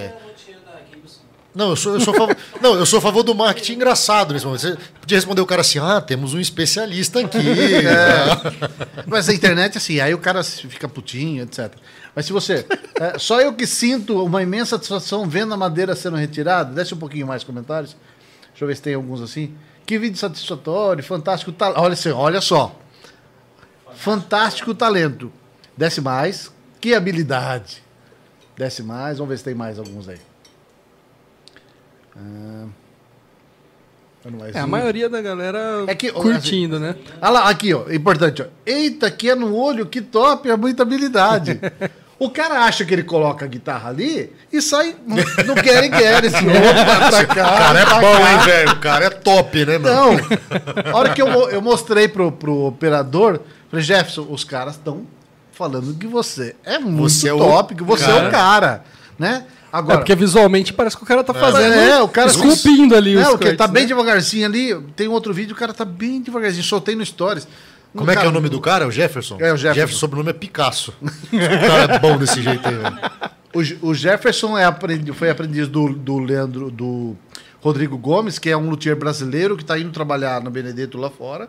Não, eu sou a favor do marketing engraçado nesse momento. Você podia responder o cara assim, temos um especialista aqui. Mas a internet, assim, aí o cara fica putinho, etc. Mas se você... só eu que sinto uma imensa satisfação vendo a madeira sendo retirada. Desce um pouquinho mais comentários. Deixa eu ver se tem alguns assim. Que vídeo satisfatório, fantástico talento. Olha só. Fantástico talento. Desce mais. Que habilidade. Desce mais. Vamos ver se tem mais alguns aí. A maioria da galera curtindo, assim, né? Olha lá, aqui, ó, importante, ó. Eita, que é no olho, que top, é muita habilidade. O cara acha que ele coloca a guitarra ali e sai, não quer, esse outro vai pra cá. O cara é bom, hein, velho? O cara é top, né, mano? Não, a hora que eu mostrei pro operador, falei, Jefferson, os caras estão falando que você é muito top, que você é o cara, né? Agora, porque visualmente parece que o cara tá fazendo, o cara esculpindo ali os cortes, tá bem devagarzinho ali, tem outro vídeo, o cara tá bem devagarzinho, soltei no Stories. Como é que é o nome do cara? É o Jefferson? É o Jefferson. Jefferson, sobrenome é Picasso. O cara é bom desse jeito aí, velho. O Jefferson foi aprendiz do Leandro, do Rodrigo Gomes, que é um luthier brasileiro que está indo trabalhar no Benedetto lá fora.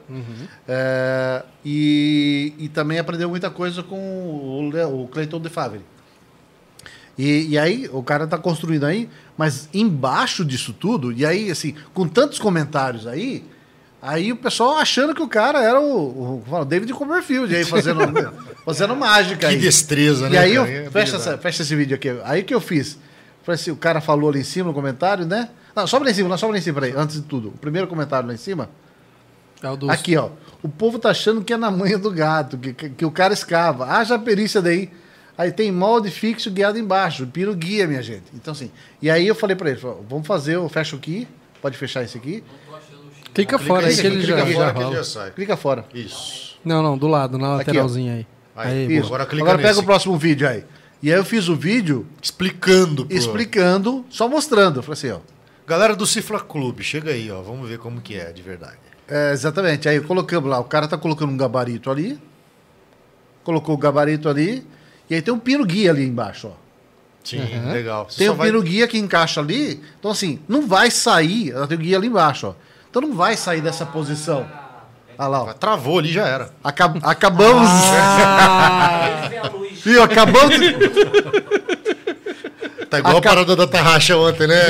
E também aprendeu muita coisa com o Clayton de Favre. E aí, o cara tá construindo aí, mas embaixo disso tudo, e aí, assim, com tantos comentários aí o pessoal achando que o cara era o David Copperfield aí, fazendo mágica aí. Que destreza, né? E aí, fecha esse vídeo aqui. Aí que eu fiz. Falei assim, o cara falou ali em cima no comentário, né? Não, sobe lá em cima, peraí, antes de tudo. O primeiro comentário lá em cima. Aqui, ó. O povo tá achando que é na manha do gato, que o cara escava. Haja a perícia daí. Aí tem molde fixo guiado embaixo, piro guia, minha gente. Então, assim. E aí eu falei pra ele, vamos fazer, eu fecho aqui, pode fechar esse aqui. Clica fora aí que ele já sai. Clica fora. Isso. Não, do lado, na lateralzinha aí. Aí isso. Agora pega o próximo vídeo aí. E aí eu fiz o vídeo explicando, só mostrando. Eu falei assim, ó. Galera do Cifra Clube, chega aí, ó. Vamos ver como que é de verdade. Exatamente. Aí colocamos lá, o cara tá colocando um gabarito ali. Colocou o gabarito ali. E aí tem um pino guia ali embaixo, ó. Sim, legal. Tem um pino guia que encaixa ali. Então, assim, não vai sair. Ela tem o guia ali embaixo, ó. Então não vai sair dessa posição. Olha lá, ó. Travou ali, já era. Acabamos. Viu? Acabamos. Tá igual a parada da Tarraxa ontem, né?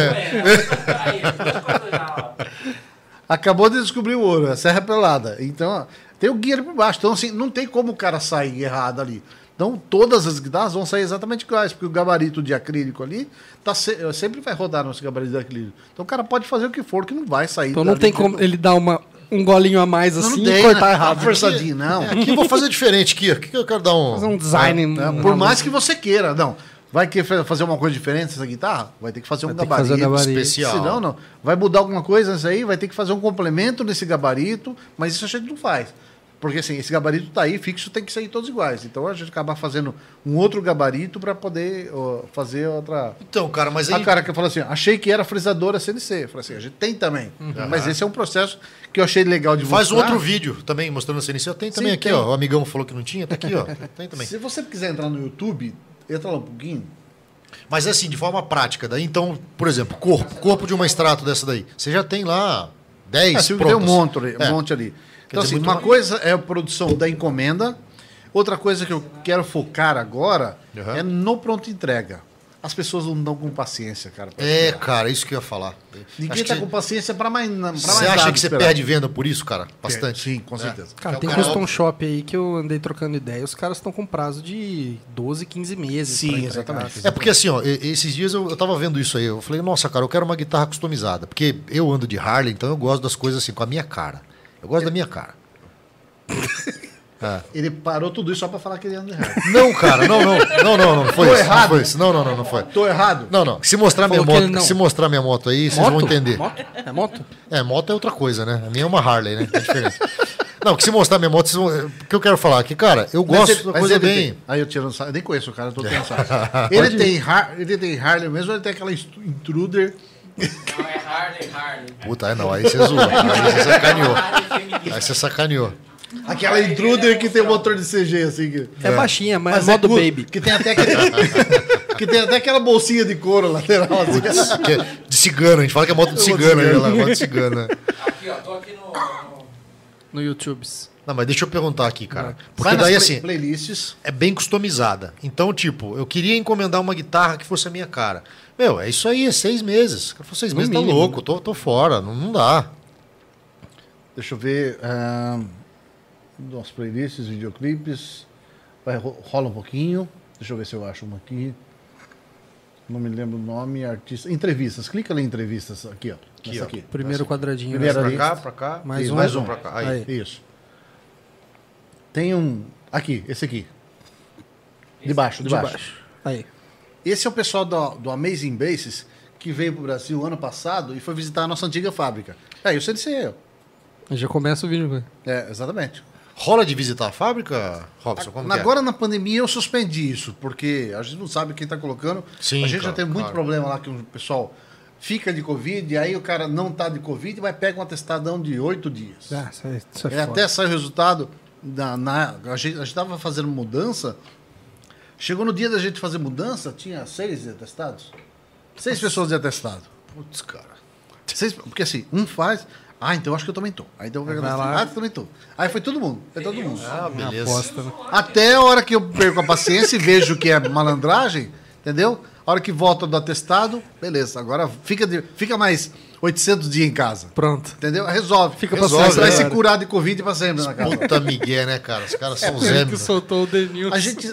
Acabou de descobrir o ouro, a Serra Pelada. Então, ó, tem o guia ali por baixo. Então, assim, não tem como o cara sair errado ali. Então, todas as guitarras vão sair exatamente iguais, porque o gabarito de acrílico ali sempre vai rodar no gabarito de acrílico. Então, o cara pode fazer o que for, que não vai sair. Então, não tem como ele dar um golinho a mais assim e cortar errado. Forçadinho, não. Aqui eu vou fazer diferente aqui. Aqui eu quero dar fazer um design. Por mais que você queira, não. Vai querer fazer uma coisa diferente essa guitarra? Vai ter que fazer um gabarito especial. Senão, não. Vai mudar alguma coisa nisso aí, vai ter que fazer um complemento nesse gabarito, mas isso a gente não faz. Porque assim, esse gabarito tá aí, fixo, tem que sair todos iguais. Então a gente acaba fazendo um outro gabarito para poder fazer outra. Então, cara, mas aí. A cara que falou assim, achei que era frisadora CNC. Eu falei assim, a gente tem também. Mas esse é um processo que eu achei legal de mostrar. Faz um outro vídeo também mostrando a CNC. Eu tenho também aqui, ó. O amigão falou que não tinha, tá aqui, ó. Tem também. Se você quiser entrar no YouTube, entra lá um pouquinho. Mas assim, de forma prática. Daí, então, por exemplo, corpo de uma extrato dessa daí. Você já tem lá 10 prontas. Tem um monte ali. Então, assim, uma coisa é a produção da encomenda, outra coisa que eu quero focar agora é no pronto entrega. As pessoas não dão com paciência, cara. Cara, isso que eu ia falar. Ninguém tá com paciência para mais nada. Você acha que você perde venda por isso, cara? Bastante. Sim, com certeza. Cara, tem custom shop aí que eu andei trocando ideia. Os caras estão com prazo de 12, 15 meses. Sim, exatamente. É porque assim, ó, esses dias eu tava vendo isso aí. Eu falei, nossa, cara, eu quero uma guitarra customizada. Porque eu ando de Harley, então eu gosto das coisas assim, com a minha cara. Eu gosto da minha cara. Ele parou tudo isso só pra falar que ele anda errado. Não, cara, não foi isso. Errado? Não foi isso. Não foi. Tô errado? Não. Se mostrar minha moto aí, vocês vão entender. É moto? Moto é outra coisa, né? A minha é uma Harley, né? É diferente. Não, que se mostrar minha moto, vocês vão... O que eu quero falar aqui, cara, eu gosto da coisa bem... Aí eu tiro, eu nem conheço o cara, eu tô pensando. Ele tem Harley mesmo ou ele tem aquela Intruder? Não, é Harley. Puta, não, aí você zoou. Aí você sacaneou. Aquela Intruder que tem um motor de CG, assim. É baixinha, mas é modo baby. Que tem até que tem até aquela bolsinha de couro lateral. Putz, que é de cigano, a gente fala que é moto de cigano. Moto de cigano, né? Aqui, ó, tô aqui no YouTube. Não, mas deixa eu perguntar aqui, cara. Porque daí, assim, playlists é bem customizada. Então, tipo, eu queria encomendar uma guitarra que fosse a minha cara. Meu, é isso aí, é 6 meses. O cara falou, 6 meses mínimo, tá louco, tô fora, não dá. Deixa eu ver. Nossas playlists, videoclipes. Rola um pouquinho. Deixa eu ver se eu acho uma aqui. Não me lembro o nome, artista. Entrevistas. Clica ali em entrevistas aqui, ó. aqui. Primeiro quadradinho. Primeiro né? ali. Pra cá. Mais Isso, um. mais um. Pra cá. Aí. Isso. Tem um... Aqui, esse aqui. De baixo. Aí. Esse é o pessoal do Amazing Bases que veio pro Brasil ano passado e foi visitar a nossa antiga fábrica. É, isso é eu. Já começa o vídeo, velho. É, exatamente. Rola de visitar a fábrica, Robson? Como que é? Agora na pandemia eu suspendi isso, porque a gente não sabe quem está colocando. Sim, a gente já claro, teve muito claro. problema lá que o pessoal fica de Covid, e aí o cara não está de Covid, mas pega um atestadão de 8 dias. Ah, isso é Ele foda. até sai o resultado. A gente estava fazendo mudança. Chegou no dia da gente fazer mudança, tinha 6 atestados. 6 pessoas de atestado. Putz, cara. 6, porque assim, um faz. Ah, então eu acho que eu também tô. Aí então eu Vai lá. eu também tô. Aí foi todo mundo. Foi todo mundo. Ah, beleza. Aposta, né? Até a hora que eu perco a paciência e vejo que é malandragem, entendeu? A hora que volta do atestado, beleza. Agora fica mais 800 dias em casa. Pronto. Entendeu? Resolve. Fica Resolve. pra Você vai sempre, se curar de Covid pra sempre na casa. Puta migué, né, cara? Os caras são Ele zé. que soltou o Denilson. A gente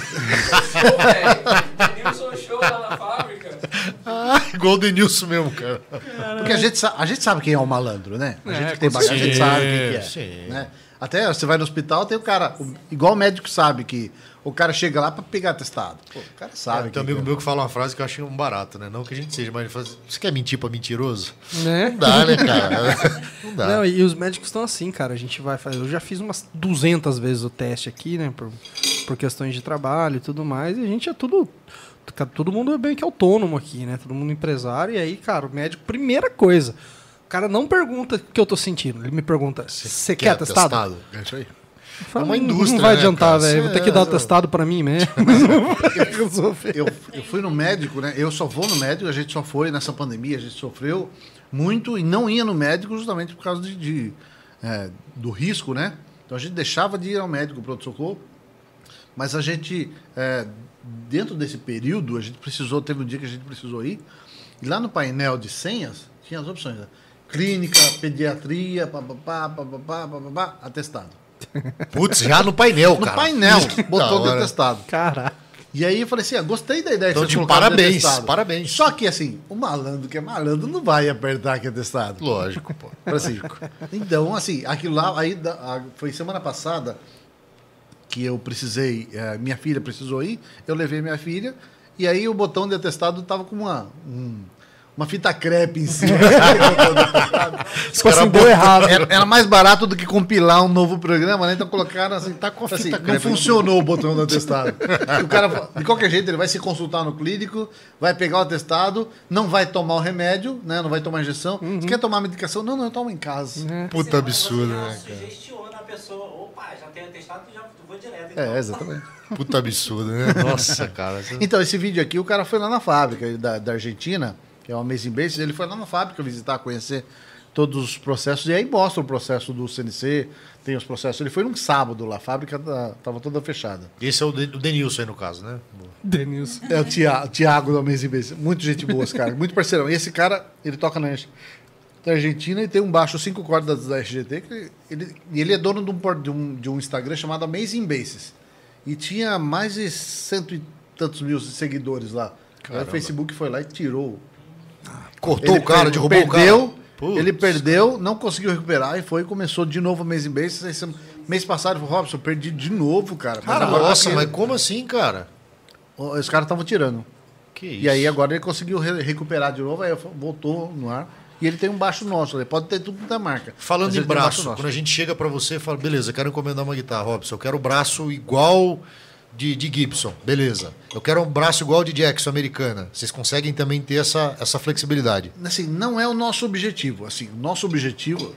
Denilson show lá na fábrica. Igual o Denilson mesmo, cara. porque a gente sabe quem é o malandro, né? A gente que tem com bagagem, a gente sabe quem que é. Sim. Né? Até você vai no hospital, tem o cara, igual o médico sabe que o cara chega lá pra pegar atestado. Pô, o cara sabe. Tem um amigo meu que fala uma frase que eu achei um barato, né? Não que a gente seja, mas ele fala assim, você quer mentir pra mentiroso? Né? Não dá, né, cara? Não dá. Não, e os médicos estão assim, cara. A gente vai fazer. Eu já fiz umas 200 vezes o teste aqui, né? Por questões de trabalho e tudo mais. E a gente é tudo. Todo mundo é bem que autônomo aqui, né? Todo mundo empresário. E aí, cara, o médico, primeira coisa. O cara não pergunta o que eu tô sentindo. Ele me pergunta: você quer atestado? É isso aí. Eu falo, É uma indústria, não vai né, adiantar, cara? velho. Vou ter que dar atestado pra mim mesmo. Eu fui no médico, né? Eu só vou no médico, a gente só foi nessa pandemia, a gente sofreu muito e não ia no médico justamente por causa do risco, né? Então a gente deixava de ir ao médico, pronto-socorro, mas a gente, dentro desse período, a gente precisou, teve um dia que a gente precisou ir, e lá no painel de senhas tinha as opções, né? Clínica, pediatria, papapá, atestado. Putz, já no painel, No cara. painel, Que botou da de hora. atestado. Caraca. E aí eu falei assim, gostei da ideia Então, que de vocês colocaram de parabéns, atestado. parabéns. Só que assim, o malandro que é malandro não vai apertar aqui atestado. Lógico, pô. Assim, então, assim, aquilo lá, aí foi semana passada que eu precisei, minha filha precisou ir, eu levei minha filha, e aí o botão de atestado tava com uma fita crepe em cima. Tipo assim, deu errado. Era mais barato do que compilar um novo programa, né? Então colocaram assim, Tá com a assim, fita não crepe. funcionou o botão do atestado. E o cara, de qualquer jeito, ele vai se consultar no clínico, vai pegar o atestado, não vai tomar o remédio, né? Não vai tomar injeção. Você quer tomar medicação? Não, eu tomo em casa. Puta absurdo, Você né, já cara? sugestiona a pessoa, opa, já tenho atestado, já vou direto. Então. Exatamente. Puta absurdo, né? Nossa, cara. Então, esse vídeo aqui, o cara foi lá na fábrica da Argentina, que é o Amazing Base, ele foi lá na fábrica visitar, conhecer todos os processos, e aí mostra o processo do CNC, tem os processos. Ele foi num sábado lá, a fábrica estava toda fechada. Esse é o Denilson aí, no caso, né? Denilson. É o Thiago do Amazing Base. Muito gente boa, esse cara. Muito parceirão. E esse cara, ele toca na Argentina e tem um baixo 5 cordas da RGT. Que ele é dono de um Instagram chamado Amazing Bases. E tinha mais de 100 e tantos mil seguidores lá. Aí o Facebook foi lá e tirou. Cortou o cara, derrubou o cara. Ele perdeu, não conseguiu recuperar e começou de novo o Amazing Bases. Esse mês passado ele falou, Robson, eu perdi de novo, cara. Cara, agora nossa, aqui- mas como assim, cara? Os caras estavam tirando. Que isso? E aí agora ele conseguiu recuperar de novo, aí voltou no ar. E ele tem um baixo nosso, ele pode ter tudo da marca. Falando Mas em ele tem um baixo braço, nosso. quando a gente chega pra você e fala, beleza, eu quero encomendar uma guitarra, Robson, eu quero o braço igual de Gibson, beleza. Eu quero um braço igual de Jackson, americana. Vocês conseguem também ter essa flexibilidade? Assim, não é o nosso objetivo. Assim, o nosso objetivo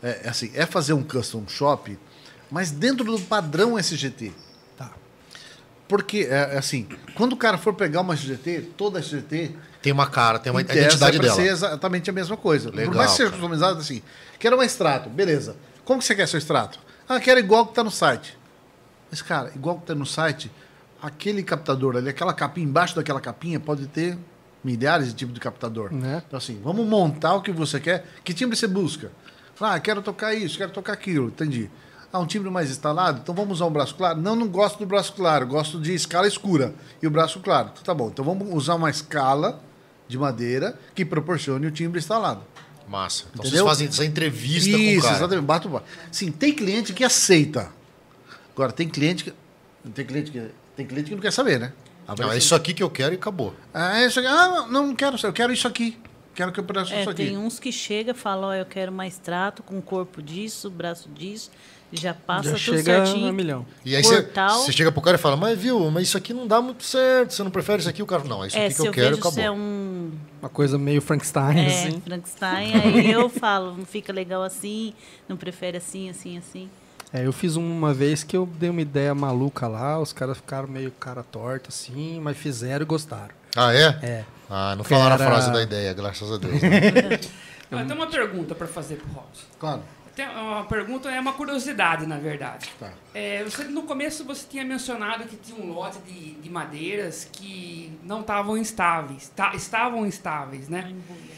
é fazer um custom shop, mas dentro do padrão SGT. Tá. Porque, assim, quando o cara for pegar uma SGT, toda SGT Tem uma cara, tem uma inteira identidade vai dela. ser exatamente a mesma coisa. Legal, Por mais que seja cara. customizado, assim, quero um extrato, beleza. Como que você quer seu extrato? Quero igual que está no site. Mas, cara, igual que está no site, aquele captador ali, aquela capinha, embaixo daquela capinha, pode ter milhares de tipos de captador. Né? Então, assim, vamos montar o que você quer. Que timbre você busca? Quero tocar isso, quero tocar aquilo. Entendi. Um timbre mais instalado? Então vamos usar um braço claro? Não gosto do braço claro. Gosto de escala escura e o braço claro. Então, tá bom. Então vamos usar uma escala de madeira que proporcione o timbre instalado. Massa. Então Entendeu? vocês fazem essa entrevista Isso, com o cara. exatamente. Bato o papo. Sim, tem cliente que aceita. Agora, tem cliente que não quer saber, né? Não, é isso aqui que eu quero e acabou. É isso aqui. Ah, não quero, eu quero isso aqui. Quero que eu pedaço isso aqui. Tem uns que chegam e falam, ó, eu quero mais trato, com o corpo disso, braço disso, já passa Já tudo chega certinho. a milhão. E aí Portal. você chega pro cara e fala, mas isso aqui não dá muito certo, você não prefere isso aqui? O cara, não, é isso aqui que eu quero e acabou. Se é um Uma coisa meio Frankenstein, assim. Frankenstein, aí eu falo, não fica legal assim, não prefere assim, assim, assim. Eu fiz uma vez que eu dei uma ideia maluca lá, os caras ficaram meio cara torta, assim, mas fizeram e gostaram. Ah, é? É. Ah, não falaram a frase da ideia, graças a Deus. Né? Eu tenho uma pergunta para fazer pro Robson. Claro. Uma pergunta é uma curiosidade, na verdade. Tá. No começo você tinha mencionado que tinha um lote de madeiras que não estavam estáveis. Estavam instáveis, né?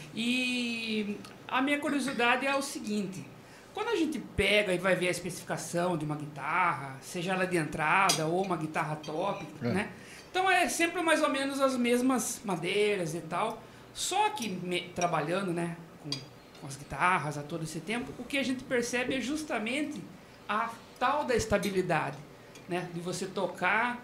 E a minha curiosidade é o seguinte. Quando a gente pega e vai ver a especificação de uma guitarra, seja ela de entrada ou uma guitarra top, né? Então é sempre mais ou menos as mesmas madeiras e tal. Só que trabalhando, né, com as guitarras há todo esse tempo, o que a gente percebe é justamente a tal da estabilidade, né? De você tocar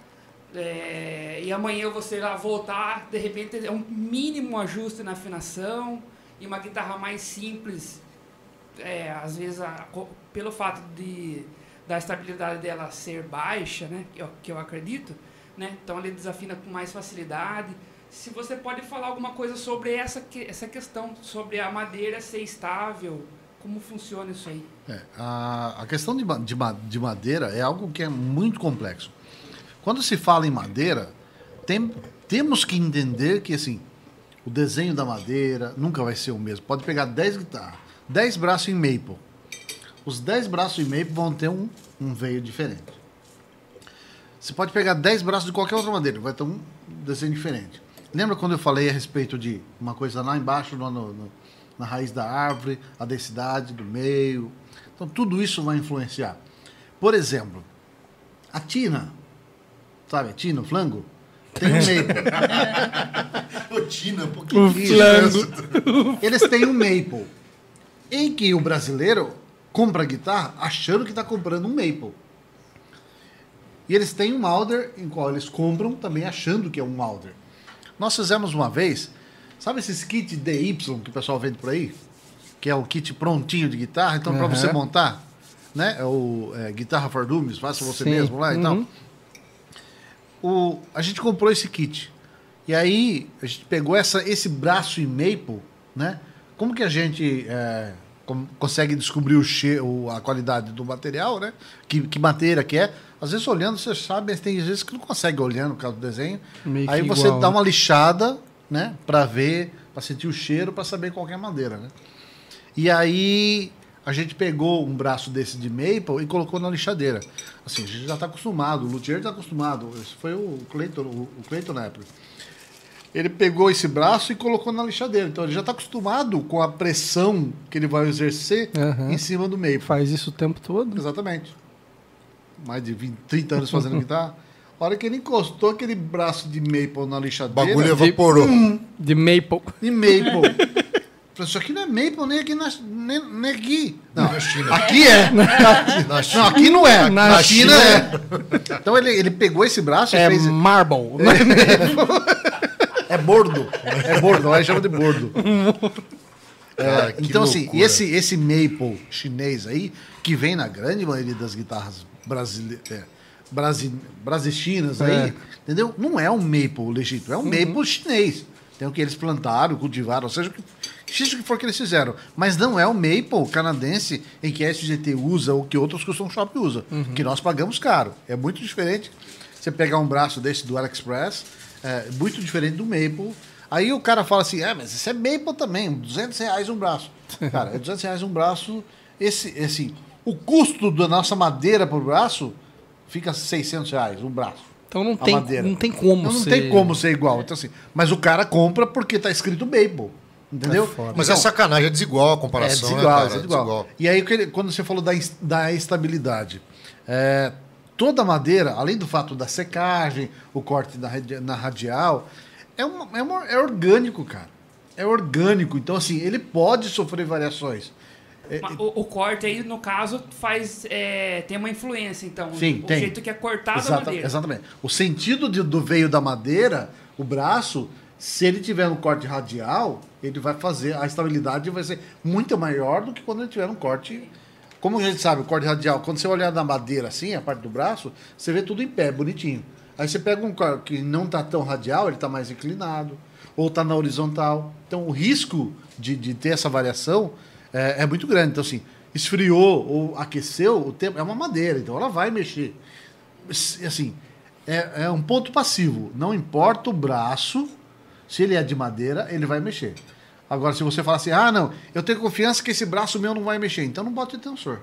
e amanhã você lá voltar, de repente é um mínimo ajuste na afinação, e uma guitarra mais simples, às vezes pelo fato da estabilidade dela ser baixa, né, que eu acredito, né, então ele desafina com mais facilidade. Se você pode falar alguma coisa sobre essa questão, sobre a madeira ser estável, como funciona isso aí? A questão de madeira é algo que é muito complexo. Quando se fala em madeira, temos que entender que assim, o desenho da madeira nunca vai ser o mesmo. Pode pegar 10 guitarras, 10 braços em maple. Os 10 braços em maple vão ter um veio diferente. Você pode pegar 10 braços de qualquer outra madeira, vai ter um desenho diferente. Lembra quando eu falei a respeito de uma coisa lá embaixo, na raiz da árvore, a densidade do meio? Então, tudo isso vai influenciar. Por exemplo, a tina, sabe a tina, o flango? Tem um maple. Ô, tina, O flango. Eles têm um maple. Em que o brasileiro compra guitarra achando que está comprando um maple. E eles têm um Alder, em qual eles compram também achando que é um Alder. Nós fizemos uma vez, sabe esses kits DY que o pessoal vende por aí? Que é o kit prontinho de guitarra, então para você montar, né? Guitarra for Dummies, faça você mesmo lá e tal. A gente comprou esse kit. E aí, a gente pegou esse braço em maple, né? Como que a gente consegue descobrir a qualidade do material, né? Que madeira que é? Às vezes olhando, você sabe, mas tem vezes que não consegue olhando por causa do desenho. Aí você dá uma lixada, né? Para ver, para sentir o cheiro, para saber qual que é a madeira, né? E aí a gente pegou um braço desse de maple e colocou na lixadeira. Assim, a gente já está acostumado, o luthier está acostumado. Esse foi o Clayton na época. Ele pegou esse braço e colocou na lixadeira. Então ele já está acostumado com a pressão que ele vai exercer em cima do maple. Faz isso o tempo todo. Exatamente. Mais de 30 anos fazendo guitarra. A hora que ele encostou aquele braço de maple na lixadeira... O bagulho evaporou. De maple. De maple. Isso aqui não é maple, nem aqui. Nem aqui. Não, aqui é. Não, aqui não é. Na China é. Então ele pegou esse braço e fez... marble. É bordo. É bordo, lá chama de bordo. Cara, então, assim, loucura. esse maple chinês aí, que vem na grande maioria das guitarras brasileiras aí, entendeu? Não é um maple legítimo, é um maple chinês. Tem o que eles plantaram, cultivaram, ou seja, o que for que eles fizeram. Mas não é o maple canadense em que a SGT usa ou que outros custom shop usa, que nós pagamos caro. É muito diferente. Você pegar um braço desse do AliExpress, é muito diferente do maple. Aí o cara fala assim, mas esse é maple também, R$200 um braço. Cara, é R$200 um braço. O custo da nossa madeira por braço fica R$600 um braço. Então não tem como não ser... tem como ser igual. Então, assim, mas o cara compra porque está escrito maple. Entendeu? Mas é sacanagem, é desigual a comparação. É desigual, né, cara? é desigual. E aí, quando você falou da estabilidade, toda madeira, além do fato da secagem, o corte na radial, é orgânico, cara. é orgânico. Então, assim, ele pode sofrer variações. O corte aí, no caso, tem uma influência, então. Sim, o tem. jeito que é cortada a madeira. Exatamente. O sentido do veio da madeira, o braço, se ele tiver um corte radial, ele vai fazer, a estabilidade vai ser muito maior do que quando ele tiver um corte... Como a gente sabe, o corte radial, quando você olhar na madeira assim, a parte do braço, você vê tudo em pé, bonitinho. Aí você pega um corte que não está tão radial, ele está mais inclinado, ou está na horizontal. Então, o risco de ter essa variação é muito grande. Então, assim, esfriou ou aqueceu, o tempo é uma madeira, então ela vai mexer. Assim, é um ponto passivo. Não importa o braço, se ele é de madeira, ele vai mexer. Agora, se você falar assim, não, eu tenho confiança que esse braço meu não vai mexer, então não bote tensor.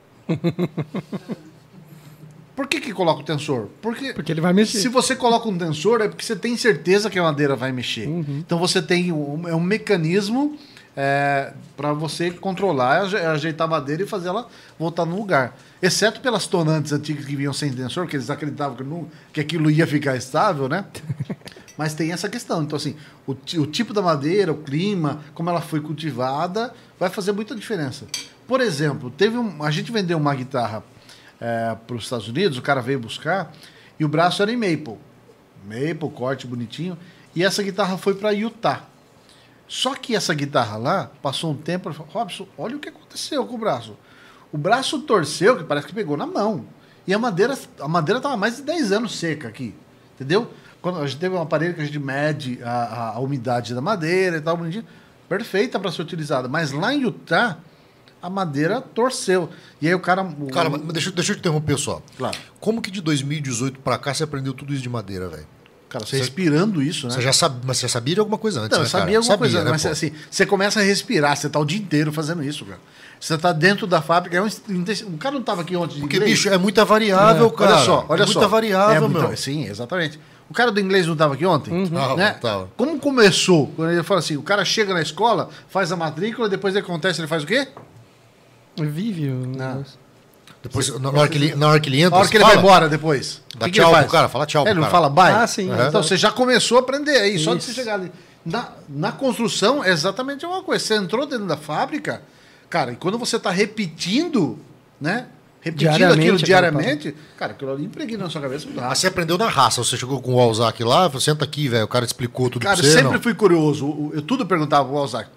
Por que coloca o tensor? Porque ele vai mexer. Se você coloca um tensor, é porque você tem certeza que a madeira vai mexer. Então você tem um mecanismo para você controlar, ajeitar a madeira e fazer ela voltar no lugar. Exceto pelas tonantes antigas que vinham sem tensor, porque eles acreditavam que aquilo ia ficar estável, né? Mas tem essa questão. Então, assim, o tipo da madeira, o clima, como ela foi cultivada, vai fazer muita diferença. Por exemplo, a gente vendeu uma guitarra para os Estados Unidos, o cara veio buscar, e o braço era em maple. Maple, corte bonitinho. E essa guitarra foi para Utah. Só que essa guitarra lá, passou um tempo, ele falou, Robson, olha o que aconteceu com o braço. O braço torceu, que parece que pegou na mão. E a madeira estava mais de 10 anos seca aqui. Entendeu? Quando a gente teve um aparelho que a gente mede a umidade da madeira e tal, bonitinho, perfeita para ser utilizada. Mas lá em Utah, a madeira torceu. E aí o cara... Cara, mas deixa eu te interromper só. Claro. Como que de 2018 para cá você aprendeu tudo isso de madeira, velho? Cara, você respirando isso, né? Mas você sabia de alguma coisa antes, não, né, eu sabia alguma coisa, né, mas assim, você começa a respirar, você tá o dia inteiro fazendo isso, cara. Você tá dentro da fábrica, o cara não tava aqui ontem de Porque, inglês. bicho, é muita variável, cara. Olha só. Muita variável, meu. Sim, exatamente. O cara do inglês não estava aqui ontem? Né? Tava. Como começou? Quando ele fala assim, o cara chega na escola, faz a matrícula, depois acontece, ele faz o quê? Vive o negócio. Depois, na hora que ele entra, na hora que ele vai embora depois. Dá tchau pro cara, fala tchau pro cara. Ele não fala bye? Ah, sim. Então você já começou a aprender aí, só de você chegar ali. Na construção é exatamente a mesma coisa. Você entrou dentro da fábrica, cara, e quando você está repetindo, né? Repetindo aquilo diariamente, cara, aquilo ali impregna na sua cabeça. Mas você aprendeu na raça, você chegou com o Walzac lá, senta aqui, velho, o cara explicou tudo pra você. Cara, eu sempre fui curioso, eu tudo perguntava pro Walzac,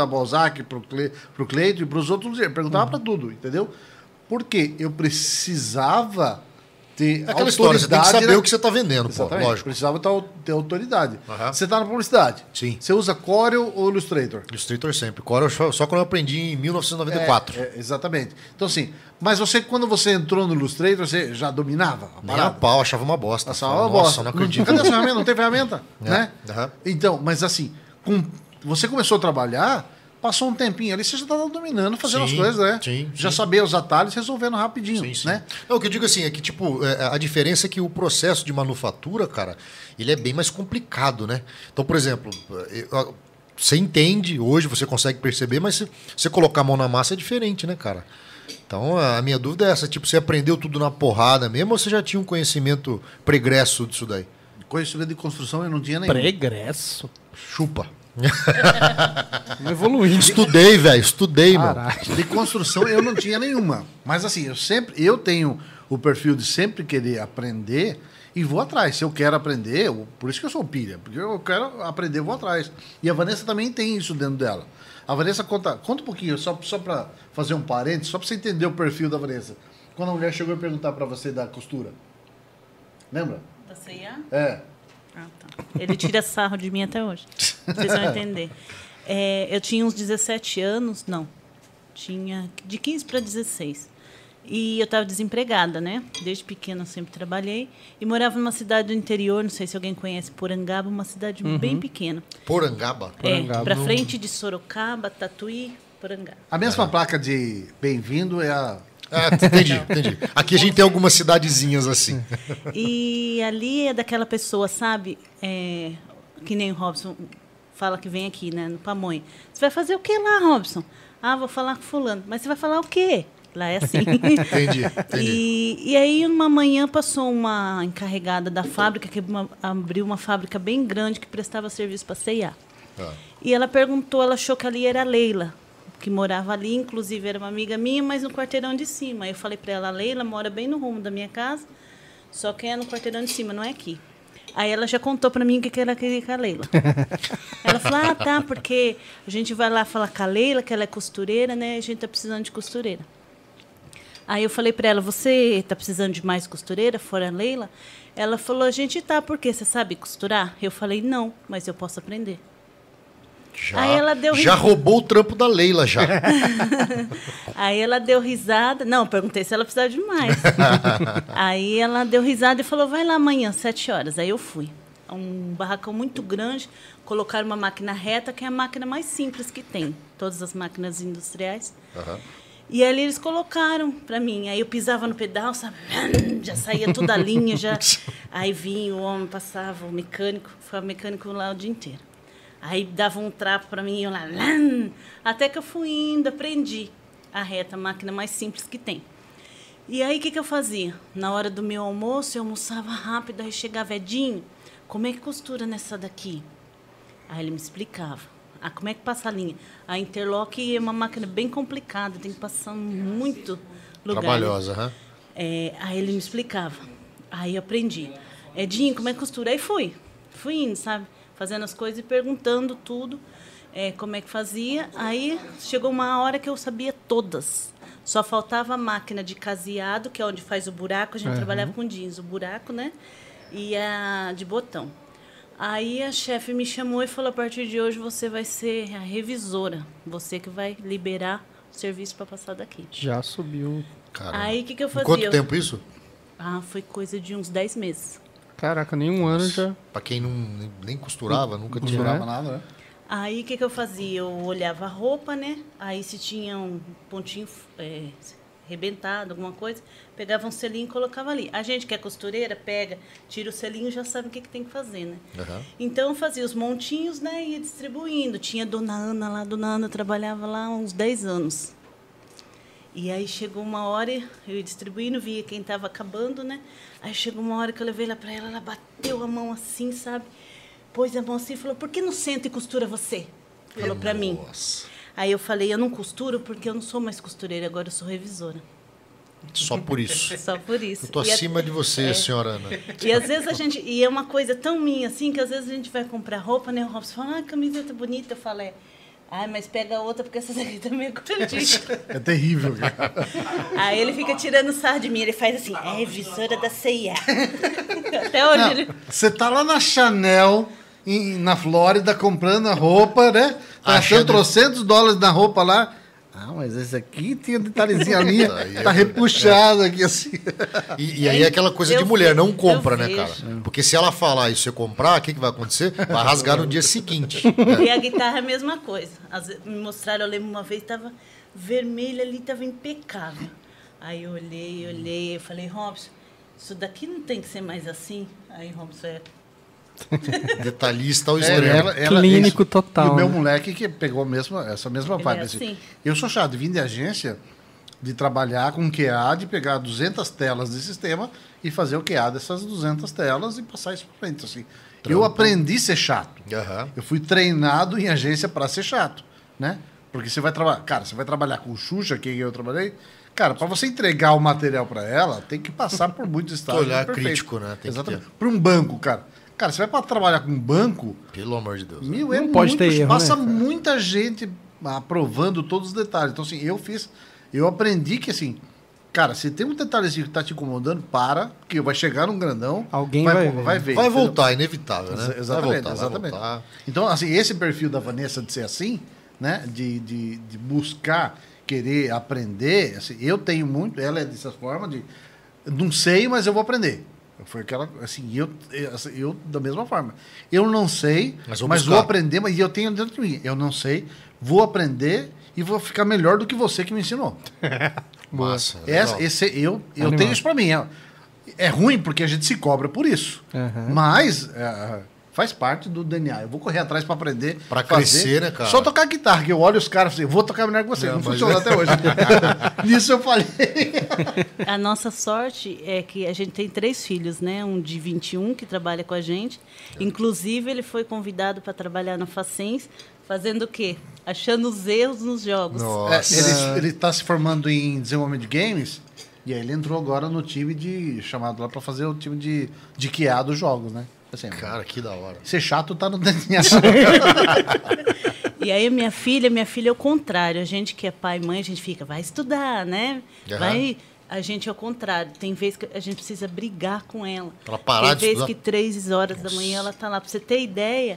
pro Cleito e pros outros, eu perguntava pra tudo, entendeu? Porque eu precisava ter aquela história, você tem que saber o que você está vendendo, pô, lógico. Precisava ter autoridade. Você está na publicidade. Sim. Você usa Corel ou Illustrator? Illustrator sempre. Corel só quando eu aprendi em 1994. Exatamente. Então, assim, mas quando você entrou no Illustrator, você já dominava a parada? Nem a pau, achava uma bosta. Achava uma bosta. Não acredito. Cadê essa ferramenta? Não tem ferramenta? Né? Então, mas assim, você começou a trabalhar... Passou um tempinho ali, você já estava dominando, fazendo as coisas, né? Já sabia os atalhos, resolvendo rapidinho, né? Não, o que eu digo assim, é que, tipo, a diferença é que o processo de manufatura, cara, ele é bem mais complicado, né? Então, por exemplo, você entende, hoje você consegue perceber, mas se você colocar a mão na massa é diferente, né, cara? Então, a minha dúvida é essa, tipo, você aprendeu tudo na porrada mesmo ou você já tinha um conhecimento pregresso disso daí? Conhecimento de construção eu não tinha nenhum. Pregresso? Chupa. Não evoluindo. Estudei, meu. De construção eu não tinha nenhuma. Mas assim, eu tenho o perfil de sempre querer aprender e vou atrás. Se eu quero aprender, por isso que eu sou pilha, porque eu quero aprender, vou atrás. E a Vanessa também tem isso dentro dela. A Vanessa conta um pouquinho, só para fazer um parênteses, só para você entender o perfil da Vanessa. Quando a mulher chegou a perguntar para você da costura. Lembra? Da C&A? É. Ah, tá. Ele tira sarro de mim até hoje. Vocês vão entender. Eu tinha uns 17 anos, não. Tinha de 15 para 16. E eu estava desempregada, né? Desde pequena eu sempre trabalhei. E morava numa cidade do interior, não sei se alguém conhece Porangaba, uma cidade bem pequena. Porangaba? Para frente de Sorocaba, Tatuí, Porangaba. A mesma placa de bem-vindo é a... Entendi. Aqui a gente tem algumas cidadezinhas assim. E ali é daquela pessoa, sabe? Que nem o Robson fala que vem aqui, né? No Pamonha. Você vai fazer o que lá, Robson? Ah, vou falar com fulano. Mas você vai falar o quê? Lá é assim. Entendi. E aí, uma manhã, passou uma encarregada da fábrica, que abriu uma fábrica bem grande que prestava serviço para C&A. E ela perguntou, ela achou que ali era a Leila, que morava ali, inclusive era uma amiga minha, mas no quarteirão de cima. Eu falei para ela, a Leila mora bem no rumo da minha casa, só que é no quarteirão de cima, não é aqui. Aí ela já contou para mim o que ela queria com a Leila. Ela falou, tá, porque a gente vai lá falar com a Leila, que ela é costureira, né? A gente tá precisando de costureira. Aí eu falei para ela, você tá precisando de mais costureira, fora a Leila? Ela falou, a gente tá, porque você sabe costurar? Eu falei, não, mas eu posso aprender. Aí ela deu já roubou o trampo da Leila, já. Aí ela deu risada. Não, perguntei se ela precisava de mais. Aí ela deu risada e falou, vai lá amanhã, 7 horas. Aí eu fui. Um barracão muito grande, colocaram uma máquina reta, que é a máquina mais simples que tem. Todas as máquinas industriais. E ali eles colocaram para mim. Aí eu pisava no pedal, sabe? Já saía toda a linha. Já. Aí vinha o homem, passava, o mecânico. Ficava mecânico lá o dia inteiro. Aí dava um trapo para mim, eu lá, até que eu fui indo, aprendi a reta, a máquina mais simples que tem. E aí, o que eu fazia? Na hora do meu almoço, eu almoçava rápido, aí chegava, Edinho, como é que costura nessa daqui? Aí ele me explicava. Como é que passa a linha? A interlock é uma máquina bem complicada, tem que passar muito lugar. Trabalhosa, aí ele me explicava. Aí eu aprendi. Edinho, como é que costura? Aí fui indo, sabe? Fazendo as coisas e perguntando tudo, como é que fazia. Aí chegou uma hora que eu sabia todas. Só faltava a máquina de caseado, que é onde faz o buraco. A gente trabalhava com jeans, o buraco, né? E a de botão. Aí a chefe me chamou e falou, a partir de hoje você vai ser a revisora. Você que vai liberar o serviço para passar daqui. Já subiu. Caramba. Aí o que eu fazia? Quanto tempo isso? Foi coisa de uns 10 meses. Caraca, nem um ano já. Pra quem nem costurava, nunca costurava nada, né? Aí o que eu fazia? Eu olhava a roupa, né? Aí se tinha um pontinho arrebentado, alguma coisa, pegava um selinho e colocava ali. A gente que é costureira, pega, tira o selinho e já sabe o que tem que fazer, né? Então eu fazia os montinhos, né? E ia distribuindo. Tinha a Dona Ana lá, Dona Ana trabalhava lá há uns 10 anos. E aí chegou uma hora, eu ia distribuindo, via quem estava acabando, né? Aí chegou uma hora que eu levei ela para ela bateu a mão assim, sabe? Pôs a mão assim e falou, por que não senta e costura você? Falou para mim. Aí eu falei, eu não costuro porque eu não sou mais costureira, agora eu sou revisora. Só por isso? Só por isso. Eu tô acima de você, senhora Ana. E às vezes e é uma coisa tão minha assim, que às vezes a gente vai comprar roupa, né? O Robson fala, a camiseta bonita, eu falo, mas pega outra, porque essa daqui também é gordinha. É terrível, cara. Aí ele fica tirando sarro de mim, ele faz assim, revisora da C&A. Até hoje Você tá lá na Chanel, na Flórida, comprando a roupa, né? Tá achando $300 na roupa lá. Mas esse aqui tem um detalhezinho ali, tá repuxado aqui assim. E aí é aquela coisa de mulher, não compra, né, cara? Porque se ela falar e você comprar, o que vai acontecer? Vai rasgar no dia seguinte. E a guitarra é a mesma coisa. Me mostraram, eu lembro uma vez, tava vermelha ali, tava impecável. Aí eu olhei, eu falei, Robson, isso daqui não tem que ser mais assim? Aí Robson detalhista ao extremo. Clínico total. E o meu moleque que pegou essa mesma vibe. Assim. Eu sou chato de vir de agência, de trabalhar com QA, de pegar 200 telas de sistema e fazer o QA dessas 200 telas e passar isso para frente. Assim. Eu aprendi a ser chato. Eu fui treinado em agência para ser chato, né? Porque você vai trabalhar... Cara, você vai trabalhar com o Xuxa, que eu trabalhei... Cara, para você entregar o material para ela, tem que passar por muitos estágios. Olhar crítico, né? Tem exatamente. Para um banco, cara. Cara, você vai para trabalhar com um banco... Pelo amor de Deus. Não pode ter erro, passa muita gente aprovando todos os detalhes. Então, assim, eu aprendi que, assim... Cara, se tem um detalhezinho que tá te incomodando, porque vai chegar num grandão... Alguém vai ver. Vai voltar, inevitável, né? Exatamente, vai voltar. Então, assim, esse perfil da Vanessa de ser assim, né? De buscar, querer aprender... Assim, eu tenho muito... Ela é dessa forma de... Não sei, mas eu vou aprender. Foi aquela, assim, eu da mesma forma. Eu não sei, mas vou aprender, mas eu tenho dentro de mim. Eu não sei, vou aprender e vou ficar melhor do que você que me ensinou. Massa. Eu tenho isso pra mim. É ruim porque a gente se cobra por isso. Mas Faz parte do DNA. Eu vou correr atrás para aprender. Para crescer, né, cara? Só tocar guitarra, que eu olho os caras e falei, vou tocar melhor que você. Não funcionou até hoje. Nisso eu falei. A nossa sorte é que a gente tem 3 filhos, né? Um de 21 que trabalha com a gente. Inclusive, ele foi convidado para trabalhar na Facens, fazendo o quê? Achando os erros nos jogos. Ele está se formando em desenvolvimento de games, e aí ele entrou agora no time chamado lá para fazer o time de QA dos jogos, né? Assim, cara, que da hora. Ser chato tá no DNA. E aí minha filha é o contrário. A gente que é pai e mãe, a gente fica, vai estudar, né? A gente é o contrário. Tem vezes que a gente precisa brigar com ela. Pra parar Tem vezes que 3 horas da manhã ela tá lá. Para você ter ideia,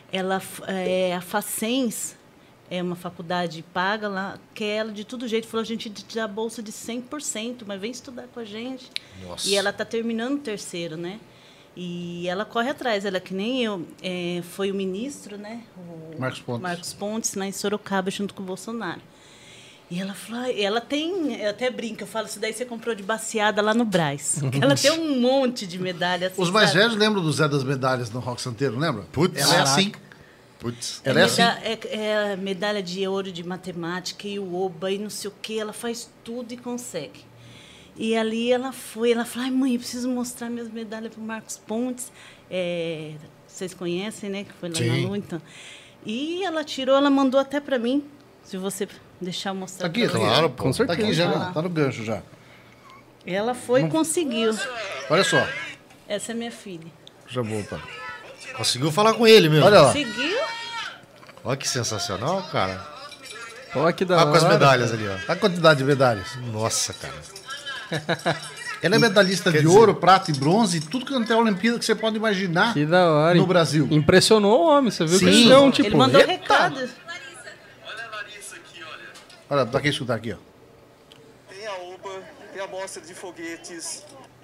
a Facens é uma faculdade paga lá, quer ela de todo jeito. Falou, a gente te dá bolsa de 100%, mas vem estudar com a gente. Nossa. E ela tá terminando o 3º, né? E ela corre atrás, ela que nem eu. Foi o ministro, né? O Marcos Pontes, lá em Sorocaba, junto com o Bolsonaro. E ela falou, ela tem, eu até brinco, eu falo, isso daí você comprou de baciada lá no Brás. Ela tem um monte de medalhas. Assim, os mais velhos lembram do Zé das Medalhas no Rock Santeiro, lembra? Putz, ela é assim. Putz. Ela é assim. É medalha de ouro de matemática e o oba e não sei o quê. Ela faz tudo e consegue. E ali ela falou, ai mãe, eu preciso mostrar minhas medalhas para o Marcos Pontes. Vocês conhecem, né? Que foi lá na Lua, então. E ela tirou, ela mandou até para mim, se você deixar eu mostrar. Tá aqui, claro, com certeza. Tá aqui já, tá no gancho já. Ela foi e conseguiu. Olha só. Essa é minha filha. Já vou, pá. Conseguiu falar com ele mesmo. Olha lá. Conseguiu. Olha que sensacional, cara. Olha que da hora. Olha com as medalhas ali, ó. Olha a quantidade de medalhas. Nossa, cara. Ela é medalhista de ouro, prata e bronze, tudo que não tem a Olimpíada que você pode imaginar. Que da hora. No Brasil. Impressionou o homem, você viu? Sim. Que ele deu tipo... Ele mandou recado. Olha a Larissa aqui, olha. Olha, dá quem escutar aqui, ó. Tem a OBA, tem a mostra de foguetes.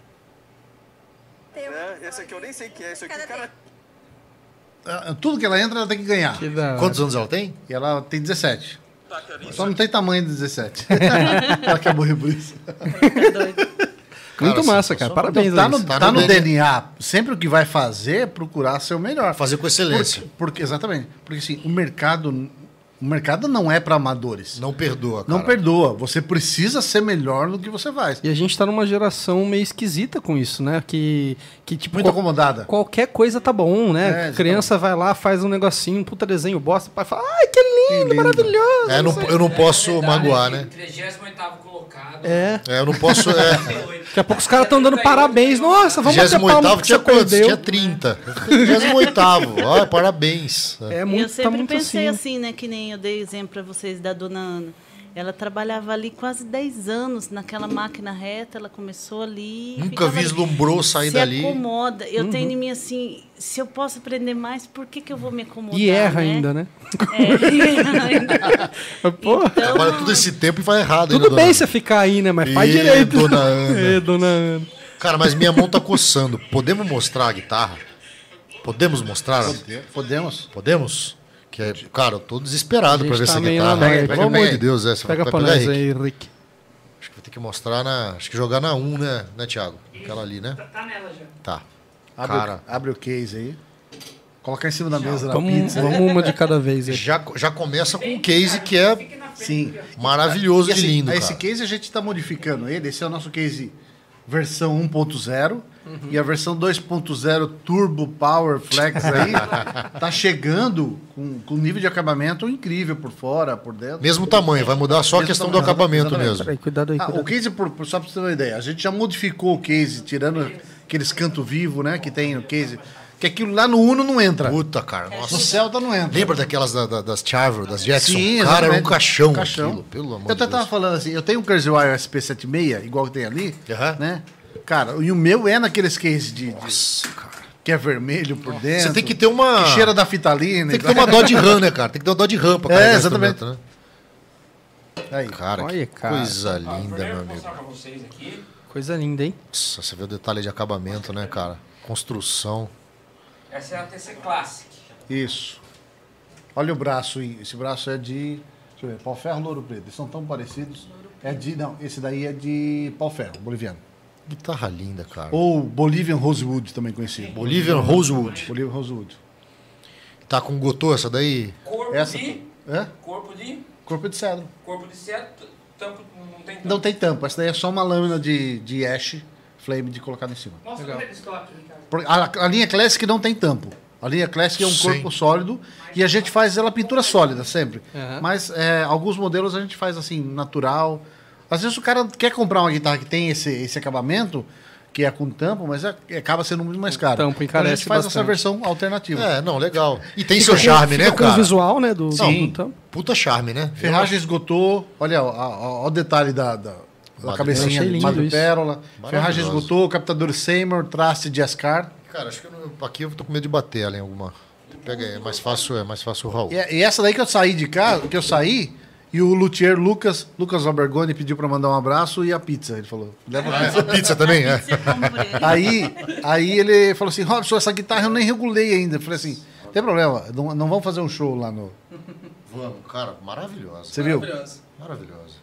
Né? Esse aqui eu nem sei o que é. Esse aqui, cara... Tudo que ela entra, ela tem que ganhar. Que da hora. Quantos anos ela tem? E ela tem 17. Só não tem tamanho de 17. Ela quer morrer por isso. Muito massa, cara. Parabéns. Então, tá no DNA. Sempre o que vai fazer é procurar ser o melhor. Fazer com excelência. Exatamente. Porque assim, o mercado não é para amadores. Não perdoa, cara. Não perdoa. Você precisa ser melhor no que você faz. E a gente tá numa geração meio esquisita com isso, né? Que tipo, muito acomodada. Qualquer coisa tá bom, né? Criança vai lá, faz um negocinho, um puta desenho, bosta, o pai fala, ai, que lindo, maravilhoso. Eu não posso magoar, né? 38º colocado. Eu não posso... Daqui a pouco os caras estão dando parabéns. Nossa, vamos bater palma que tinha você quantos? perdeu. Tinha 30. 28º. Olha, parabéns. Eu sempre pensei assim, né? Que nem eu dei exemplo para vocês da dona Ana. Ela trabalhava ali quase 10 anos naquela máquina reta, ela começou ali. Nunca vislumbrou sair dali. Se acomoda. Eu tenho em mim assim, se eu posso aprender mais, por que eu vou me acomodar? E erra ainda, né? Erra ainda. Porra. Trabalha todo esse tempo e vai errado. Tudo ainda, bem você ficar aí, né? Mas faz direito. Dona Ana. Dona Ana. Cara, mas minha mão tá coçando. Podemos mostrar a guitarra? Podemos mostrar? Podemos. Podemos? Cara, eu tô desesperado pra ver essa guitarra. Pelo amor de Deus, essa. Pega pra nós aí, Rick. Acho que vou ter que mostrar acho que jogar na 1, né, Thiago? Aquela ali, né? Tá nela já. Tá. Abre o case aí. Colocar em cima da mesa da Vamos pizza. uma de cada vez aí. Já começa com um case que é Sim. maravilhoso E assim, de lindo, esse cara. case a gente está modificando ele. Esse é o nosso case versão 1.0 e a versão 2.0 Turbo Power Flex aí tá chegando com nível de acabamento incrível por fora, por dentro. Mesmo tamanho, vai mudar só a questão do acabamento mesmo. Peraí, cuidado aí. O case, só para você ter uma ideia, a gente já modificou o case, tirando aqueles canto vivo, né, que tem no case, que aquilo lá no Uno não entra. Puta, cara, nossa. No Celta não entra. Lembra daquelas das Charvel, das Jackson? Sim, cara, era um caixão. aquilo, pelo amor Eu de até tava falando assim, eu tenho um Kurzweil SP76, igual que tem ali, né? Cara, e o meu é naqueles cases Nossa, cara. Que é vermelho por dentro. Você tem que ter uma... Que cheira da fitalina. Tem que ter uma Dodge Ram, né, cara? Tem que ter uma Dodge Ram pra carregar exatamente. Né? Aí. Cara, olha, que coisa linda, meu amigo. Vou mostrar pra vocês aqui. Coisa linda, hein? Nossa, você vê o detalhe de acabamento, né, cara? Construção. Essa é a TC Classic. Isso. Olha o braço aí. Esse braço é de... Deixa eu ver. Pau-ferro ou Ouro Preto? Eles são tão parecidos. Não, esse daí é de pau-ferro, boliviano. Guitarra linda, cara. Ou Bolivian Rosewood, também conhecido. Bolivian Rosewood. Bolivian Rosewood. Tá com gotô essa daí? Corpo Essa, de... é? Corpo de... Corpo de cedro. Corpo de cedro, tampo, não tem tampo. Não tem tampa. Essa daí é só uma lâmina de ash flame de colocar em cima. Mostra como é que coloca aqui, cara. A linha Classic não tem tampo. A linha Classic é um Sim. corpo sólido e a gente faz ela pintura sólida sempre. Uhum. Mas alguns modelos a gente faz assim, natural. Às vezes o cara quer comprar uma guitarra que tem esse acabamento, que é com tampo, mas acaba sendo muito mais caro. Tampo Então a encarece gente faz essa bastante. versão alternativa. É, não, legal. E tem seu charme, né, Fica com cara? o visual, né, do Sim. tampo. Puta charme, né? Ferragem esgotou. Olha ó, o detalhe da cabecinha achei lindo Madrepérola. Ferragem Maravilhoso. esgotou, captador Seymour, traste de Ascar. Cara, acho que aqui eu tô com medo de bater ela em alguma. Pega aí, é mais fácil o Raul. E essa daí que eu saí de casa, e o luthier Lucas Albergoni pediu pra mandar um abraço e a pizza. Ele falou, leva a pizza. A pizza também, é. Você come por ele. Aí ele falou assim, Robson, essa guitarra eu nem regulei ainda. Eu falei assim, não tem problema, não vamos fazer um show lá no... Vamos, cara, maravilhosa. Você viu? Maravilhosa.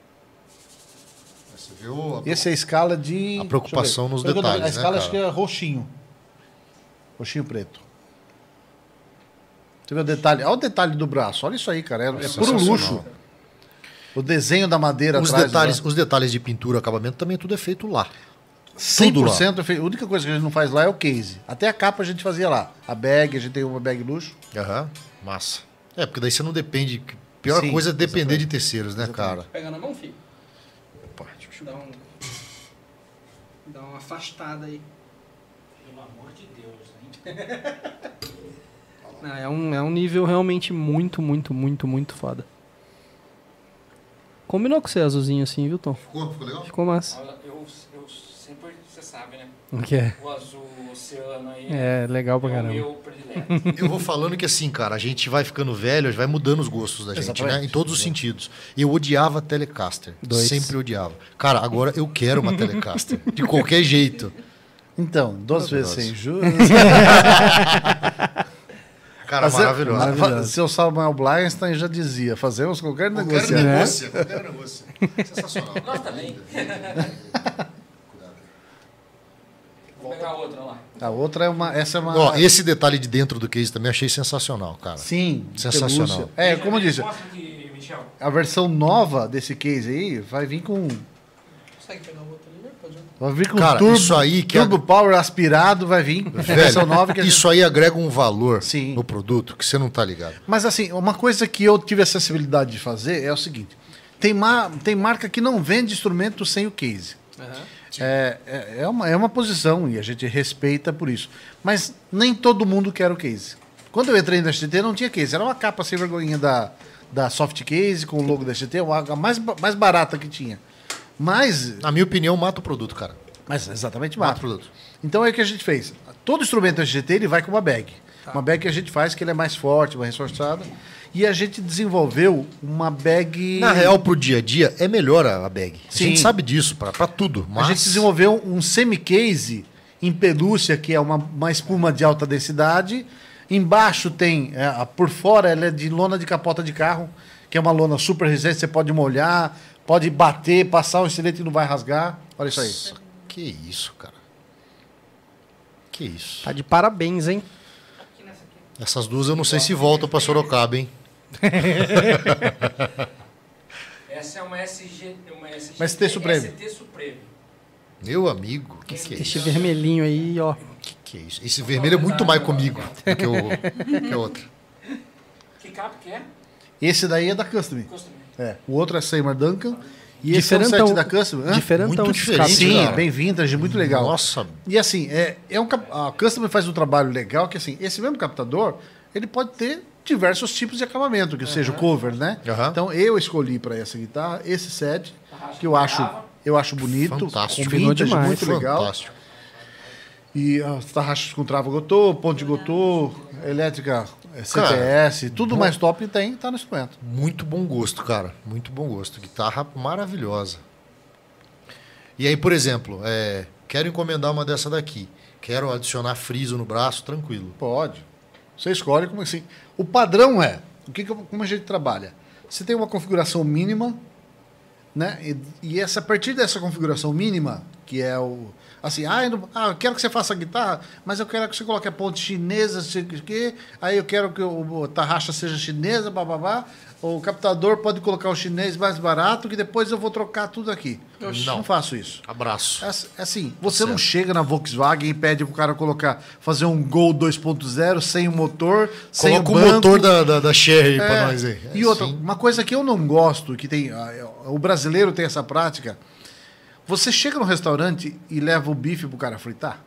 Você viu Esse é a escala de... A preocupação deixa eu ver. nos detalhes, A escala né, acho que cara? é roxinho. Roxinho preto. Você vê o detalhe? Olha o detalhe do braço. Olha isso aí, cara. É puro sensacional. luxo. O desenho da madeira atrás. Os detalhes de pintura, acabamento, também tudo é feito lá. 100% é feito. A única coisa que a gente não faz lá é o case. Até a capa a gente fazia lá. A bag, a gente tem uma bag luxo. Aham, massa. É, porque daí você não depende... Pior Sim, coisa é depender exatamente. de terceiros, né, cara? Pega na mão, filho. Opa, deixa eu- Dá uma afastada aí. Pelo amor de Deus, hein? Não, é um nível realmente muito, muito, muito, muito foda. Combinou com você azulzinho assim, viu, Tom? Ficou legal? Ficou massa. Eu sempre, você sabe, né? O que é? O azul oceano aí É, legal pra é o caramba. meu predileto. Eu vou falando que assim, cara, a gente vai ficando velho, vai mudando os gostos da gente, Exatamente. né? Em todos os sentidos. Eu odiava Telecaster. Dois. Sempre odiava. Cara, agora eu quero uma Telecaster. De qualquer jeito. Então, 2 vezes Maravilhoso. sem juros. Cara, maravilhoso. Seu Samuel Bleinstein já dizia, fazemos qualquer negócio. Qualquer negócio. Sensacional. Nós também. Vou pegar outra lá. A outra é uma... Essa é uma... Ó, esse detalhe de dentro do case também achei sensacional, cara. Sim, Sensacional. pelúcia. É, como eu disse, Mostra aqui, Michel. a versão nova desse case aí vai vir com... Consegue pegar o outro ali, né? Pode. Vai vir com Cara, turbo, isso aí que turbo power aspirado, vai vir. A versão nova que a gente... Isso aí agrega um valor Sim. no produto que você não tá ligado. Mas assim, uma coisa que eu tive a sensibilidade de fazer é o seguinte. Tem marca que não vende instrumento sem o case. É uma posição e a gente respeita por isso. Mas nem todo mundo quer o case. Quando eu entrei na STT não tinha case. Era uma capa sem vergonhinha da Soft Case com o logo da STT, a mais barata que tinha. Mas Na minha opinião, mata o produto, cara. exatamente Mata o mata. produto. Então é o que a gente fez. Todo instrumento da SGT ele vai com uma bag. Uma bag que a gente faz que ele é mais forte, mais reforçada. E a gente desenvolveu uma bag... Na real, pro dia a dia, é melhor a bag. A Sim. gente sabe disso, pra tudo. Mas... A gente desenvolveu um semi-case em pelúcia, que é uma espuma de alta densidade. Embaixo tem, por fora, ela é de lona de capota de carro, que é uma lona super resistente, você pode molhar, pode bater, passar o estilete e não vai rasgar. Olha isso aí. Que isso, cara. Que isso. Tá de parabéns, hein? Essas duas eu não sei se voltam pra Sorocaba, hein? Essa é uma SG... Uma ST Supreme. ST Supreme. Meu amigo, que é Este isso? vermelhinho aí, ó. Que é isso? Esse vermelho é muito mais comigo do que o outro. Que capa que é? Esse daí é da Custom. Custom. O outro é Seymour Duncan. E esse é um set da Custom. Hã? Diferentão Muito esses diferente, cabos. Sim, cara. bem vintage, muito legal. Nossa, E assim, a Custom faz um trabalho legal que assim, esse mesmo captador, ele pode ter diversos tipos de acabamento, que seja o cover, né? Aham. Então eu escolhi para essa guitarra esse set, que eu acho bonito, Fantástico. com Combinou vintage, demais. muito legal. fantástico. E as tarraxas com trava gotô, ponte de gotô, elétrica CTS, tudo mais top tá no instrumento. Muito bom gosto, cara. Muito bom gosto. Guitarra maravilhosa. E aí, por exemplo, quero encomendar uma dessa daqui. Quero adicionar friso no braço, tranquilo. Pode. Você escolhe como assim. O padrão como a gente trabalha? Você tem uma configuração mínima né? E a partir dessa configuração mínima, que é o... Assim, eu quero que você faça a guitarra, mas eu quero que você coloque a ponte chinesa, aí eu quero que a tarraxa seja chinesa, bababá. O captador pode colocar o chinês mais barato, que depois eu vou trocar tudo aqui. Não faço isso. Abraço. Assim, você não chega na Volkswagen e pede pro cara fazer um Gol 2.0 sem o motor, sem o banco. Coloca o motor da Cherry pra nós aí. E outra, uma coisa que eu não gosto, que tem... O brasileiro tem essa prática. Você chega no restaurante e leva o bife pro cara fritar?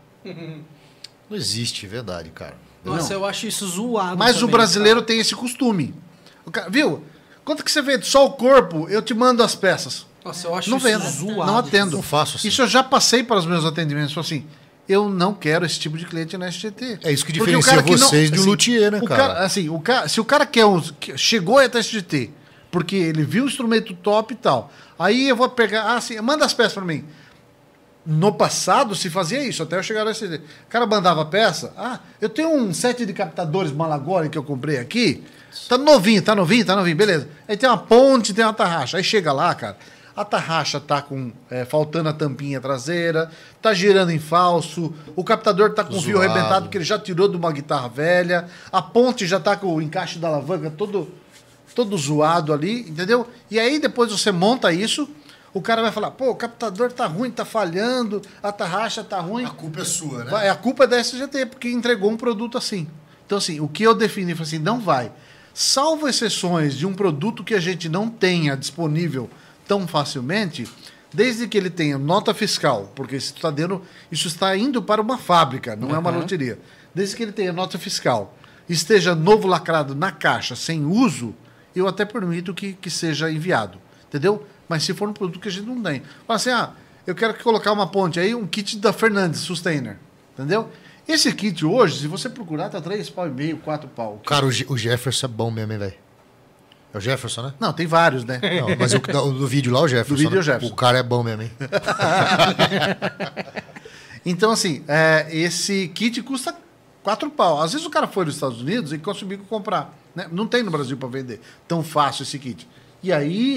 Não existe, verdade, cara. Nossa, eu acho isso zoado. Mas também, o brasileiro tem esse costume. Viu? Quanto que você vende só o corpo, eu te mando as peças. Nossa, eu acho não isso vendo, zoado. não atendo. Não faço assim. Isso eu já passei para os meus atendimentos. Assim, eu não quero esse tipo de cliente na SGT. É isso que diferencia vocês de um luthier, né, cara? Se o cara chegou até a SGT, porque ele viu o instrumento top e tal, aí eu vou pegar, manda as peças para mim. No passado se fazia isso, até eu chegar na SGT. O cara mandava a peça, eu tenho um set de captadores Malagori que eu comprei aqui, tá novinho, beleza. Aí tem uma ponte, tem uma tarraxa. Aí chega lá, cara, a tarraxa tá com faltando a tampinha traseira, tá girando em falso, o captador tá com o fio arrebentado que ele já tirou de uma guitarra velha, a ponte já tá com o encaixe da alavanca todo zoado ali, entendeu? E aí depois você monta isso, o cara vai falar, o captador tá ruim, tá falhando, a tarraxa tá ruim. A culpa é sua, né? A culpa é da SGT, porque entregou um produto assim. Então, assim, o que eu defini foi assim, não vai. Salvo exceções de um produto que a gente não tenha disponível tão facilmente, desde que ele tenha nota fiscal, porque isso está indo para uma fábrica, não é uma loteria. Desde que ele tenha nota fiscal, esteja novo lacrado na caixa, sem uso, eu até permito que seja enviado. Entendeu? Mas se for um produto que a gente não tem. Fala assim, eu quero colocar uma ponte aí, um kit da Fernandes, Sustainer. Entendeu? Esse kit hoje, se você procurar, tá 3,5 pau, 4 pau. Cara, o Jefferson é bom mesmo, hein, velho? É o Jefferson, né? Não, tem vários, né? Não, mas do vídeo lá, o Jefferson. Do vídeo é o né? Jefferson. O cara é bom mesmo, hein? Então, assim, esse kit custa 4 pau. Às vezes o cara foi nos Estados Unidos e conseguiu comprar. Né? Não tem no Brasil para vender tão fácil esse kit. E aí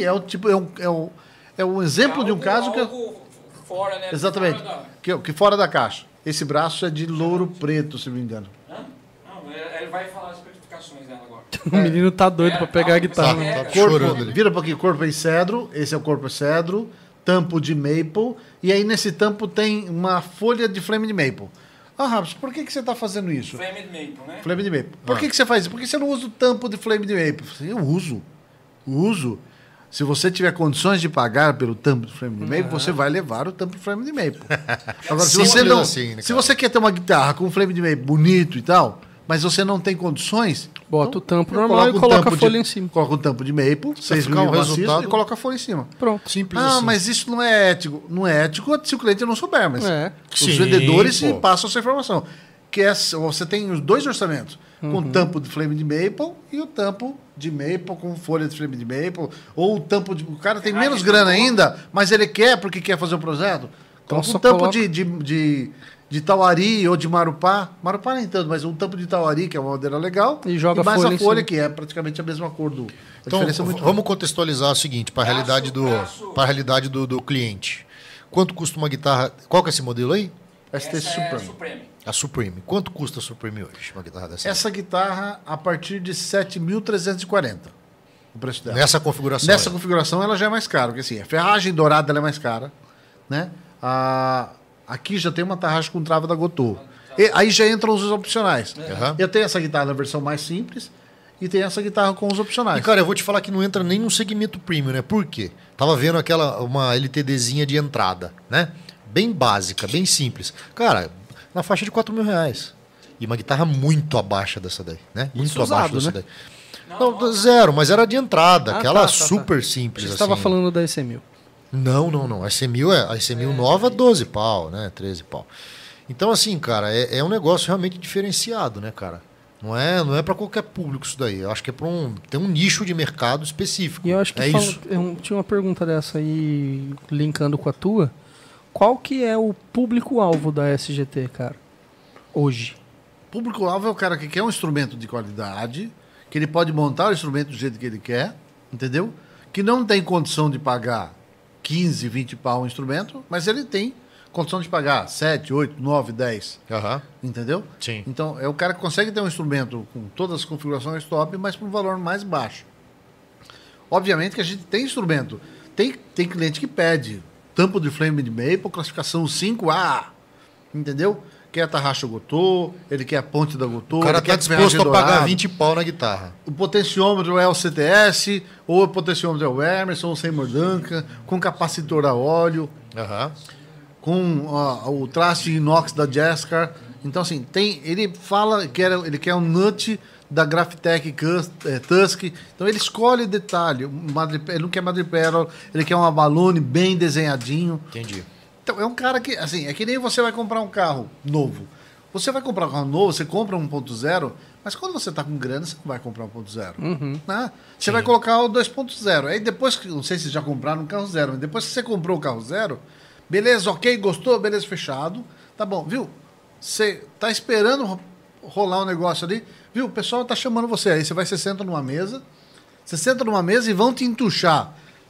é um exemplo de um caso que... Fora, né? Exatamente. Que fora da caixa. Esse braço é de louro preto, se não me engano. Não, ele vai falar as especificações dela agora. O menino tá doido pra pegar a guitarra. Tá chorando ali. Vira um pouquinho, corpo em cedro. Esse é o corpo em cedro. Tampo de maple. E aí nesse tampo tem uma folha de flame de maple. Raps, por que você está fazendo isso? Flame de maple, né? Flame de maple. Por que você faz isso? Por que você não usa o tampo de flame de maple? Eu uso. Se você tiver condições de pagar pelo tampo de flame de maple, você vai levar o tampo de flame de maple. Agora, se você não, assim, né, se você quer ter uma guitarra com flame de maple bonito e tal, mas você não tem condições, bota o tampo normal e coloca a folha em cima. Coloca o tampo de maple, 6 mil resultado e coloca a folha em cima. Pronto. Simples assim. Mas isso não é ético. Não é ético se o cliente não souber, mas os vendedores passam essa informação. Você tem os 2 orçamentos, com o tampo de flame de maple e o tampo de maple com folha de flame de maple, ou o tampo de... O cara tem menos grana ainda, mas ele quer porque quer fazer o projeto. Coloca um tampo de tauari ou de marupá. Marupá nem tanto, mas um tampo de tauari, que é uma madeira legal, e joga mais folha a folha, que é praticamente a mesma cor do... Então, vamos contextualizar o seguinte, para a realidade do cliente. Quanto custa uma guitarra? Qual que é esse modelo aí? ST Supreme. A Supreme. Quanto custa a Supreme hoje, uma guitarra dessa? Essa guitarra, a partir de 7.340. O preço dela. Nessa configuração? Nessa configuração, ela já é mais cara. Porque assim, a ferragem dourada ela é mais cara. Né? Aqui já tem uma tarraxa com trava da Gotô. Aí já entram os opcionais. Eu tenho essa guitarra na versão mais simples e tem essa guitarra com os opcionais. E, cara, eu vou te falar que não entra nem no segmento premium, né? Por quê? Tava vendo uma LTDzinha de entrada, né? Bem básica, bem simples. Cara, na faixa de R$4.000. E uma guitarra muito abaixo dessa daí, né? Muito abaixo dessa daí. Não, zero, mas era de entrada, aquela super simples. Você estava falando da EC1000. Não. A EC1000 nova, 12 pau, né? 13 pau. Então, assim, cara, é um negócio realmente diferenciado, né, cara? Não é para qualquer público isso daí. Eu acho que é tem um nicho de mercado específico. E eu acho que isso. Eu tinha uma pergunta dessa aí, linkando com a tua. Qual que é o público-alvo da SGT, cara, hoje? O público-alvo é o cara que quer um instrumento de qualidade, que ele pode montar o instrumento do jeito que ele quer, entendeu? Que não tem condição de pagar 15, 20 pau um instrumento, mas ele tem condição de pagar 7, 8, 9, 10. Entendeu? Sim. Então, é o cara que consegue ter um instrumento com todas as configurações top, mas por um valor mais baixo. Obviamente que a gente tem instrumento. Tem cliente que pede tampo de flame de maple, classificação 5A. Entendeu? Quer a tarraxa Gotô, ele quer a ponte da Gotô. O cara está disposto a pagar 20 pau na guitarra. O potenciômetro é o CTS, ou o potenciômetro é o Emerson, ou Seymour Duncan, com capacitor a óleo, com o traste inox da Jazzcar. Então, assim, ele fala que ele quer um nut da Graphtec Tusk. Então, ele escolhe detalhe. Ele não quer madrepérola, ele quer uma balone bem desenhadinho. Entendi. Então, é um cara que, assim, é que nem você vai comprar um carro novo. Você vai comprar um carro novo, você compra 1.0, mas quando você está com grana, você não vai comprar 1.0. Né? Você vai colocar o 2.0. Aí depois, não sei se já compraram um carro zero, mas depois que você comprou o carro zero, beleza, ok, gostou, beleza, fechado. Tá bom, viu? Você tá esperando rolar um negócio ali, viu? O pessoal tá chamando você. Aí você senta numa mesa e vão te entuchar.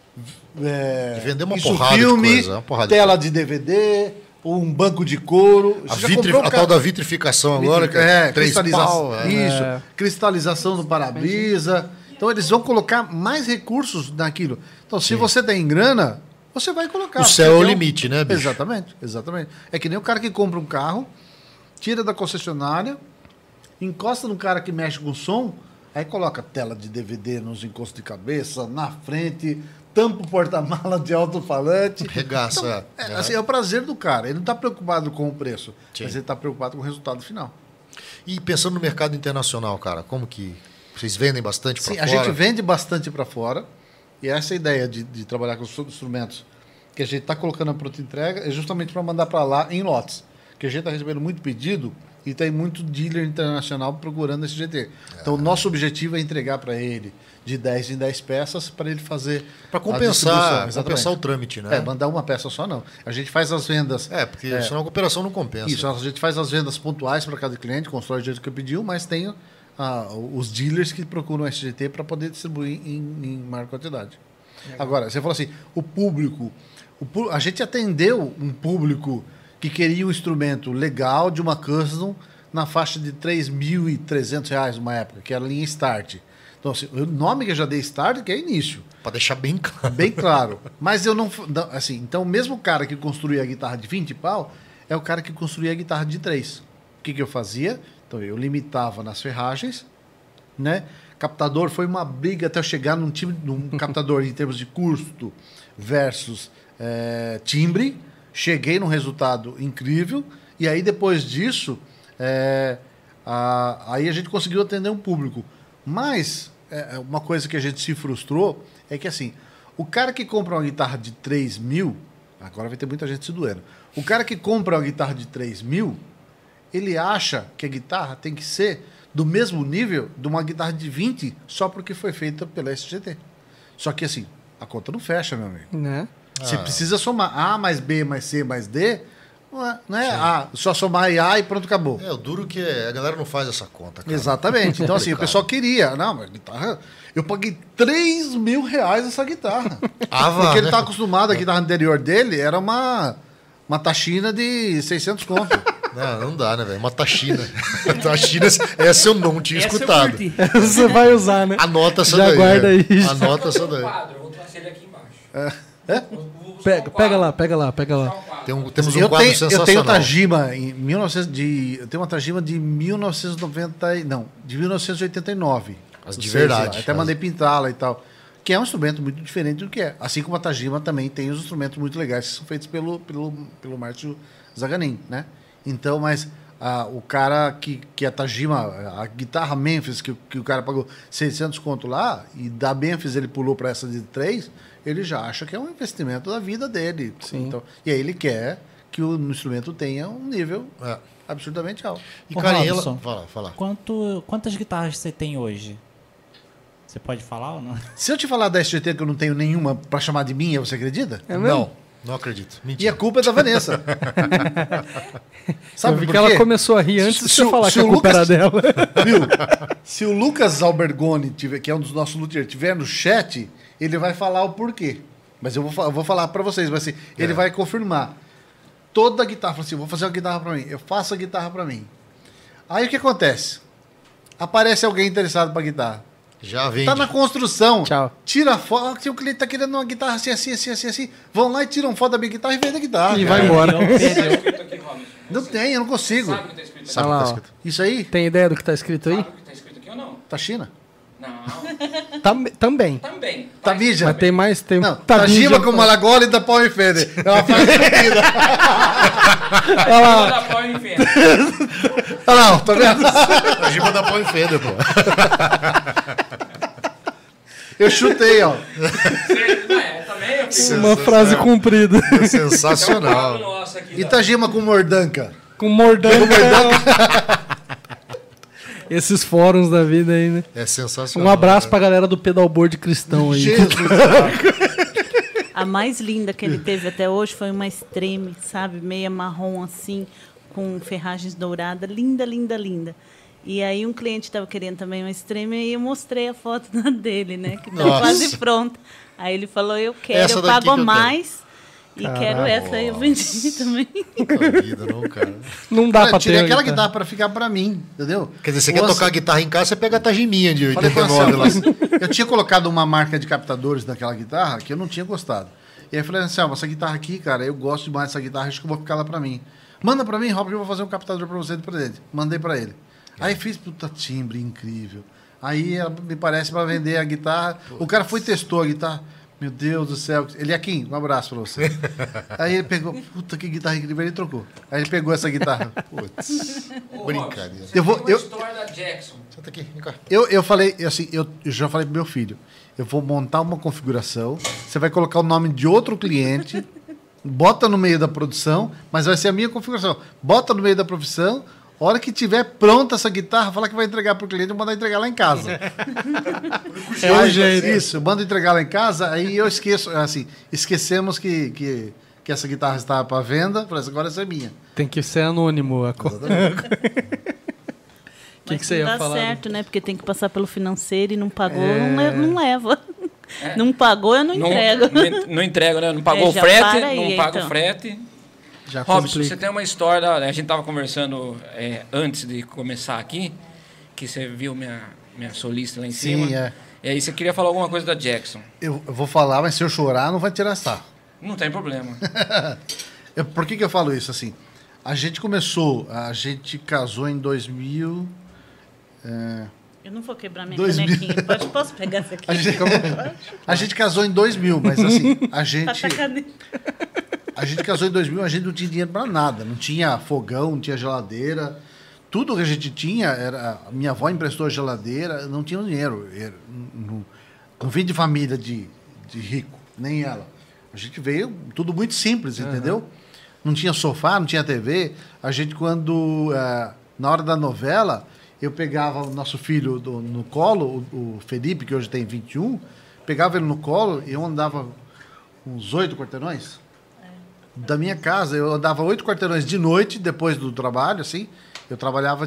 Vender uma porrada filme, de coisa. Uma porrada tela de DVD, um banco de couro. A tal da vitrificação agora, que é cristalização. Cristalização do para-brisa. Então eles vão colocar mais recursos naquilo. Então, se você tem grana, você vai colocar. O céu é o limite, né, bicho? Exatamente. É que nem o cara que compra um carro, tira da concessionária, encosta no cara que mexe com som, aí coloca tela de DVD nos encostos de cabeça, na frente, tampa o porta-mala de alto-falante. Regaça. Então, assim, é o prazer do cara. Ele não está preocupado com o preço, mas ele está preocupado com o resultado final. E pensando no mercado internacional, cara, como que vocês vendem bastante para fora? Sim, a gente vende bastante para fora. E essa ideia de trabalhar com os instrumentos que a gente está colocando na pronta entrega é justamente para mandar para lá em lotes. Que a gente está recebendo muito pedido e tem muito dealer internacional procurando esse GT. Então, o nosso objetivo é entregar para ele de 10 em 10 peças para ele fazer para compensar o trâmite, né? Mandar uma peça só não. A gente faz as vendas... porque senão a cooperação não compensa. Isso, a gente faz as vendas pontuais para cada cliente, constrói o jeito que eu pediu, mas tem os dealers que procuram o SGT para poder distribuir em maior quantidade. Agora, você falou assim, o público... A gente atendeu um público que queria um instrumento legal de uma custom na faixa de R$3.300 numa época, que era a linha Start. Então, assim, o nome que eu já dei Start, que é início. Para deixar bem claro. Bem claro. Mas eu não... Assim, então, o mesmo cara que construía a guitarra de 20 pau é o cara que construía a guitarra de 3. O que eu fazia? Então, eu limitava nas ferragens, né? Captador foi uma briga até eu chegar num captador em termos de custo versus timbre. Cheguei num resultado incrível. E aí, depois disso, aí a gente conseguiu atender um público. Mas, uma coisa que a gente se frustrou é que, assim, o cara que compra uma guitarra de 3 mil, agora vai ter muita gente se doendo. O cara que compra uma guitarra de 3 mil, ele acha que a guitarra tem que ser do mesmo nível de uma guitarra de 20 só porque foi feita pela SGT. Só que, assim, a conta não fecha, meu amigo. Né? Você precisa somar A mais B mais C mais D. Não é só somar A e pronto, acabou. O duro que a galera não faz essa conta, cara. Exatamente. Então, assim, o pessoal queria. Não, mas guitarra... Eu paguei R$3.000 essa guitarra. Porque ele tá acostumado, a guitarra anterior dele era uma tachina de 600 conto. Não dá, né, velho? Uma tachina. Tachina, essa eu não tinha escutado. Você vai usar, né? Anota essa daí. Já guarda isso. Anota essa daí. Eu vou trazer ele aqui embaixo. Pega lá. Temos um quadro sensacional. Eu tenho uma Tajima eu tenho uma Tajima de 1989. As de verdade. Até mandei pintá-la e tal. Que é um instrumento muito diferente do que é. Assim como a Tajima também tem os instrumentos muito legais que são feitos pelo Márcio Zaganin, né? Então, mas o cara que a Tajima, a guitarra Memphis, que o cara pagou 600 conto lá, e da Memphis ele pulou para essa de 3, ele já acha que é um investimento da vida dele. Sim. Então, e aí ele quer que o instrumento tenha um nível absurdamente alto. E, cara, fala. Quantas guitarras você tem hoje? Você pode falar ou não? Se eu te falar da SGT que eu não tenho nenhuma para chamar de minha, você acredita? É mesmo? Não acredito. Mentira. E a culpa é da Vanessa. Sabe por quê? Ela começou a rir antes de você falar que a culpa era dela. Viu? Se o Lucas Albergoni, que é um dos nossos luthiers, estiver no chat, ele vai falar o porquê. Mas eu vou falar pra vocês, mas assim, ele vai confirmar. Toda guitarra, fala assim, vou fazer uma guitarra pra mim. Eu faço a guitarra pra mim. Aí o que acontece? Aparece alguém interessado pra guitarra. Já vende. Tá na construção. Tchau. Tira foto. Se o cliente tá querendo uma guitarra assim. Vão lá e tiram foto da minha guitarra e vendem a guitarra. E vai embora. Não tem, eu não consigo. Sabe o que tá escrito aqui? Sabe o que tá escrito? Isso aí? Tem ideia do que tá escrito aí? Sabe o que tá escrito aqui ou não? Tá China? Não. Também. Também. Tamija? Mas tem mais. Tem Não, Tabija. Tajima com Malagola e da Power Fender. É uma frase repetida. Olha lá. Pau no inferno. Olha lá, tá vendo? A Giba da Põe Feder, pô. Eu chutei, ó. Também eu fiz. Uma frase comprida. Sensacional. Nossa, aqui, Itajima com Mordanca. Com mordanca. Esses fóruns da vida aí, né? É sensacional. Um abraço pra galera do pedalboard cristão aí. Jesus. A mais linda que ele teve até hoje foi uma Extreme, sabe? Meia marrom assim, com ferragens douradas. Linda, linda, linda. E aí um cliente estava querendo também uma Extreme e eu mostrei a foto dele, né? Que tá quase pronta. Aí ele falou, eu quero, Essa eu daqui pago que eu mais. E Caraca. quero essa, aí eu vendi também. Puta vida, não, cara. Não dá pra Tirei ter. aquela guitarra pra ficar pra mim, entendeu? Quer dizer, você quer tocar guitarra em casa, você pega a Tajiminha de Falei com 89 lá. eu tinha colocado uma marca de captadores naquela guitarra que eu não tinha gostado. E aí eu falei assim, essa guitarra aqui, cara, eu gosto demais dessa guitarra, acho que eu vou ficar lá pra mim. Manda pra mim, Robert, eu vou fazer um captador pra você de presente. Mandei pra ele. Aí fiz, puta, timbre incrível. Aí me parece pra vender a guitarra. O cara foi e testou a guitarra. Meu Deus do céu. Ele é Kim, um abraço pra você. Aí ele pegou, puta, que guitarra incrível, ele trocou. Aí ele pegou essa guitarra. Putz. Brincadeira. Eu vou, Tem uma história da Jackson. Senta aqui, vem cá. eu falei, assim, eu já falei pro meu filho, eu vou montar uma configuração, você vai colocar o nome de outro cliente, bota no meio da produção, mas vai ser a minha configuração. Bota no meio da profissão, a hora que tiver pronta essa guitarra, fala que vai entregar pro cliente, eu mando entregar lá em casa. É o jeito. Isso, eu mando entregar lá em casa, aí eu esqueço, assim, esquecemos que essa guitarra estava para venda, falei assim, agora essa é minha. Tem que ser anônimo. O que você ia dá falar? certo, né? Porque tem que passar pelo financeiro e não pagou, não leva. Não pagou, eu não entrego. Não entrego, né? Não pagou o já frete, para aí, não paga então. o frete. Já Robson, você tem uma história, a gente estava conversando antes de começar aqui, que você viu minha solista lá em cima. Sim, é. E aí você queria falar alguma coisa da Jackson. Eu vou falar, mas se eu chorar, não vai tirar sarro. Não tem problema. Por que eu falo isso, assim? A gente casou em 2000... Eu não vou quebrar minha 2000. canequinha. Posso pegar essa aqui? A gente casou em 2000, mas assim, Tá sacanagem. a gente casou em 2000, a gente não tinha dinheiro para nada. Não tinha fogão, não tinha geladeira. Tudo que a gente tinha era... Minha avó emprestou a geladeira, não tinha dinheiro. Não vim de família de rico, nem ela. A gente veio tudo muito simples, entendeu? Não tinha sofá, não tinha TV. A gente, quando... na hora da novela, eu pegava o nosso filho no colo, o Felipe, que hoje tem 21, pegava ele no colo e eu andava uns 8 quarteirões. Da minha casa, eu andava 8 quarteirões de noite, depois do trabalho, assim. Eu trabalhava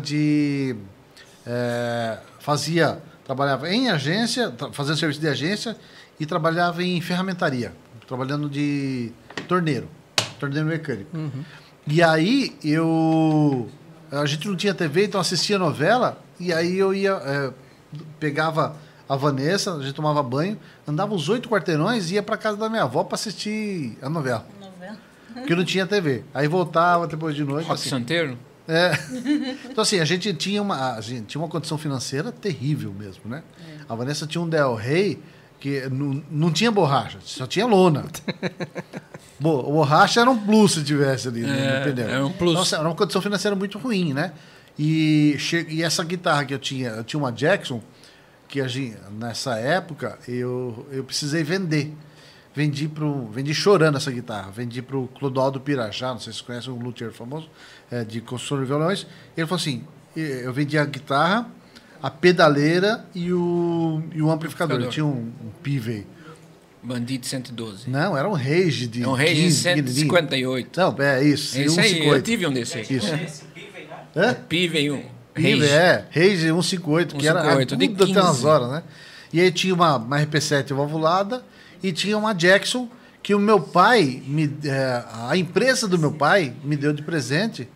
trabalhava em agência, fazendo serviço de agência e trabalhava em ferramentaria, trabalhando de torneiro mecânico. E aí a gente não tinha TV, então assistia novela e aí eu pegava a Vanessa, a gente tomava banho, andava os 8 quarteirões e ia para casa da minha avó para assistir a novela. Porque não tinha TV. Aí voltava depois de noite. Rock assim. Santeiro? Então, assim, a gente tinha uma condição financeira terrível mesmo, né? A Vanessa tinha um Del Rey que não tinha borracha, só tinha lona. Borracha era um plus se tivesse ali no pneu. Era um plus. Então, assim, era uma condição financeira muito ruim, né? E essa guitarra que eu tinha uma Jackson, que nessa época eu precisei vender. Vendi chorando essa guitarra. Vendi para o Clodoaldo Pirajá, não sei se vocês conhecem, um luthier famoso, de construção de violões. Ele falou assim, eu vendi a guitarra, a pedaleira e o amplificador. Eu tinha um Pivey. Bandit 112. Não, era um Rage de É um Rage 15, 158. Não, é isso. É isso aí, eu tive um desse aí. Isso. Pivey 1. Rage. Rage 158, que era de até 15. umas horas, né? E aí tinha uma RP7 valvulada e tinha uma Jackson que o meu pai, a empresa do meu pai me deu de presente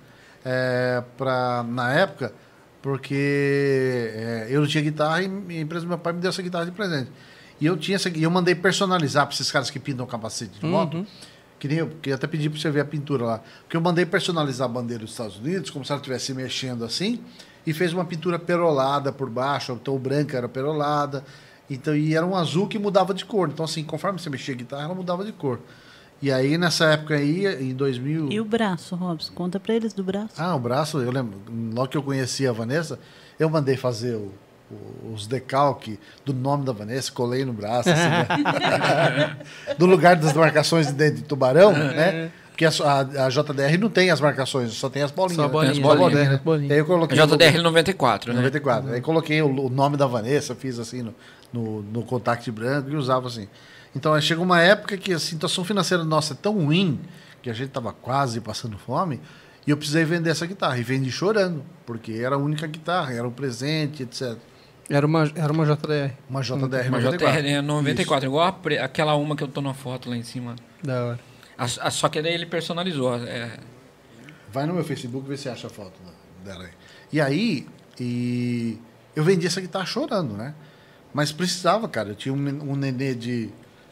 na época, porque eu não tinha guitarra e a empresa do meu pai me deu essa guitarra de presente. E eu mandei personalizar para esses caras que pintam capacete de moto. Que até pedi para você ver a pintura lá. Porque eu mandei personalizar a bandeira dos Estados Unidos, como se ela estivesse mexendo assim, e fez uma pintura perolada por baixo, então o branco era perolada, então, e era um azul que mudava de cor. Então, assim, conforme você mexia a guitarra, ela mudava de cor. E aí, nessa época aí, em 2000... E o braço, Robson? Conta para eles do braço. O braço, eu lembro, logo que eu conheci a Vanessa, eu mandei fazer os decalques do nome da Vanessa, colei no braço, assim, né? Do lugar das marcações de dentro de tubarão, né? Porque a JDR não tem as marcações, só tem as bolinhas. Só bolinhas, as bolinhas, né? Aí eu coloquei a JDR 94, né? 94. Aí coloquei o nome da Vanessa, fiz assim no contact branco e usava assim. Então aí chegou uma época que a situação financeira nossa é tão ruim que a gente estava quase passando fome e eu precisei vender essa guitarra. E vendi chorando, porque era a única guitarra, era um presente, etc. Era uma JDR. Uma JDR 94. Uma JDR 94, igual aquela uma que eu tô na foto lá em cima. Da hora. Só que daí ele personalizou. Vai no meu Facebook ver se acha a foto dela aí. E aí, eu vendi essa guitarra chorando, né? Mas precisava, cara. Eu tinha um nenê de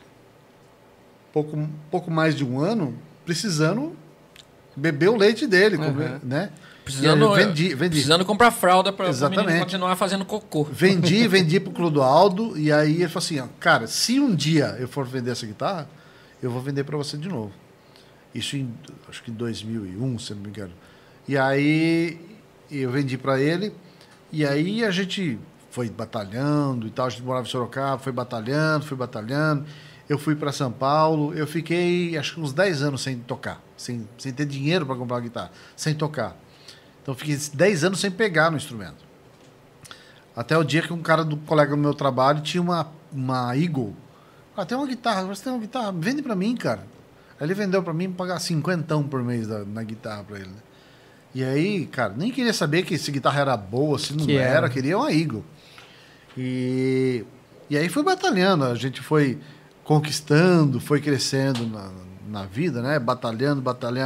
pouco mais de um ano precisando beber o leite dele, né? Precisando comprar fralda para o menino continuar fazendo cocô. Vendi pro Clodoaldo e aí ele falou assim, ó, cara, se um dia eu for vender essa guitarra, eu vou vender para você de novo. Isso acho que em 2001, se não me engano. E aí eu vendi para ele e aí a gente foi batalhando e tal, a gente morava em Sorocaba, foi batalhando. Eu fui para São Paulo, eu fiquei acho que uns 10 anos sem tocar, sem ter dinheiro para comprar uma guitarra, sem tocar. Então, fiquei 10 anos sem pegar no instrumento. Até o dia que um cara do colega do meu trabalho tinha uma Eagle. Tem uma guitarra, você tem uma guitarra, vende para mim, cara. Aí ele vendeu para mim pagar 50 por mês na guitarra para ele. Né? E aí, cara, nem queria saber que se guitarra era boa, se não era, queria uma Eagle. E aí foi batalhando, a gente foi conquistando, foi crescendo na vida, né? Batalhando.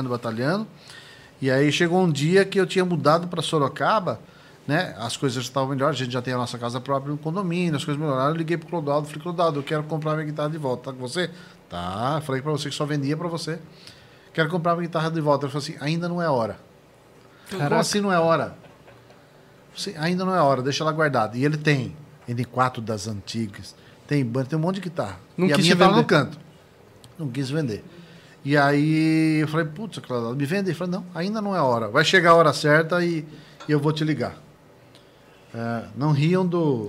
E aí chegou um dia que eu tinha mudado para Sorocaba, né? As coisas estavam melhores, a gente já tem a nossa casa própria no condomínio, as coisas melhoraram. Eu liguei pro Clodoaldo, falei, Clodoaldo, eu quero comprar minha guitarra de volta, tá com você? Tá, falei para você que só vendia para você. Quero comprar minha guitarra de volta. Ele falou assim, ainda não é hora. Como assim não é hora? Assim, ainda não é hora, deixa ela guardada. E ele tem N4 das antigas, tem banda, tem um monte de guitarra. E a minha tava no canto. Não quis vender. E aí eu falei, putz, Clodoaldo, me vende? Ele falou, não, ainda não é a hora. Vai chegar a hora certa e eu vou te ligar. Não riam do...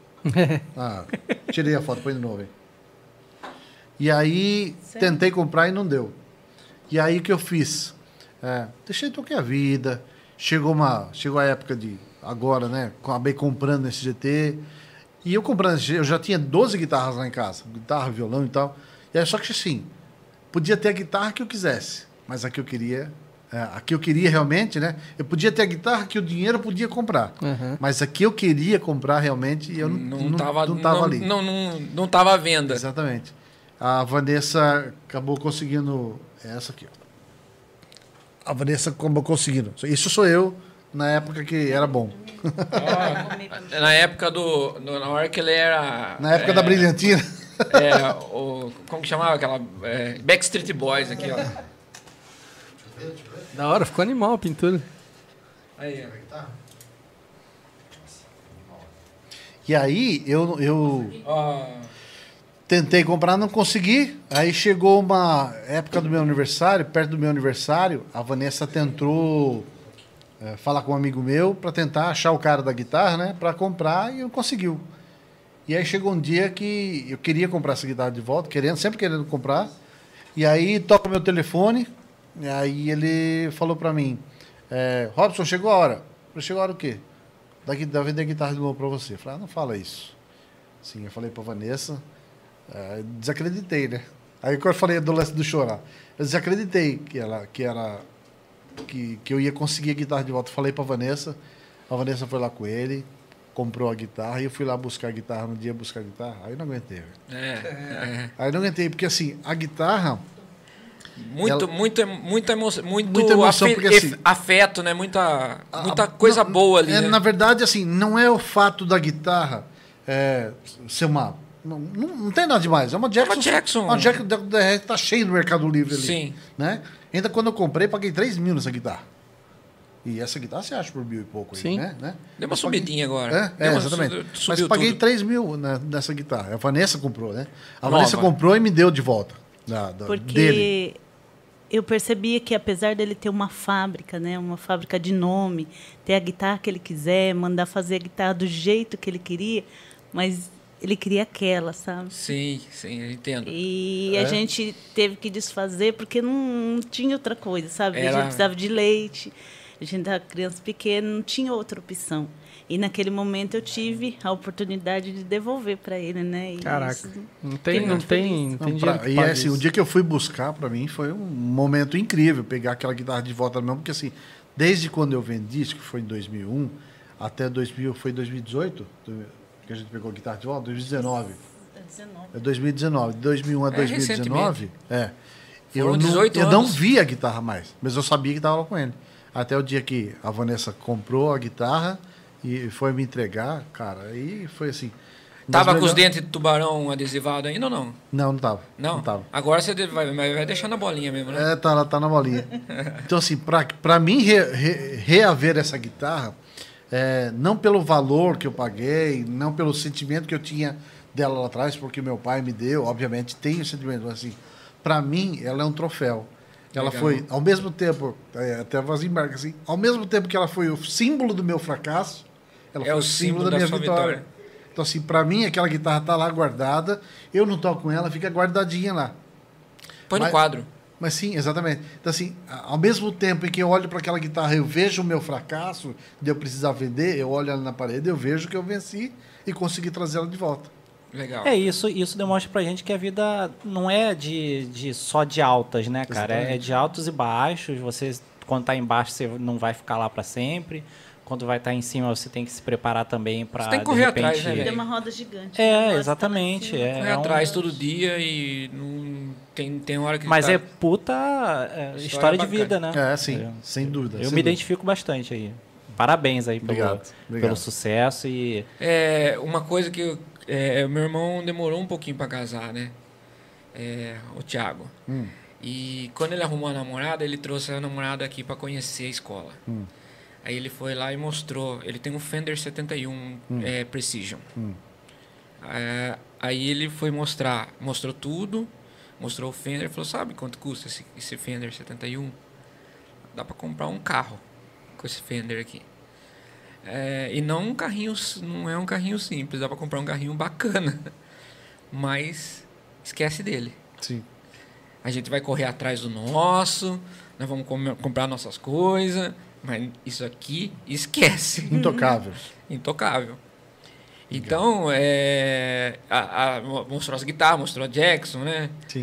tirei a foto, põe de novo aí. E aí tentei comprar e não deu. E aí o que eu fiz? Deixei tocar a vida. Chegou a época de... Agora, né? Acabei comprando esse GT. E eu comprando esse GT, eu já tinha 12 guitarras lá em casa. Guitarra, violão e tal. E aí, só que assim... Podia ter a guitarra que eu quisesse, mas a que eu queria realmente, né? Eu podia ter a guitarra que o dinheiro podia comprar, mas a que eu queria comprar realmente, eu não estava ali. Não estava à venda. Exatamente. A Vanessa acabou conseguindo essa aqui. Ó. A Vanessa acabou conseguindo. Isso sou eu na época que era bom. Na época na hora que ele era... Na época da brilhantina. Como que chamava aquela... Backstreet Boys aqui, ó. Da hora, ficou animal a pintura. Aí, E aí, eu tentei comprar, não consegui. Aí chegou uma época do meu aniversário, perto do meu aniversário, a Vanessa tentou falar com um amigo meu para tentar achar o cara da guitarra, né? Para comprar e não conseguiu. E aí chegou um dia que eu queria comprar essa guitarra de volta, sempre querendo comprar. E aí toca meu telefone, e aí ele falou para mim, Robson, chegou a hora. Eu falei, chegou a hora o quê? Da vender a guitarra de novo para você. Eu falei, não fala isso. Sim, eu falei para Vanessa, desacreditei, né? Aí quando eu falei do lance do chorar, eu desacreditei que eu ia conseguir a guitarra de volta. Eu falei para Vanessa, a Vanessa foi lá com ele, comprou a guitarra e eu fui lá buscar a guitarra no dia buscar a guitarra. Aí eu não aguentei. Aí eu não aguentei, porque assim, a guitarra... Muita emoção, porque, assim, afeto, né? Muita coisa boa ali. Né? Na verdade, assim, não é o fato da guitarra ser uma... Não tem nada demais. É uma Jackson. Uma Jackson tá cheio no Mercado Livre ali. Sim. Né? Ainda quando eu comprei, paguei 3 mil nessa guitarra. E essa guitarra você acha por 1.000 e pouco aí, né? Deu uma subidinha agora. Exatamente. Mas paguei 3 mil nessa guitarra. A Vanessa comprou, né? A Nova. Vanessa comprou e me deu de volta. Porque dele. eu percebia que apesar dele ter uma fábrica, né? Uma fábrica de nome, ter a guitarra que ele quiser, mandar fazer a guitarra do jeito que ele queria, mas ele queria aquela, sabe? Sim, eu entendo. E a gente teve que desfazer porque não tinha outra coisa, sabe? A gente precisava de leite, a gente era criança pequena, não tinha outra opção. E naquele momento eu tive a oportunidade de devolver para ele, né? E caraca, isso, não tem dinheiro que e pague assim, isso. o dia que eu fui buscar, para mim, foi um momento incrível pegar aquela guitarra de volta mesmo, porque assim, desde quando eu vendi, isso que foi em 2001, até 2018, que a gente pegou a guitarra de volta, 2019. É 2019. De 2001 a 2019, eu não vi a guitarra mais, mas eu sabia que estava lá com ele. Até o dia que a Vanessa comprou a guitarra e foi me entregar, cara, aí foi assim... Tava com os dentes de tubarão adesivado ainda ou não? Não tava. Não tava. Agora você vai deixar na bolinha mesmo, né? Tá na bolinha. Então, assim, pra mim reaver essa guitarra, não pelo valor que eu paguei, não pelo sentimento que eu tinha dela lá atrás, porque meu pai me deu, obviamente tem o sentimento, mas assim, pra mim, ela é um troféu. Ela Legal. foi, ao mesmo tempo, até a voz embarca assim, ao mesmo tempo que ela foi o símbolo do meu fracasso, ela foi o símbolo da minha vitória. Então, assim, pra mim, aquela guitarra tá lá guardada, eu não toco com ela, fica guardadinha lá. Põe no quadro. Mas sim, exatamente. Então, assim, ao mesmo tempo em que eu olho para aquela guitarra, eu vejo o meu fracasso de eu precisar vender, eu olho ela na parede, eu vejo que eu venci e consegui trazer ela de volta. Legal. Isso demonstra pra gente que a vida não é só de altas, né, cara? É de altos e baixos. Você, quando tá embaixo, você não vai ficar lá para sempre. Quando vai estar em cima, você tem que se preparar também para... Você tem que correr atrás, né, é uma roda gigante. Né? Exatamente. Correr atrás todo dia e não tem hora que... Mas é puta história de vida, né? Sim, sem dúvida. Eu me identifico bastante aí. Parabéns aí pelo sucesso e... Uma coisa que meu irmão demorou um pouquinho para casar, né? O Thiago. E quando ele arrumou a namorada, ele trouxe a namorada aqui para conhecer a escola. Aí ele foi lá e mostrou. Ele tem um Fender 71 Precision. Aí ele foi mostrou tudo, mostrou o Fender e falou: sabe quanto custa esse Fender 71? Dá para comprar um carro com esse Fender aqui. E não é um carrinho simples, dá para comprar um carrinho bacana. Mas esquece dele. Sim. A gente vai correr atrás do nosso, nós vamos comprar nossas coisas. Mas isso aqui, esquece. Intocável. Intocável. Então, mostrou as guitarras, mostrou a Jackson, né? Sim.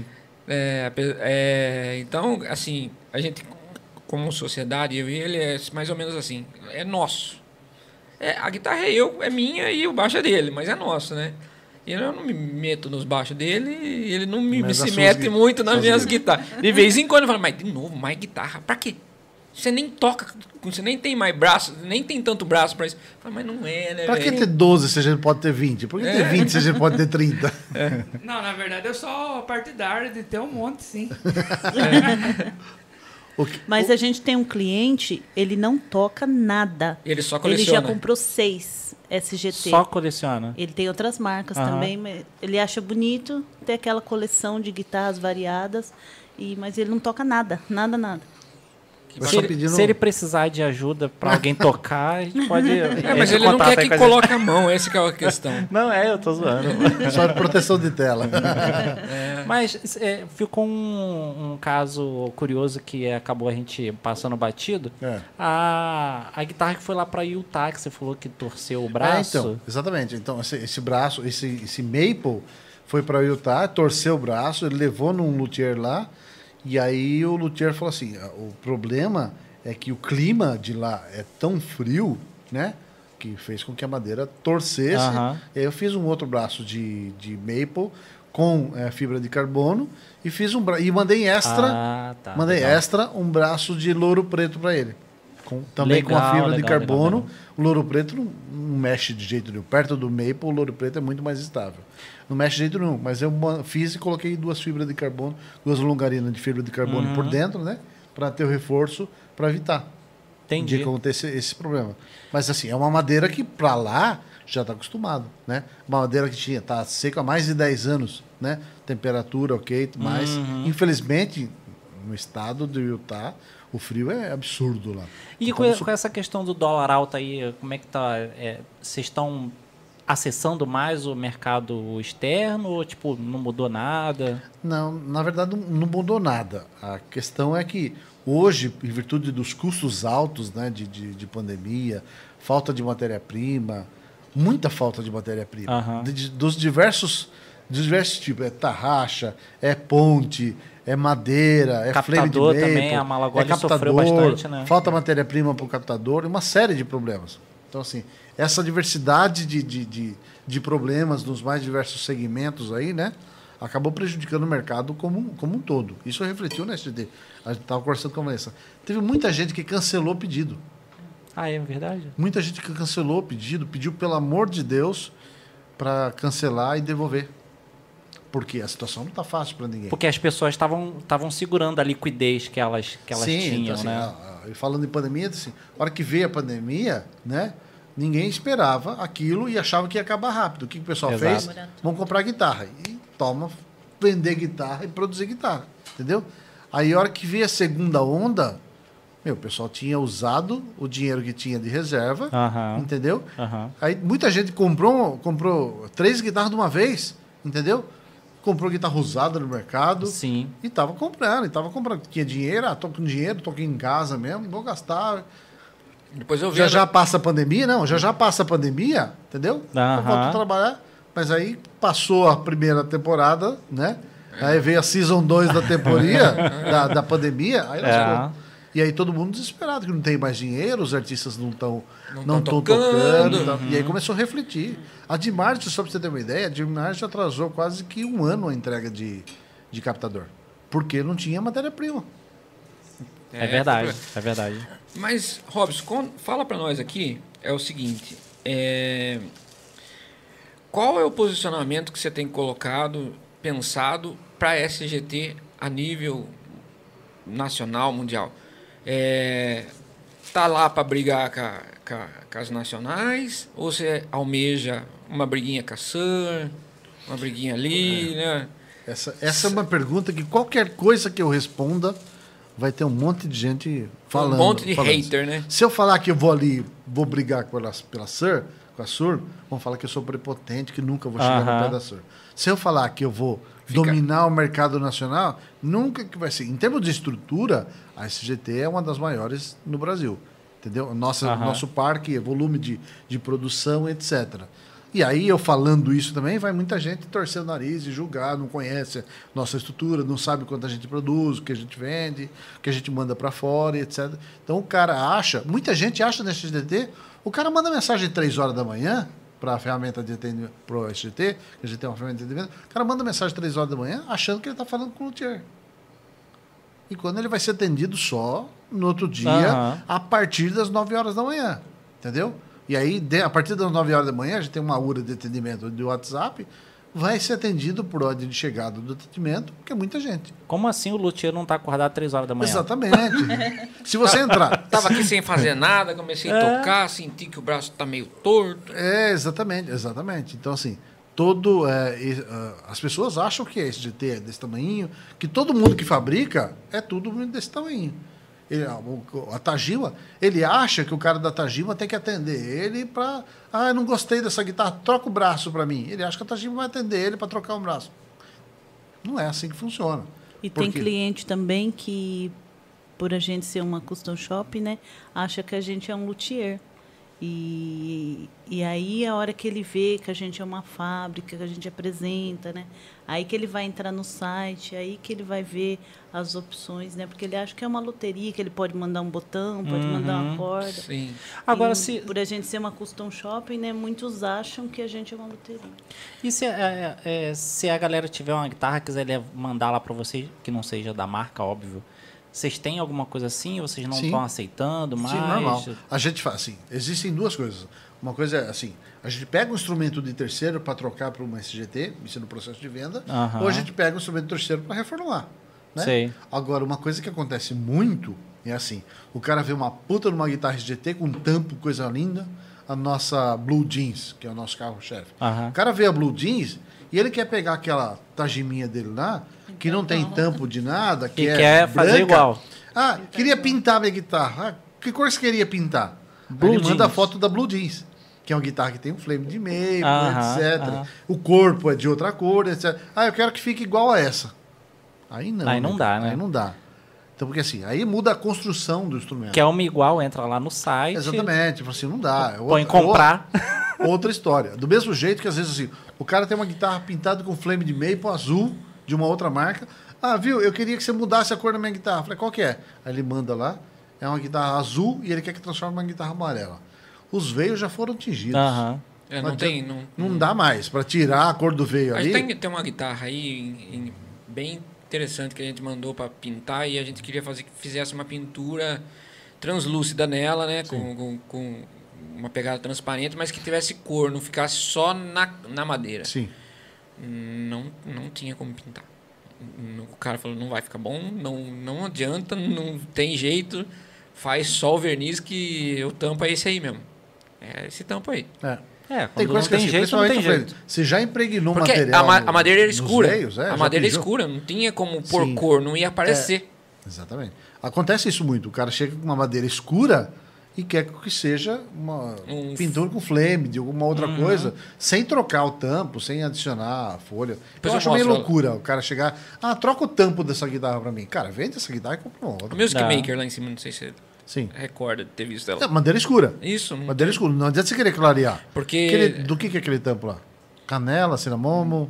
Então, assim, a gente, como sociedade, eu e ele, é mais ou menos assim, é nosso. A guitarra é minha e o baixo é dele, mas é nosso, né? E eu não me meto nos baixos dele e ele não se mete muito nas minhas guitarras. De vez em quando eu falo: mas de novo, mais guitarra, pra quê? Você nem toca, você nem tem mais braço, nem tem tanto braço pra isso. Mas não é, né? Pra que ter 12 se a gente pode ter 20? Por que ter 20 se a gente pode ter 30? Não, na verdade eu sou partidário de ter um monte, sim. Mas a gente tem um cliente, ele não toca nada. Ele só coleciona. Ele já comprou 6 SGT. Só coleciona. Ele tem outras marcas também, mas ele acha bonito ter aquela coleção de guitarras variadas, mas ele não toca nada. Se ele precisar de ajuda para alguém tocar, a gente pode... mas ele não quer que coloque a mão, essa que é a questão. Não, eu tô zoando. Só de proteção de tela. Mas ficou um caso curioso que acabou a gente passando batido. A guitarra que foi lá para Utah, que você falou que torceu o braço. Então, exatamente. Então, esse braço, esse Maple foi para Utah, torceu o braço, ele levou num luthier lá. E aí o luthier falou assim: o problema é que o clima de lá é tão frio, né? que fez com que a madeira torcesse. E aí eu fiz um outro braço de maple com fibra de carbono e fiz e mandei extra, extra um braço de louro preto para ele. Também com a fibra de carbono. O louro preto não mexe de jeito nenhum. Perto do maple, o louro preto é muito mais estável. Não mexe de jeito nenhum, mas eu fiz e coloquei 2 fibras de carbono, 2 longarinas de fibra de carbono por dentro, né? Para ter o reforço, para evitar de acontecer esse problema. Mas assim, é uma madeira que para lá já está acostumado, né? Uma madeira que está seca há mais de 10 anos, né? Temperatura ok, mas infelizmente no estado do Utah o frio é absurdo lá. E então, com essa questão do dólar alto aí, como é que tá? Vocês estão acessando mais o mercado externo ou tipo não mudou nada? Não, na verdade não mudou nada. A questão é que hoje, em virtude dos custos altos, né, de pandemia, falta de matéria-prima, muita falta de matéria-prima, dos diversos tipos, é tarraxa, é ponte, é madeira, é flame de maple, também, a Malagoli sofreu bastante, né? Falta matéria-prima para o captador, uma série de problemas. Então, assim, essa diversidade de problemas nos mais diversos segmentos aí, né, acabou prejudicando o mercado como um todo. Isso refletiu na SGT. A gente estava conversando com a Vanessa. Teve muita gente que cancelou o pedido. Ah, é verdade? Muita gente que cancelou o pedido, pediu, pelo amor de Deus, para cancelar e devolver. Porque a situação não está fácil para ninguém. Porque as pessoas estavam segurando a liquidez que elas tinham, então, assim, né? Falando em pandemia, assim, na hora que veio a pandemia, né, ninguém esperava aquilo e achava que ia acabar rápido. O que o pessoal fez? Vamos comprar guitarra. E vender guitarra e produzir guitarra. Entendeu? Aí, a hora que veio a segunda onda, o pessoal tinha usado o dinheiro que tinha de reserva, entendeu? Aí, muita gente comprou 3 guitarras de uma vez, entendeu? Comprou guitarra usada no mercado. Sim. E estava comprando. Tinha dinheiro, tô com dinheiro, tô aqui em casa mesmo, vou gastar. Depois eu já passa a pandemia, não? Já passa a pandemia, entendeu? Eu volto a trabalhar. Mas aí passou a primeira temporada, né? Aí veio a Season 2 da temporada, da pandemia, aí lascou. E aí todo mundo desesperado, que não tem mais dinheiro, os artistas não estão tocando. E aí começou a refletir. A Dimartins, só para você ter uma ideia, a Dimartins atrasou quase que 1 ano a entrega de captador. Porque não tinha matéria-prima. É verdade, é verdade. Mas, Robson, fala para nós aqui, é o seguinte, qual é o posicionamento que você tem pensado para a SGT a nível nacional, mundial? Tá lá para brigar com as nacionais? Ou você almeja uma briguinha com a Sur, uma briguinha ali, né? Essa é uma pergunta que qualquer coisa que eu responda vai ter um monte de gente falando. Um monte de hater, né? Se eu falar que eu vou brigar pela Sur, com a Sur, vão falar que eu sou prepotente, que nunca vou chegar no pé da Sur. Se eu falar que eu vou dominar o mercado nacional, nunca que vai ser. Em termos de estrutura, a SGT é uma das maiores no Brasil. Entendeu? Nosso parque, volume de produção, etc. E aí, eu falando isso também, vai muita gente torcer o nariz e julgar, não conhece nossa estrutura, não sabe quanto a gente produz, o que a gente vende, o que a gente manda para fora, etc. Então, o cara acha, muita gente acha na SGT, o cara manda mensagem 3 horas da manhã para a ferramenta de atendimento, para o SGT, que a gente tem uma ferramenta de atendimento, o cara manda mensagem 3 horas da manhã achando que ele está falando com o luthier. E quando ele vai ser atendido só no outro dia, a partir das 9 horas da manhã. Entendeu? E aí, a partir das 9 horas da manhã, a gente tem uma hora de atendimento de WhatsApp, vai ser atendido por ordem de chegada do atendimento, porque é muita gente. Como assim o luthier não está acordado 3 horas da manhã? Exatamente. Se você entrar... Estava aqui sem fazer nada, comecei a tocar, senti que o braço está meio torto. Exatamente. Então, assim, as pessoas acham que a SGT é desse tamanho, que todo mundo que fabrica é tudo desse tamanho. A Tajima, ele acha que o cara da Tajima tem que atender ele para... eu não gostei dessa guitarra, troca o braço para mim. Ele acha que a Tajima vai atender ele para trocar um braço. Não é assim que funciona. E tem cliente também que, por a gente ser uma custom shop, né, acha que a gente é um luthier. E aí, a hora que ele vê que a gente é uma fábrica, que a gente apresenta, né? Aí que ele vai entrar no site, aí que ele vai ver as opções, né? Porque ele acha que é uma loteria, que ele pode mandar um botão, pode mandar uma corda. Sim. Agora, por a gente ser uma custom shopping, né? Muitos acham que a gente é uma loteria. E se a galera tiver uma guitarra, quiser mandar lá para vocês, que não seja da marca, óbvio, vocês têm alguma coisa assim? Ou vocês não estão aceitando mais? Sim, normal. A gente faz assim, existem duas coisas. Uma coisa é assim, a gente pega um instrumento de terceiro para trocar para uma SGT, isso no processo de venda, ou a gente pega um instrumento de terceiro para reformular. Né? Sei. Agora, uma coisa que acontece muito é assim, o cara vê uma puta numa guitarra SGT com um tampo, coisa linda, a nossa Blue Jeans, que é o nosso carro-chefe. O cara vê a Blue Jeans e ele quer pegar aquela tajiminha dele lá, que não tem tampo de nada, que quer branca. fazer igual. Ah, queria pintar minha guitarra. Ah, que cor você queria pintar? Blue ele manda a Jeans. foto da Blue Jeans, que é uma guitarra que tem um flame de meio, etc. O corpo é de outra cor, etc. Ah, eu quero que fique igual a essa. Aí não. Aí não dá, né? Aí não dá. Então, porque assim, aí muda a construção do instrumento. Quer uma igual, entra lá no site. Exatamente. Assim, não dá. Põe comprar. Outra história. Do mesmo jeito que às vezes assim, o cara tem uma guitarra pintada com flame de maple azul de uma outra marca. Ah, viu? Eu queria que você mudasse a cor da minha guitarra. Eu falei, qual que é? Aí ele manda lá. É uma guitarra azul e ele quer que transforme numa guitarra amarela. Os veios já foram tingidos. Não dá mais para tirar a cor do veio ali. Tem uma guitarra aí bem interessante que a gente mandou para pintar e a gente queria que fizesse uma pintura translúcida nela, né? Com uma pegada transparente, mas que tivesse cor, não ficasse só na madeira. Sim. Não tinha como pintar. O cara falou, não vai ficar bom, não adianta, não tem jeito, faz só o verniz que o tampo é esse aí mesmo. É esse tampo aí. Tem coisa que tem assim, jeito, não tem jeito. Você já impregnou porque material. A madeira era escura. Veios, a madeira era escura, não tinha como pôr cor, não ia aparecer. Exatamente. Acontece isso muito. O cara chega com uma madeira escura e quer que seja uma pintura com flame, de alguma outra coisa, sem trocar o tampo, sem adicionar a folha. Depois eu acho meio loucura o cara chegar, troca o tampo dessa guitarra pra mim. Cara, vende essa guitarra e compra uma outra. A Music Maker lá em cima, não sei se você recorda de ter visto ela. Madeira escura. Isso. Madeira escura. Não adianta você querer clarear. Porque... Do que é aquele tampo lá? Canela, cinamomo?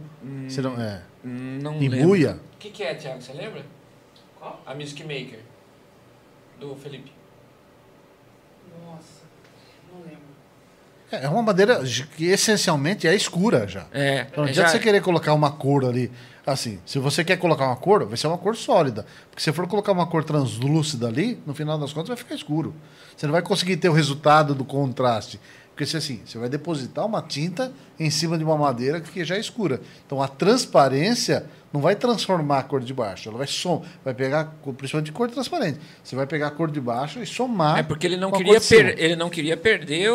Não Imbuia? lembro. O que é, Thiago? Você lembra? Qual? A Music Maker. Do Felipe. Nossa, não lembro. É uma madeira que essencialmente é escura já. Então não adianta você querer colocar uma cor ali. Assim, se você quer colocar uma cor, vai ser uma cor sólida. Porque se for colocar uma cor translúcida ali, no final das contas vai ficar escuro. Você não vai conseguir ter o resultado do contraste. Porque se assim, você vai depositar uma tinta em cima de uma madeira que já é escura. Então a transparência não vai transformar a cor de baixo. Ela vai pegar, principalmente cor transparente. Você vai pegar a cor de baixo e somar. É porque ele não queria perder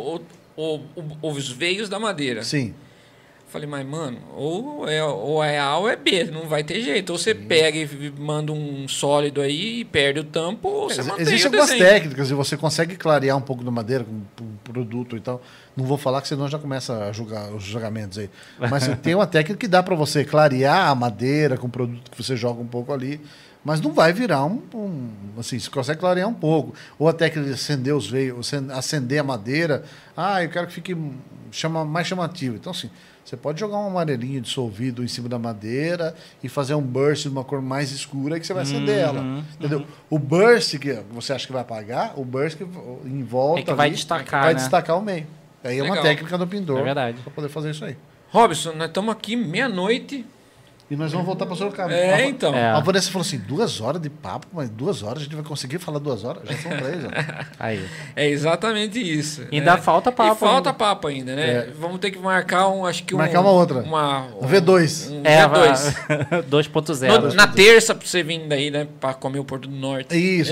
os veios da madeira. Sim. Falei, mas mano, ou é A ou é B, não vai ter jeito. Ou você pega e manda um sólido aí e perde o tampo, ou você mantém Existem o algumas desenho. técnicas e você consegue clarear um pouco da madeira com um produto e tal. Não vou falar que senão já começa a julgar os julgamentos aí. Mas tem uma técnica que dá para você clarear a madeira com o produto que você joga um pouco ali. Mas não vai virar assim, você consegue clarear um pouco. Ou a técnica de acender os veios, acender a madeira. Eu quero que fique mais chamativo. Então, assim, você pode jogar um amarelinho dissolvido em cima da madeira e fazer um burst de uma cor mais escura que você vai acender ela. Entendeu? O burst que você acha que vai apagar, o burst que em volta que vai destacar, vai né? destacar o meio. Aí é uma técnica do pintor para poder fazer isso aí. Robson, nós estamos aqui meia-noite. E nós vamos voltar para Sorocaba. Então. A Vanessa falou assim, 2 horas de papo, mas 2 horas, a gente vai conseguir falar 2 horas? Já são 3. Aí. É exatamente isso. Ainda falta papo. E falta papo ainda, né? Vamos ter que marcar marcar uma outra. V2. V2. 2.0. Na terça, para você vir daí, né? Para comer o Porto do Norte. Isso.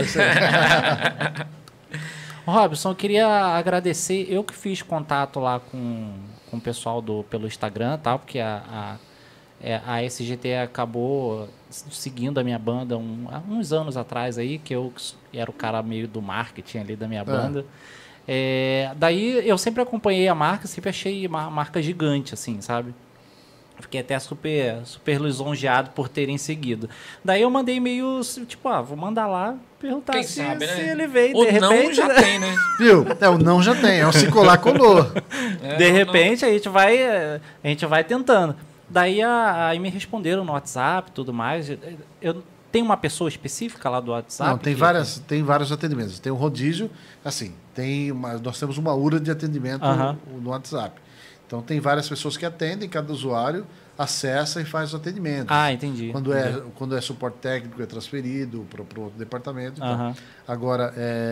Robson, eu queria agradecer. Eu que fiz contato lá com o pessoal pelo Instagram, tá? Porque a SGT acabou seguindo a minha banda há uns anos atrás aí, que eu era o cara meio do marketing ali da minha banda. Daí eu sempre acompanhei a marca, sempre achei uma marca gigante, assim, sabe? Fiquei até super lisonjeado por terem seguido. Daí eu mandei e-mail, tipo, vou mandar lá, perguntar Quem se sabe, né? ele veio. Ou de não repente, já tem, né? Viu? O não já tem. É o se colar, colou. De repente, a gente vai tentando. Daí aí me responderam no WhatsApp e tudo mais. Eu tenho uma pessoa específica lá do WhatsApp? Não, tem vários atendimentos. Tem um rodízio, assim, nós temos uma URA de atendimento no WhatsApp. Então tem várias pessoas que atendem, cada usuário acessa e faz o atendimento. Entendi. Quando é suporte técnico, é transferido para o outro departamento. Então. Agora,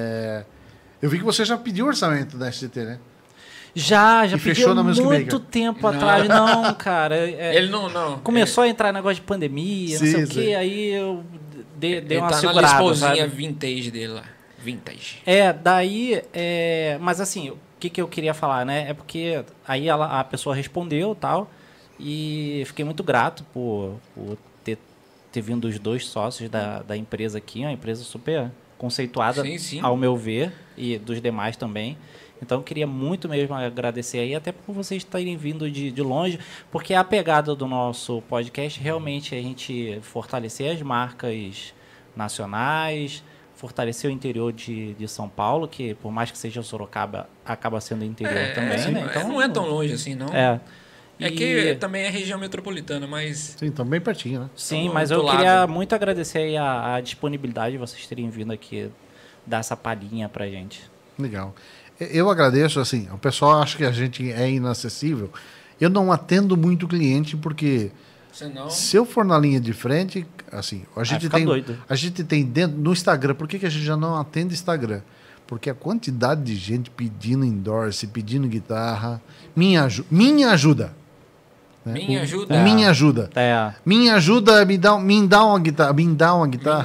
eu vi que você já pediu orçamento da SGT, né? Já pedi há muito tempo atrás. Não, cara. Ele não. Começou a entrar negócio de pandemia, não sei o quê, aí eu dei uma segurada. Tá na lisbozinha vintage dele lá. Vintage. Daí... mas assim, o que eu queria falar, né? É porque aí a pessoa respondeu e tal, e fiquei muito grato por ter vindo os 2 sócios da empresa aqui, uma empresa super conceituada, sim. Ao meu ver, e dos demais também. Então, eu queria muito mesmo agradecer aí, até por vocês terem vindo de longe, porque a pegada do nosso podcast realmente é a gente fortalecer as marcas nacionais, fortalecer o interior de São Paulo, que por mais que seja Sorocaba, acaba sendo interior também, né? Então, não é tão longe assim, não. É que também é região metropolitana, mas... Sim, também pertinho, né? Sim, mas eu queria muito agradecer aí a disponibilidade de vocês terem vindo aqui dar essa palhinha pra gente. Legal. Eu agradeço, assim, o pessoal acha que a gente é inacessível. Eu não atendo muito cliente porque se eu for na linha de frente, assim, a gente tem dentro no Instagram. Por que a gente já não atende Instagram? Porque a quantidade de gente pedindo endorse, pedindo guitarra, minha ajuda. Né? Minha ajuda. Minha ajuda. Minha ajuda me dá uma guitarra. Me dá uma guitarra.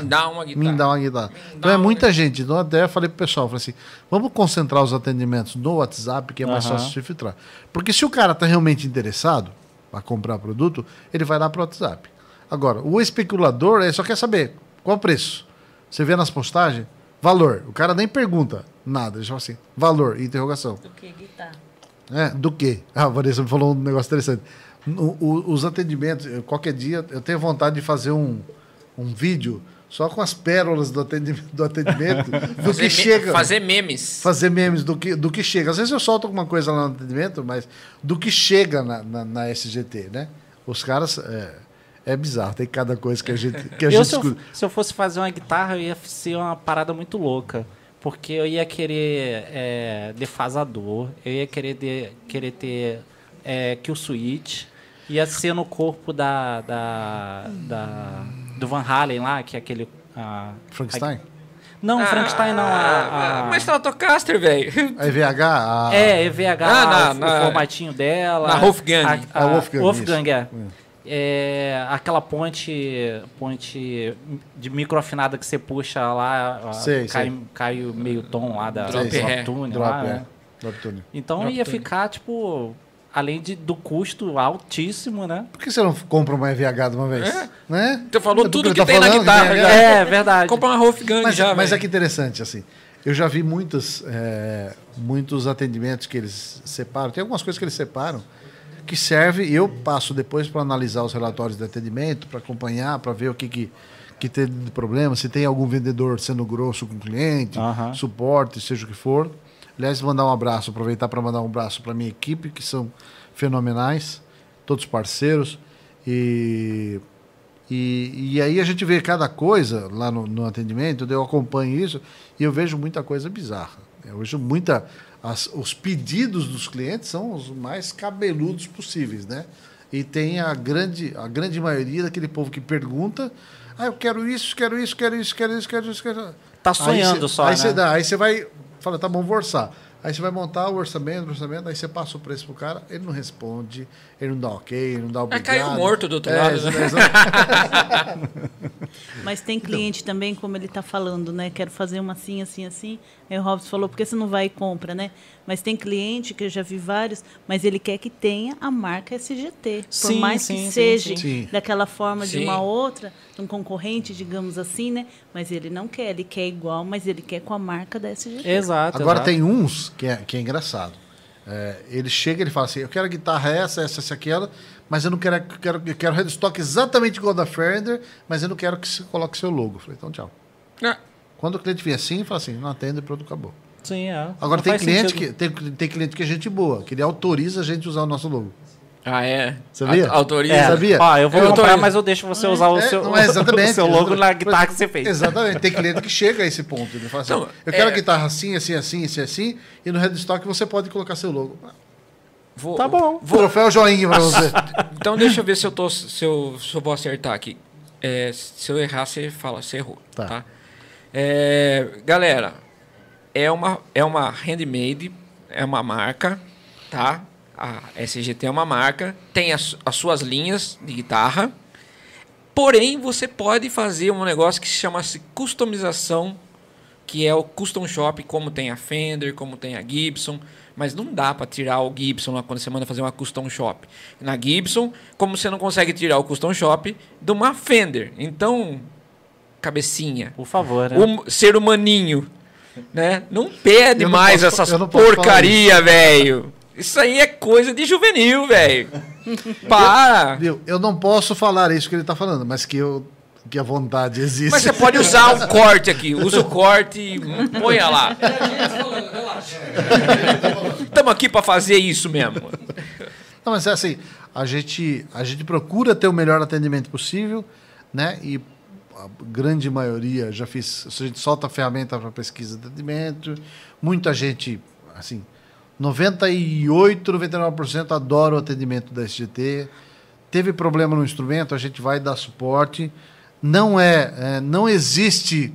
Então é muita gente. Então até falei pro pessoal, falei assim, vamos concentrar os atendimentos no WhatsApp, que é mais fácil de filtrar. Porque se o cara tá realmente interessado para comprar produto, ele vai lá pro WhatsApp. Agora, o especulador só quer saber qual o preço. Você vê nas postagens, valor. O cara nem pergunta nada. Ele fala assim, valor, interrogação. Do que guitarra? Do que? A Vanessa me falou um negócio interessante. Os atendimentos, qualquer dia, eu tenho vontade de fazer um vídeo só com as pérolas do atendimento do que chega. Fazer memes. Fazer memes do que chega. Às vezes eu solto alguma coisa lá no atendimento, mas do que chega na SGT, né? Os caras... É bizarro, tem cada coisa que a gente escuta. Se eu fosse fazer uma guitarra, eu ia ser uma parada muito louca. Porque eu ia querer defasador, eu ia querer ter kill switch, ia ser no corpo do Van Halen lá, que é aquele... Frankenstein? Não, Frankenstein não. Mas Stratocaster, velho. A EVH? EVH, o formatinho dela. Na Wolfgang. A Wolfgang, aquela ponte de microafinada que você puxa lá, cai o meio tom lá da Drop Tune. Então ia ficar, tipo, além do custo altíssimo, né? Por que você não compra uma EVH de uma vez? Né? Você falou tudo que tem na guitarra. É verdade. Compra uma Wolfgang já, mas é que interessante, assim. Eu já vi muitos atendimentos que eles separam. Tem algumas coisas que eles separam que serve, e eu passo depois para analisar os relatórios de atendimento, para acompanhar, para ver o que tem de problema, se tem algum vendedor sendo grosso com o cliente, suporte, seja o que for. Aliás, aproveitar para mandar um abraço para a minha equipe, que são fenomenais, todos parceiros. E aí a gente vê cada coisa lá no atendimento, eu acompanho isso e eu vejo muita coisa bizarra. Eu vejo os pedidos dos clientes são os mais cabeludos possíveis, né? E tem a grande maioria daquele povo que pergunta, eu quero isso. Tá sonhando só, né? Aí você vai, fala, tá bom, vou orçar. Aí você vai montar o orçamento, aí você passa o preço pro cara, ele não responde, ele não dá ok, ele não dá obrigado. Caiu morto do outro lado. Mas tem cliente também, como ele está falando, né? Quero fazer uma assim. Aí o Robson falou, por que você não vai e compra, né? Mas tem cliente, que eu já vi vários, mas ele quer que tenha a marca SGT. Por mais que seja daquela forma de uma outra, de um concorrente, digamos assim, né? Mas ele não quer, ele quer igual, mas ele quer com a marca da SGT. Exato. Agora tem uns que é engraçado. Ele chega e ele fala assim, eu quero a guitarra essa, aquela, mas eu não quero headstock exatamente igual da Fender, mas eu não quero que você coloque seu logo. Eu falei, então tchau. Quando o cliente vem assim, fala assim, não atende, pronto, acabou. Sim, Agora tem cliente que é gente boa, que ele autoriza a gente usar o nosso logo. Ah, é? Sabia? Autoriza? Sabia? Eu vou comprar, mas eu deixo você usar o seu logo na guitarra que você fez. Exatamente. Tem cliente que chega a esse ponto. Ele fala assim, eu quero a guitarra assim, e no headstock você pode colocar seu logo. Tá bom. Troféu joinha pra você. Então deixa eu ver se eu vou acertar aqui. Se eu errar, você fala, você errou. Tá? Galera, é uma handmade, é uma marca, tá? A SGT é uma marca, tem as suas linhas de guitarra, porém você pode fazer um negócio que se chama-se customização, que é o custom shop, como tem a Fender, como tem a Gibson, mas não dá para tirar o Gibson lá quando você manda fazer uma custom shop. Na Gibson, como você não consegue tirar o custom shop de uma Fender. Então, cabecinha, por favor, né? Ser humaninho, né? Não pede mais essas porcaria, velho. Isso aí é coisa de juvenil, velho. Para! Eu não posso falar isso que ele está falando, mas que a vontade existe. Mas você pode usar o corte aqui. Usa o corte e ponha lá. Estamos aqui para fazer isso mesmo. Não, mas é assim, a gente procura ter o melhor atendimento possível, né? E a grande maioria a gente solta a ferramenta para pesquisa de atendimento. Muita gente, assim, 98, 99% adora o atendimento da SGT. Teve problema no instrumento, a gente vai dar suporte. Não existe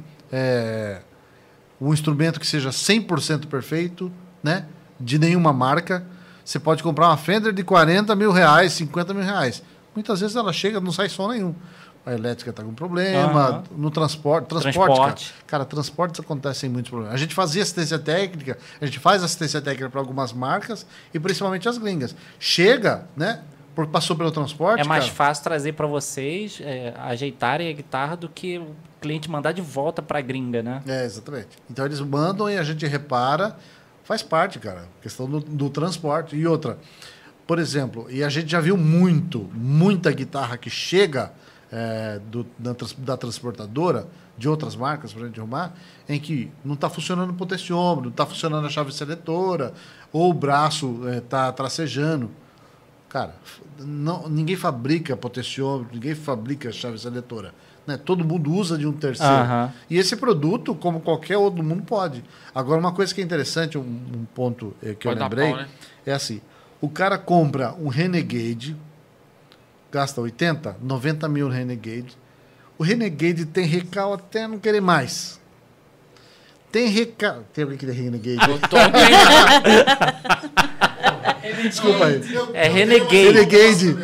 um instrumento que seja 100% perfeito, né? De nenhuma marca. Você pode comprar uma Fender de 40 mil reais, 50 mil reais. Muitas vezes ela chega, não sai som nenhum. A elétrica está com problema, no transporte. Cara, transportes acontecem muitos problemas. A gente fazia assistência técnica, a gente faz assistência técnica para algumas marcas e principalmente as gringas. Chega, né? Porque passou pelo transporte. É mais fácil trazer para vocês ajeitarem a guitarra do que o cliente mandar de volta para a gringa, né? Exatamente. Então eles mandam e a gente repara, faz parte, cara. Questão do transporte. E outra, por exemplo, e a gente já viu muita guitarra que chega da transportadora, de outras marcas, para a gente arrumar, em que não está funcionando o potenciômetro, não está funcionando a chave seletora, ou o braço está tracejando. Cara, ninguém fabrica potenciômetro, ninguém fabrica chave seletora. Né? Todo mundo usa de um terceiro. E esse produto, como qualquer outro mundo, pode. Agora, uma coisa que é interessante, um ponto que eu lembrei, é assim, o cara compra um Renegade, gasta 80, 90 mil no Renegade. O Renegade tem recal até não querer mais. Tem recal... Tem alguém que tem Renegade? Desculpa aí. É Renegade.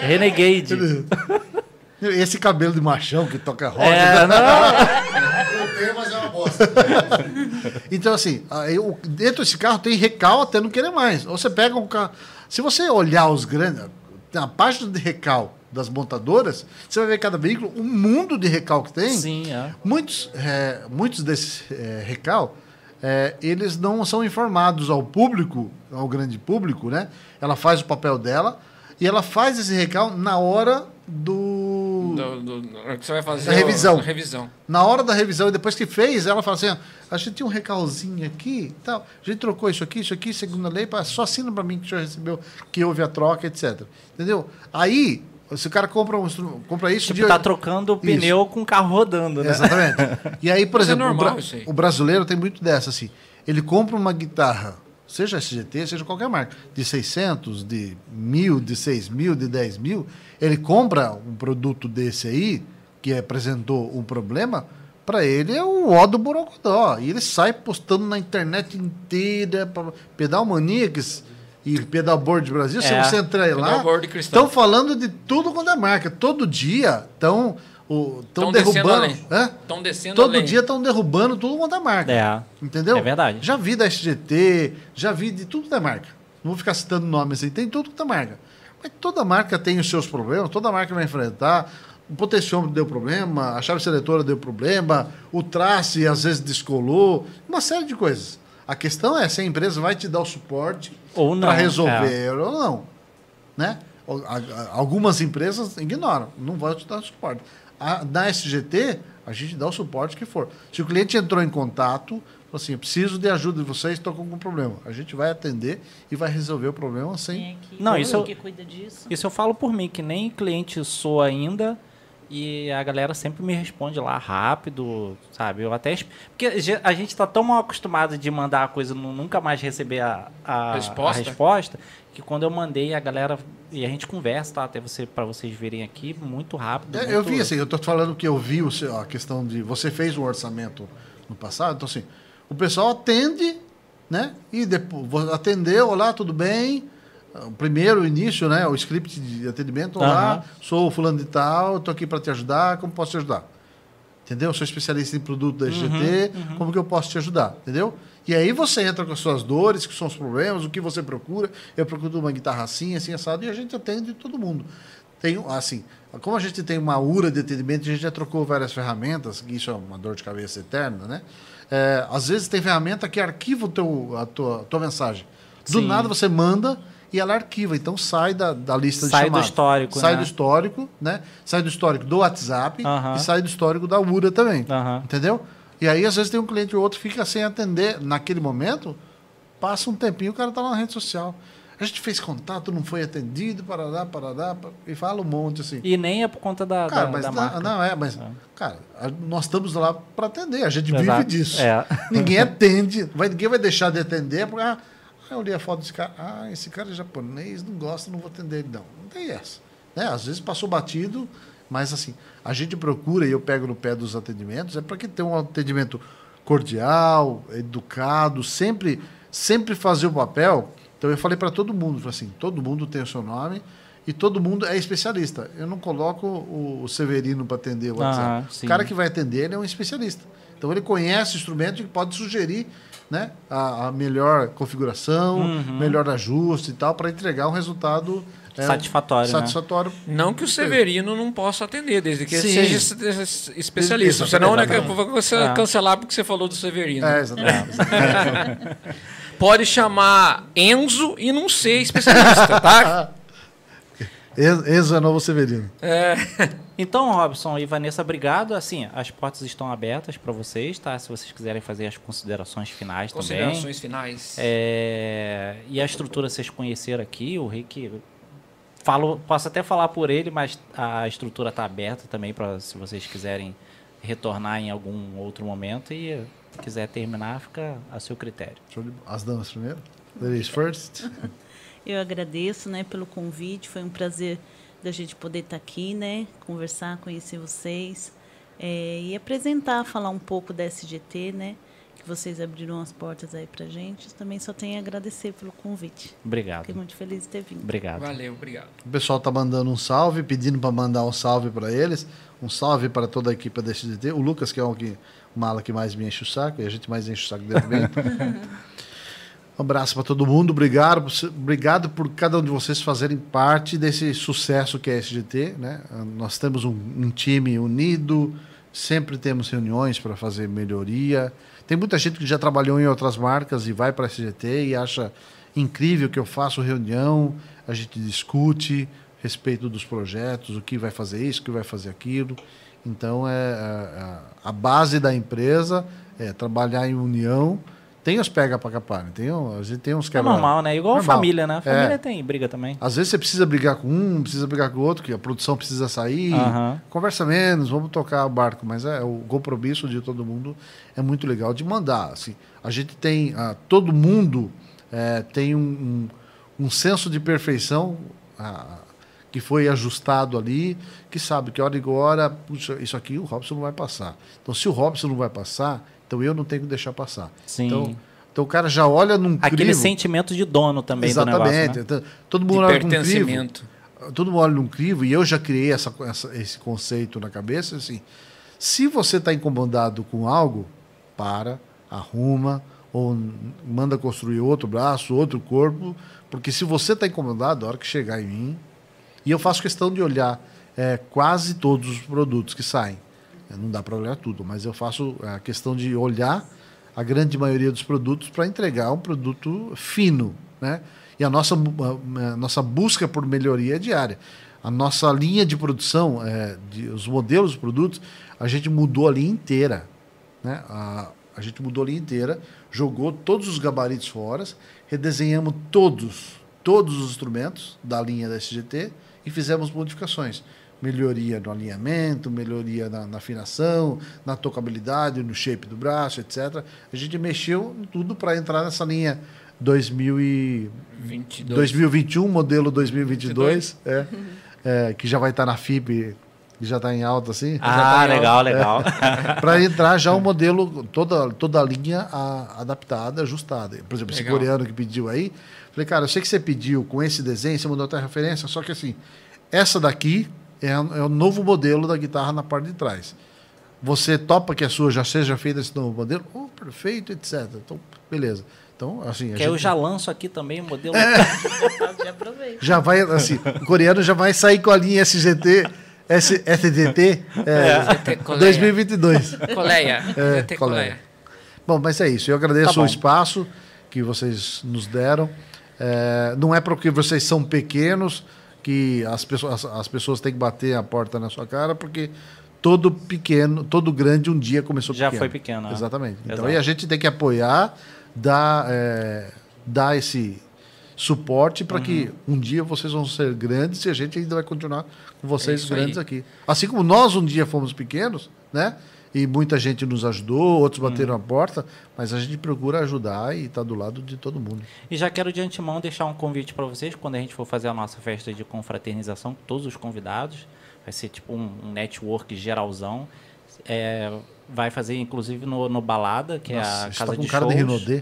Esse cabelo de machão que toca rock. Eu tenho, mas é uma bosta. Então, assim, dentro desse carro tem recal até não querer mais. Ou você pega um carro... Se você olhar os grandes... Na página de recal das montadoras, você vai ver cada veículo, um mundo de recal que tem. Sim, Muitos desses recal, eles não são informados ao público, ao grande público, né? Ela faz o papel dela e ela faz esse recal na hora que você vai fazer da revisão. A revisão. Na hora da revisão, e depois que fez, ela fala assim, a gente tinha um recalzinho aqui, tal, a gente trocou isso aqui, segundo a lei, só assina para mim que o senhor recebeu, que houve a troca, etc. Entendeu? Aí, se o cara compra isso... Tipo, tá trocando o pneu com o carro rodando, né? Exatamente. E aí, por exemplo, normal, o brasileiro tem muito dessa, assim, ele compra uma guitarra, seja SGT, seja qualquer marca, de 600, de 1.000, de 6.000, de 10.000, ele compra um produto desse aí, que apresentou um problema, para ele é o ó do Borogodó. E ele sai postando na internet inteira, Pedal Maníacos e Pedalboard Brasil, se você entrar lá, estão falando de tudo quanto é marca. Todo dia estão derrubando. Estão descendo todo dia estão derrubando tudo quanto é marca. Entendeu? É verdade. Já vi da SGT, já vi de tudo da marca. Não vou ficar citando nomes assim, tem tudo que é marca. Mas toda marca tem os seus problemas, toda marca vai enfrentar. O potenciômetro deu problema, a chave seletora deu problema, o trace às vezes descolou, uma série de coisas. A questão é se a empresa vai te dar o suporte para resolver ou não. Né? Algumas empresas ignoram, não vão te dar suporte. Na SGT, a gente dá o suporte que for. Se o cliente entrou em contato, assim, eu preciso de ajuda de vocês, estou com algum problema. A gente vai atender e vai resolver o problema sem... Não, isso eu falo por mim, que nem cliente sou ainda, e a galera sempre me responde lá rápido, sabe? Eu até... Porque a gente está tão mal acostumado de mandar a coisa, nunca mais receber a resposta, que quando eu mandei, a galera... E a gente conversa, tá? Até para vocês verem aqui, muito rápido. Eu vi, assim, eu estou falando que eu vi a questão de... Você fez um orçamento no passado, então assim, o pessoal atende, né? E depois atendeu, olá, tudo bem? Primeiro, o início, né? O script de atendimento, olá, sou o fulano de tal, estou aqui para te ajudar, como posso te ajudar? Entendeu? Sou especialista em produto da SGT, como que eu posso te ajudar? Entendeu? E aí você entra com as suas dores, que são os problemas, o que você procura. Eu procuro uma guitarra assim, assado, e a gente atende todo mundo. Tem, assim, como a gente tem uma URA de atendimento, a gente já trocou várias ferramentas, isso é uma dor de cabeça eterna, né? Às vezes tem ferramenta que arquiva a tua mensagem. Do nada você manda e ela arquiva. Então sai da lista de chamadas. Sai do histórico, sai do histórico, né? Sai do histórico do WhatsApp e sai do histórico da URA também. Entendeu? E aí, às vezes, tem um cliente ou outro que fica sem atender. Naquele momento, passa um tempinho, o cara está na rede social. A gente fez contato, não foi atendido, parará, e fala um monte assim. E nem é por conta da marca. Cara, nós estamos lá para atender, a gente vive disso. Ninguém atende, ninguém vai deixar de atender, porque eu olhei a foto desse cara, esse cara é japonês, não gosta, não vou atender ele, não. Não tem essa. Né? Às vezes passou batido, mas assim, a gente procura, e eu pego no pé dos atendimentos, para que tenha um atendimento cordial, educado, sempre fazer o papel. Então eu falei para todo mundo, assim, todo mundo tem o seu nome e todo mundo é especialista. Eu não coloco o Severino para atender o WhatsApp. O cara que vai atender, ele é um especialista. Então ele conhece o instrumento e pode sugerir, né, a melhor configuração, melhor ajuste e tal, para entregar um resultado satisfatório. Né? Não que o Severino não possa atender, desde que ele seja especialista. Senão você vai cancelar porque você falou do Severino. Exatamente. Pode chamar Enzo e não ser especialista, tá? Enzo é novo Severino. Então, Robson e Vanessa, obrigado. Assim, as portas estão abertas para vocês, tá? Se vocês quiserem fazer as considerações finais também. Considerações finais. E a estrutura vocês conheceram aqui, o Rick... Posso até falar por ele, mas a estrutura está aberta também para se vocês quiserem retornar em algum outro momento e quiser terminar, fica a seu critério. As damas primeiro? Ladies first. Eu agradeço, né, pelo convite, foi um prazer da gente poder estar aqui, né, conversar, conhecer vocês e apresentar, falar um pouco da SGT, né, que vocês abriram as portas aí pra gente. Também só tenho a agradecer pelo convite. Obrigado. Fiquei muito feliz de ter vindo. Obrigado. Valeu, obrigado. O pessoal tá mandando um salve, pedindo para mandar um salve para eles. Um salve para toda a equipe da SGT. O Lucas, que é o mala que mais me enche o saco, e a gente mais enche o saco dele também. Um abraço para todo mundo. Obrigado por cada um de vocês fazerem parte desse sucesso que é a SGT, né? Nós temos um time unido, sempre temos reuniões para fazer melhoria. Tem muita gente que já trabalhou em outras marcas e vai para a SGT e acha incrível que eu faço reunião, a gente discute a respeito dos projetos, o que vai fazer isso, o que vai fazer aquilo. Então, a base da empresa é trabalhar em união. Tem os pega para capar, a gente tem uns quebra... É normal, né? Igual normal. A família, né? A família tem briga também. Às vezes você precisa brigar com um, precisa brigar com o outro, que a produção precisa sair. Conversa menos, vamos tocar o barco. Mas o compromisso de todo mundo é muito legal de mandar. Assim, a gente tem... todo mundo tem um senso de perfeição que foi ajustado ali, que sabe que hora e hora, puxa, isso aqui o Robson não vai passar. Então, se o Robson não vai passar... Então eu não tenho que deixar passar. Sim. Então o cara já olha num crivo. Aquele sentimento de dono também. Exatamente. Do negócio, né? Todo mundo olha num crivo. Todo mundo olha num crivo, e eu já criei esse conceito na cabeça, assim, se você está incomodado com algo, arruma, ou manda construir outro braço, outro corpo, porque se você está incomodado, a hora que chegar em mim, e eu faço questão de olhar quase todos os produtos que saem. Não dá para olhar tudo, mas eu faço a questão de olhar a grande maioria dos produtos para entregar um produto fino, né? E a nossa busca por melhoria é diária. A nossa linha de produção, os modelos dos produtos, a gente mudou a linha inteira, né? A gente mudou a linha inteira, jogou todos os gabaritos fora, redesenhamos todos os instrumentos da linha da SGT e fizemos modificações. Melhoria no alinhamento, melhoria na afinação, na tocabilidade, no shape do braço, etc. A gente mexeu em tudo para entrar nessa linha 2021, modelo 2022, que já vai estar na FIP, que já está em alta assim. Legal. Para entrar já um modelo, toda a linha adaptada, ajustada. Por exemplo, esse coreano que pediu aí, falei, cara, eu sei que você pediu com esse desenho, você mudou até a referência, só que assim, essa daqui é o novo modelo da guitarra na parte de trás. Você topa que a sua já seja feita esse novo modelo? Oh, perfeito, etc. Então, beleza. Então, assim, eu já lanço aqui também o modelo. Já aproveita. Já vai, assim, o coreano já vai sair com a linha SGT, SDT 2022. Coleia. Bom, mas é isso. Eu agradeço o espaço que vocês nos deram. Não é porque vocês são pequenos que as pessoas têm que bater a porta na sua cara, porque todo grande um dia começou pequeno. Já foi pequeno. Exatamente. Então, aí a gente tem que apoiar, dar esse suporte para que um dia vocês vão ser grandes e a gente ainda vai continuar com vocês grandes aqui. Assim como nós um dia fomos pequenos, né? E muita gente nos ajudou, outros bateram a porta, mas a gente procura ajudar e está do lado de todo mundo. E já quero de antemão deixar um convite para vocês, quando a gente for fazer a nossa festa de confraternização, com todos os convidados, vai ser tipo um network geralzão, vai fazer inclusive no Balada, que é a casa de shows. Cara de Rinodê.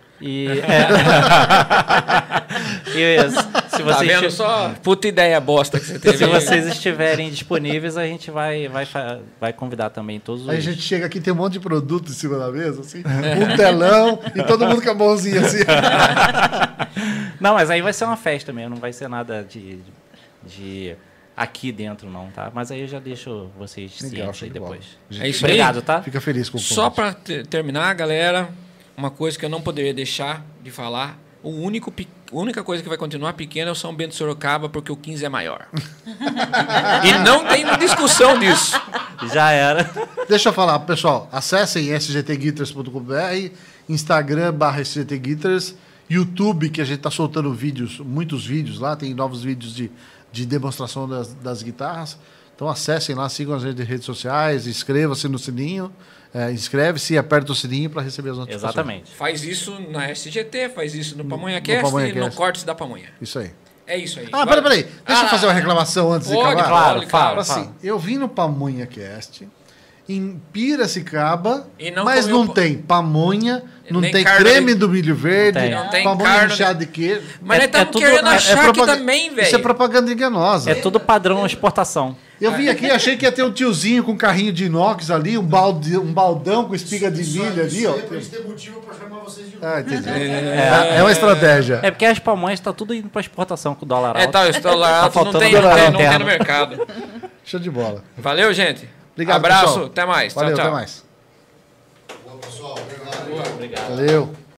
Se vocês tá vendo só? Puta ideia bosta que você teve. Se vocês estiverem disponíveis, a gente vai convidar também todos os... Aí a gente chega aqui, tem um monte de produto em cima da mesa, assim, um telão e todo mundo com a mãozinha assim. Não, mas aí vai ser uma festa mesmo, não vai ser nada de aqui dentro não, tá? Mas aí eu já deixo vocês cientes aí depois. É isso. Obrigado, aí. Tá? Fica feliz com o convite. Só para terminar, galera, uma coisa que eu não poderia deixar de falar, a única coisa que vai continuar pequena é o São Bento de Sorocaba, porque o 15 é maior. E não tem discussão disso. Já era. Deixa eu falar, pessoal, acessem sgtguitars.com.br, Instagram /sgtguitars, YouTube, que a gente está soltando muitos vídeos lá, tem novos vídeos de demonstração das guitarras. Então acessem lá, sigam as redes sociais, inscreva-se no sininho. Inscreve-se e aperta o sininho para receber as notificações. Exatamente. Faz isso na SGT, faz isso no PamonhaCast e no Cortes da Pamonha. Isso aí. É isso aí. Peraí. Deixa eu fazer uma reclamação antes de acabar. Claro, fala. Assim, eu vim no PamonhaCast em Piracicaba, não mas não tem pamonha, não tem creme do milho verde, não tem pamonha recheada de queijo. Mas nós estamos querendo achar aqui também, velho. Isso é propaganda enganosa. É tudo padrão exportação. Eu vim aqui, achei que ia ter um tiozinho com um carrinho de inox ali, um baldão com espiga de milho ali, ó. Pra gente ter motivo pra chamar vocês de novo. Entendi. É uma estratégia. É porque as pamonhas tá tudo indo pra exportação com o dólar alto. O dólar alto não tem no mercado. Show de bola. Valeu, gente. Obrigado, abraço, pessoal. até mais. Valeu, tchau. até mais. Bom, pessoal, Obrigado. Valeu.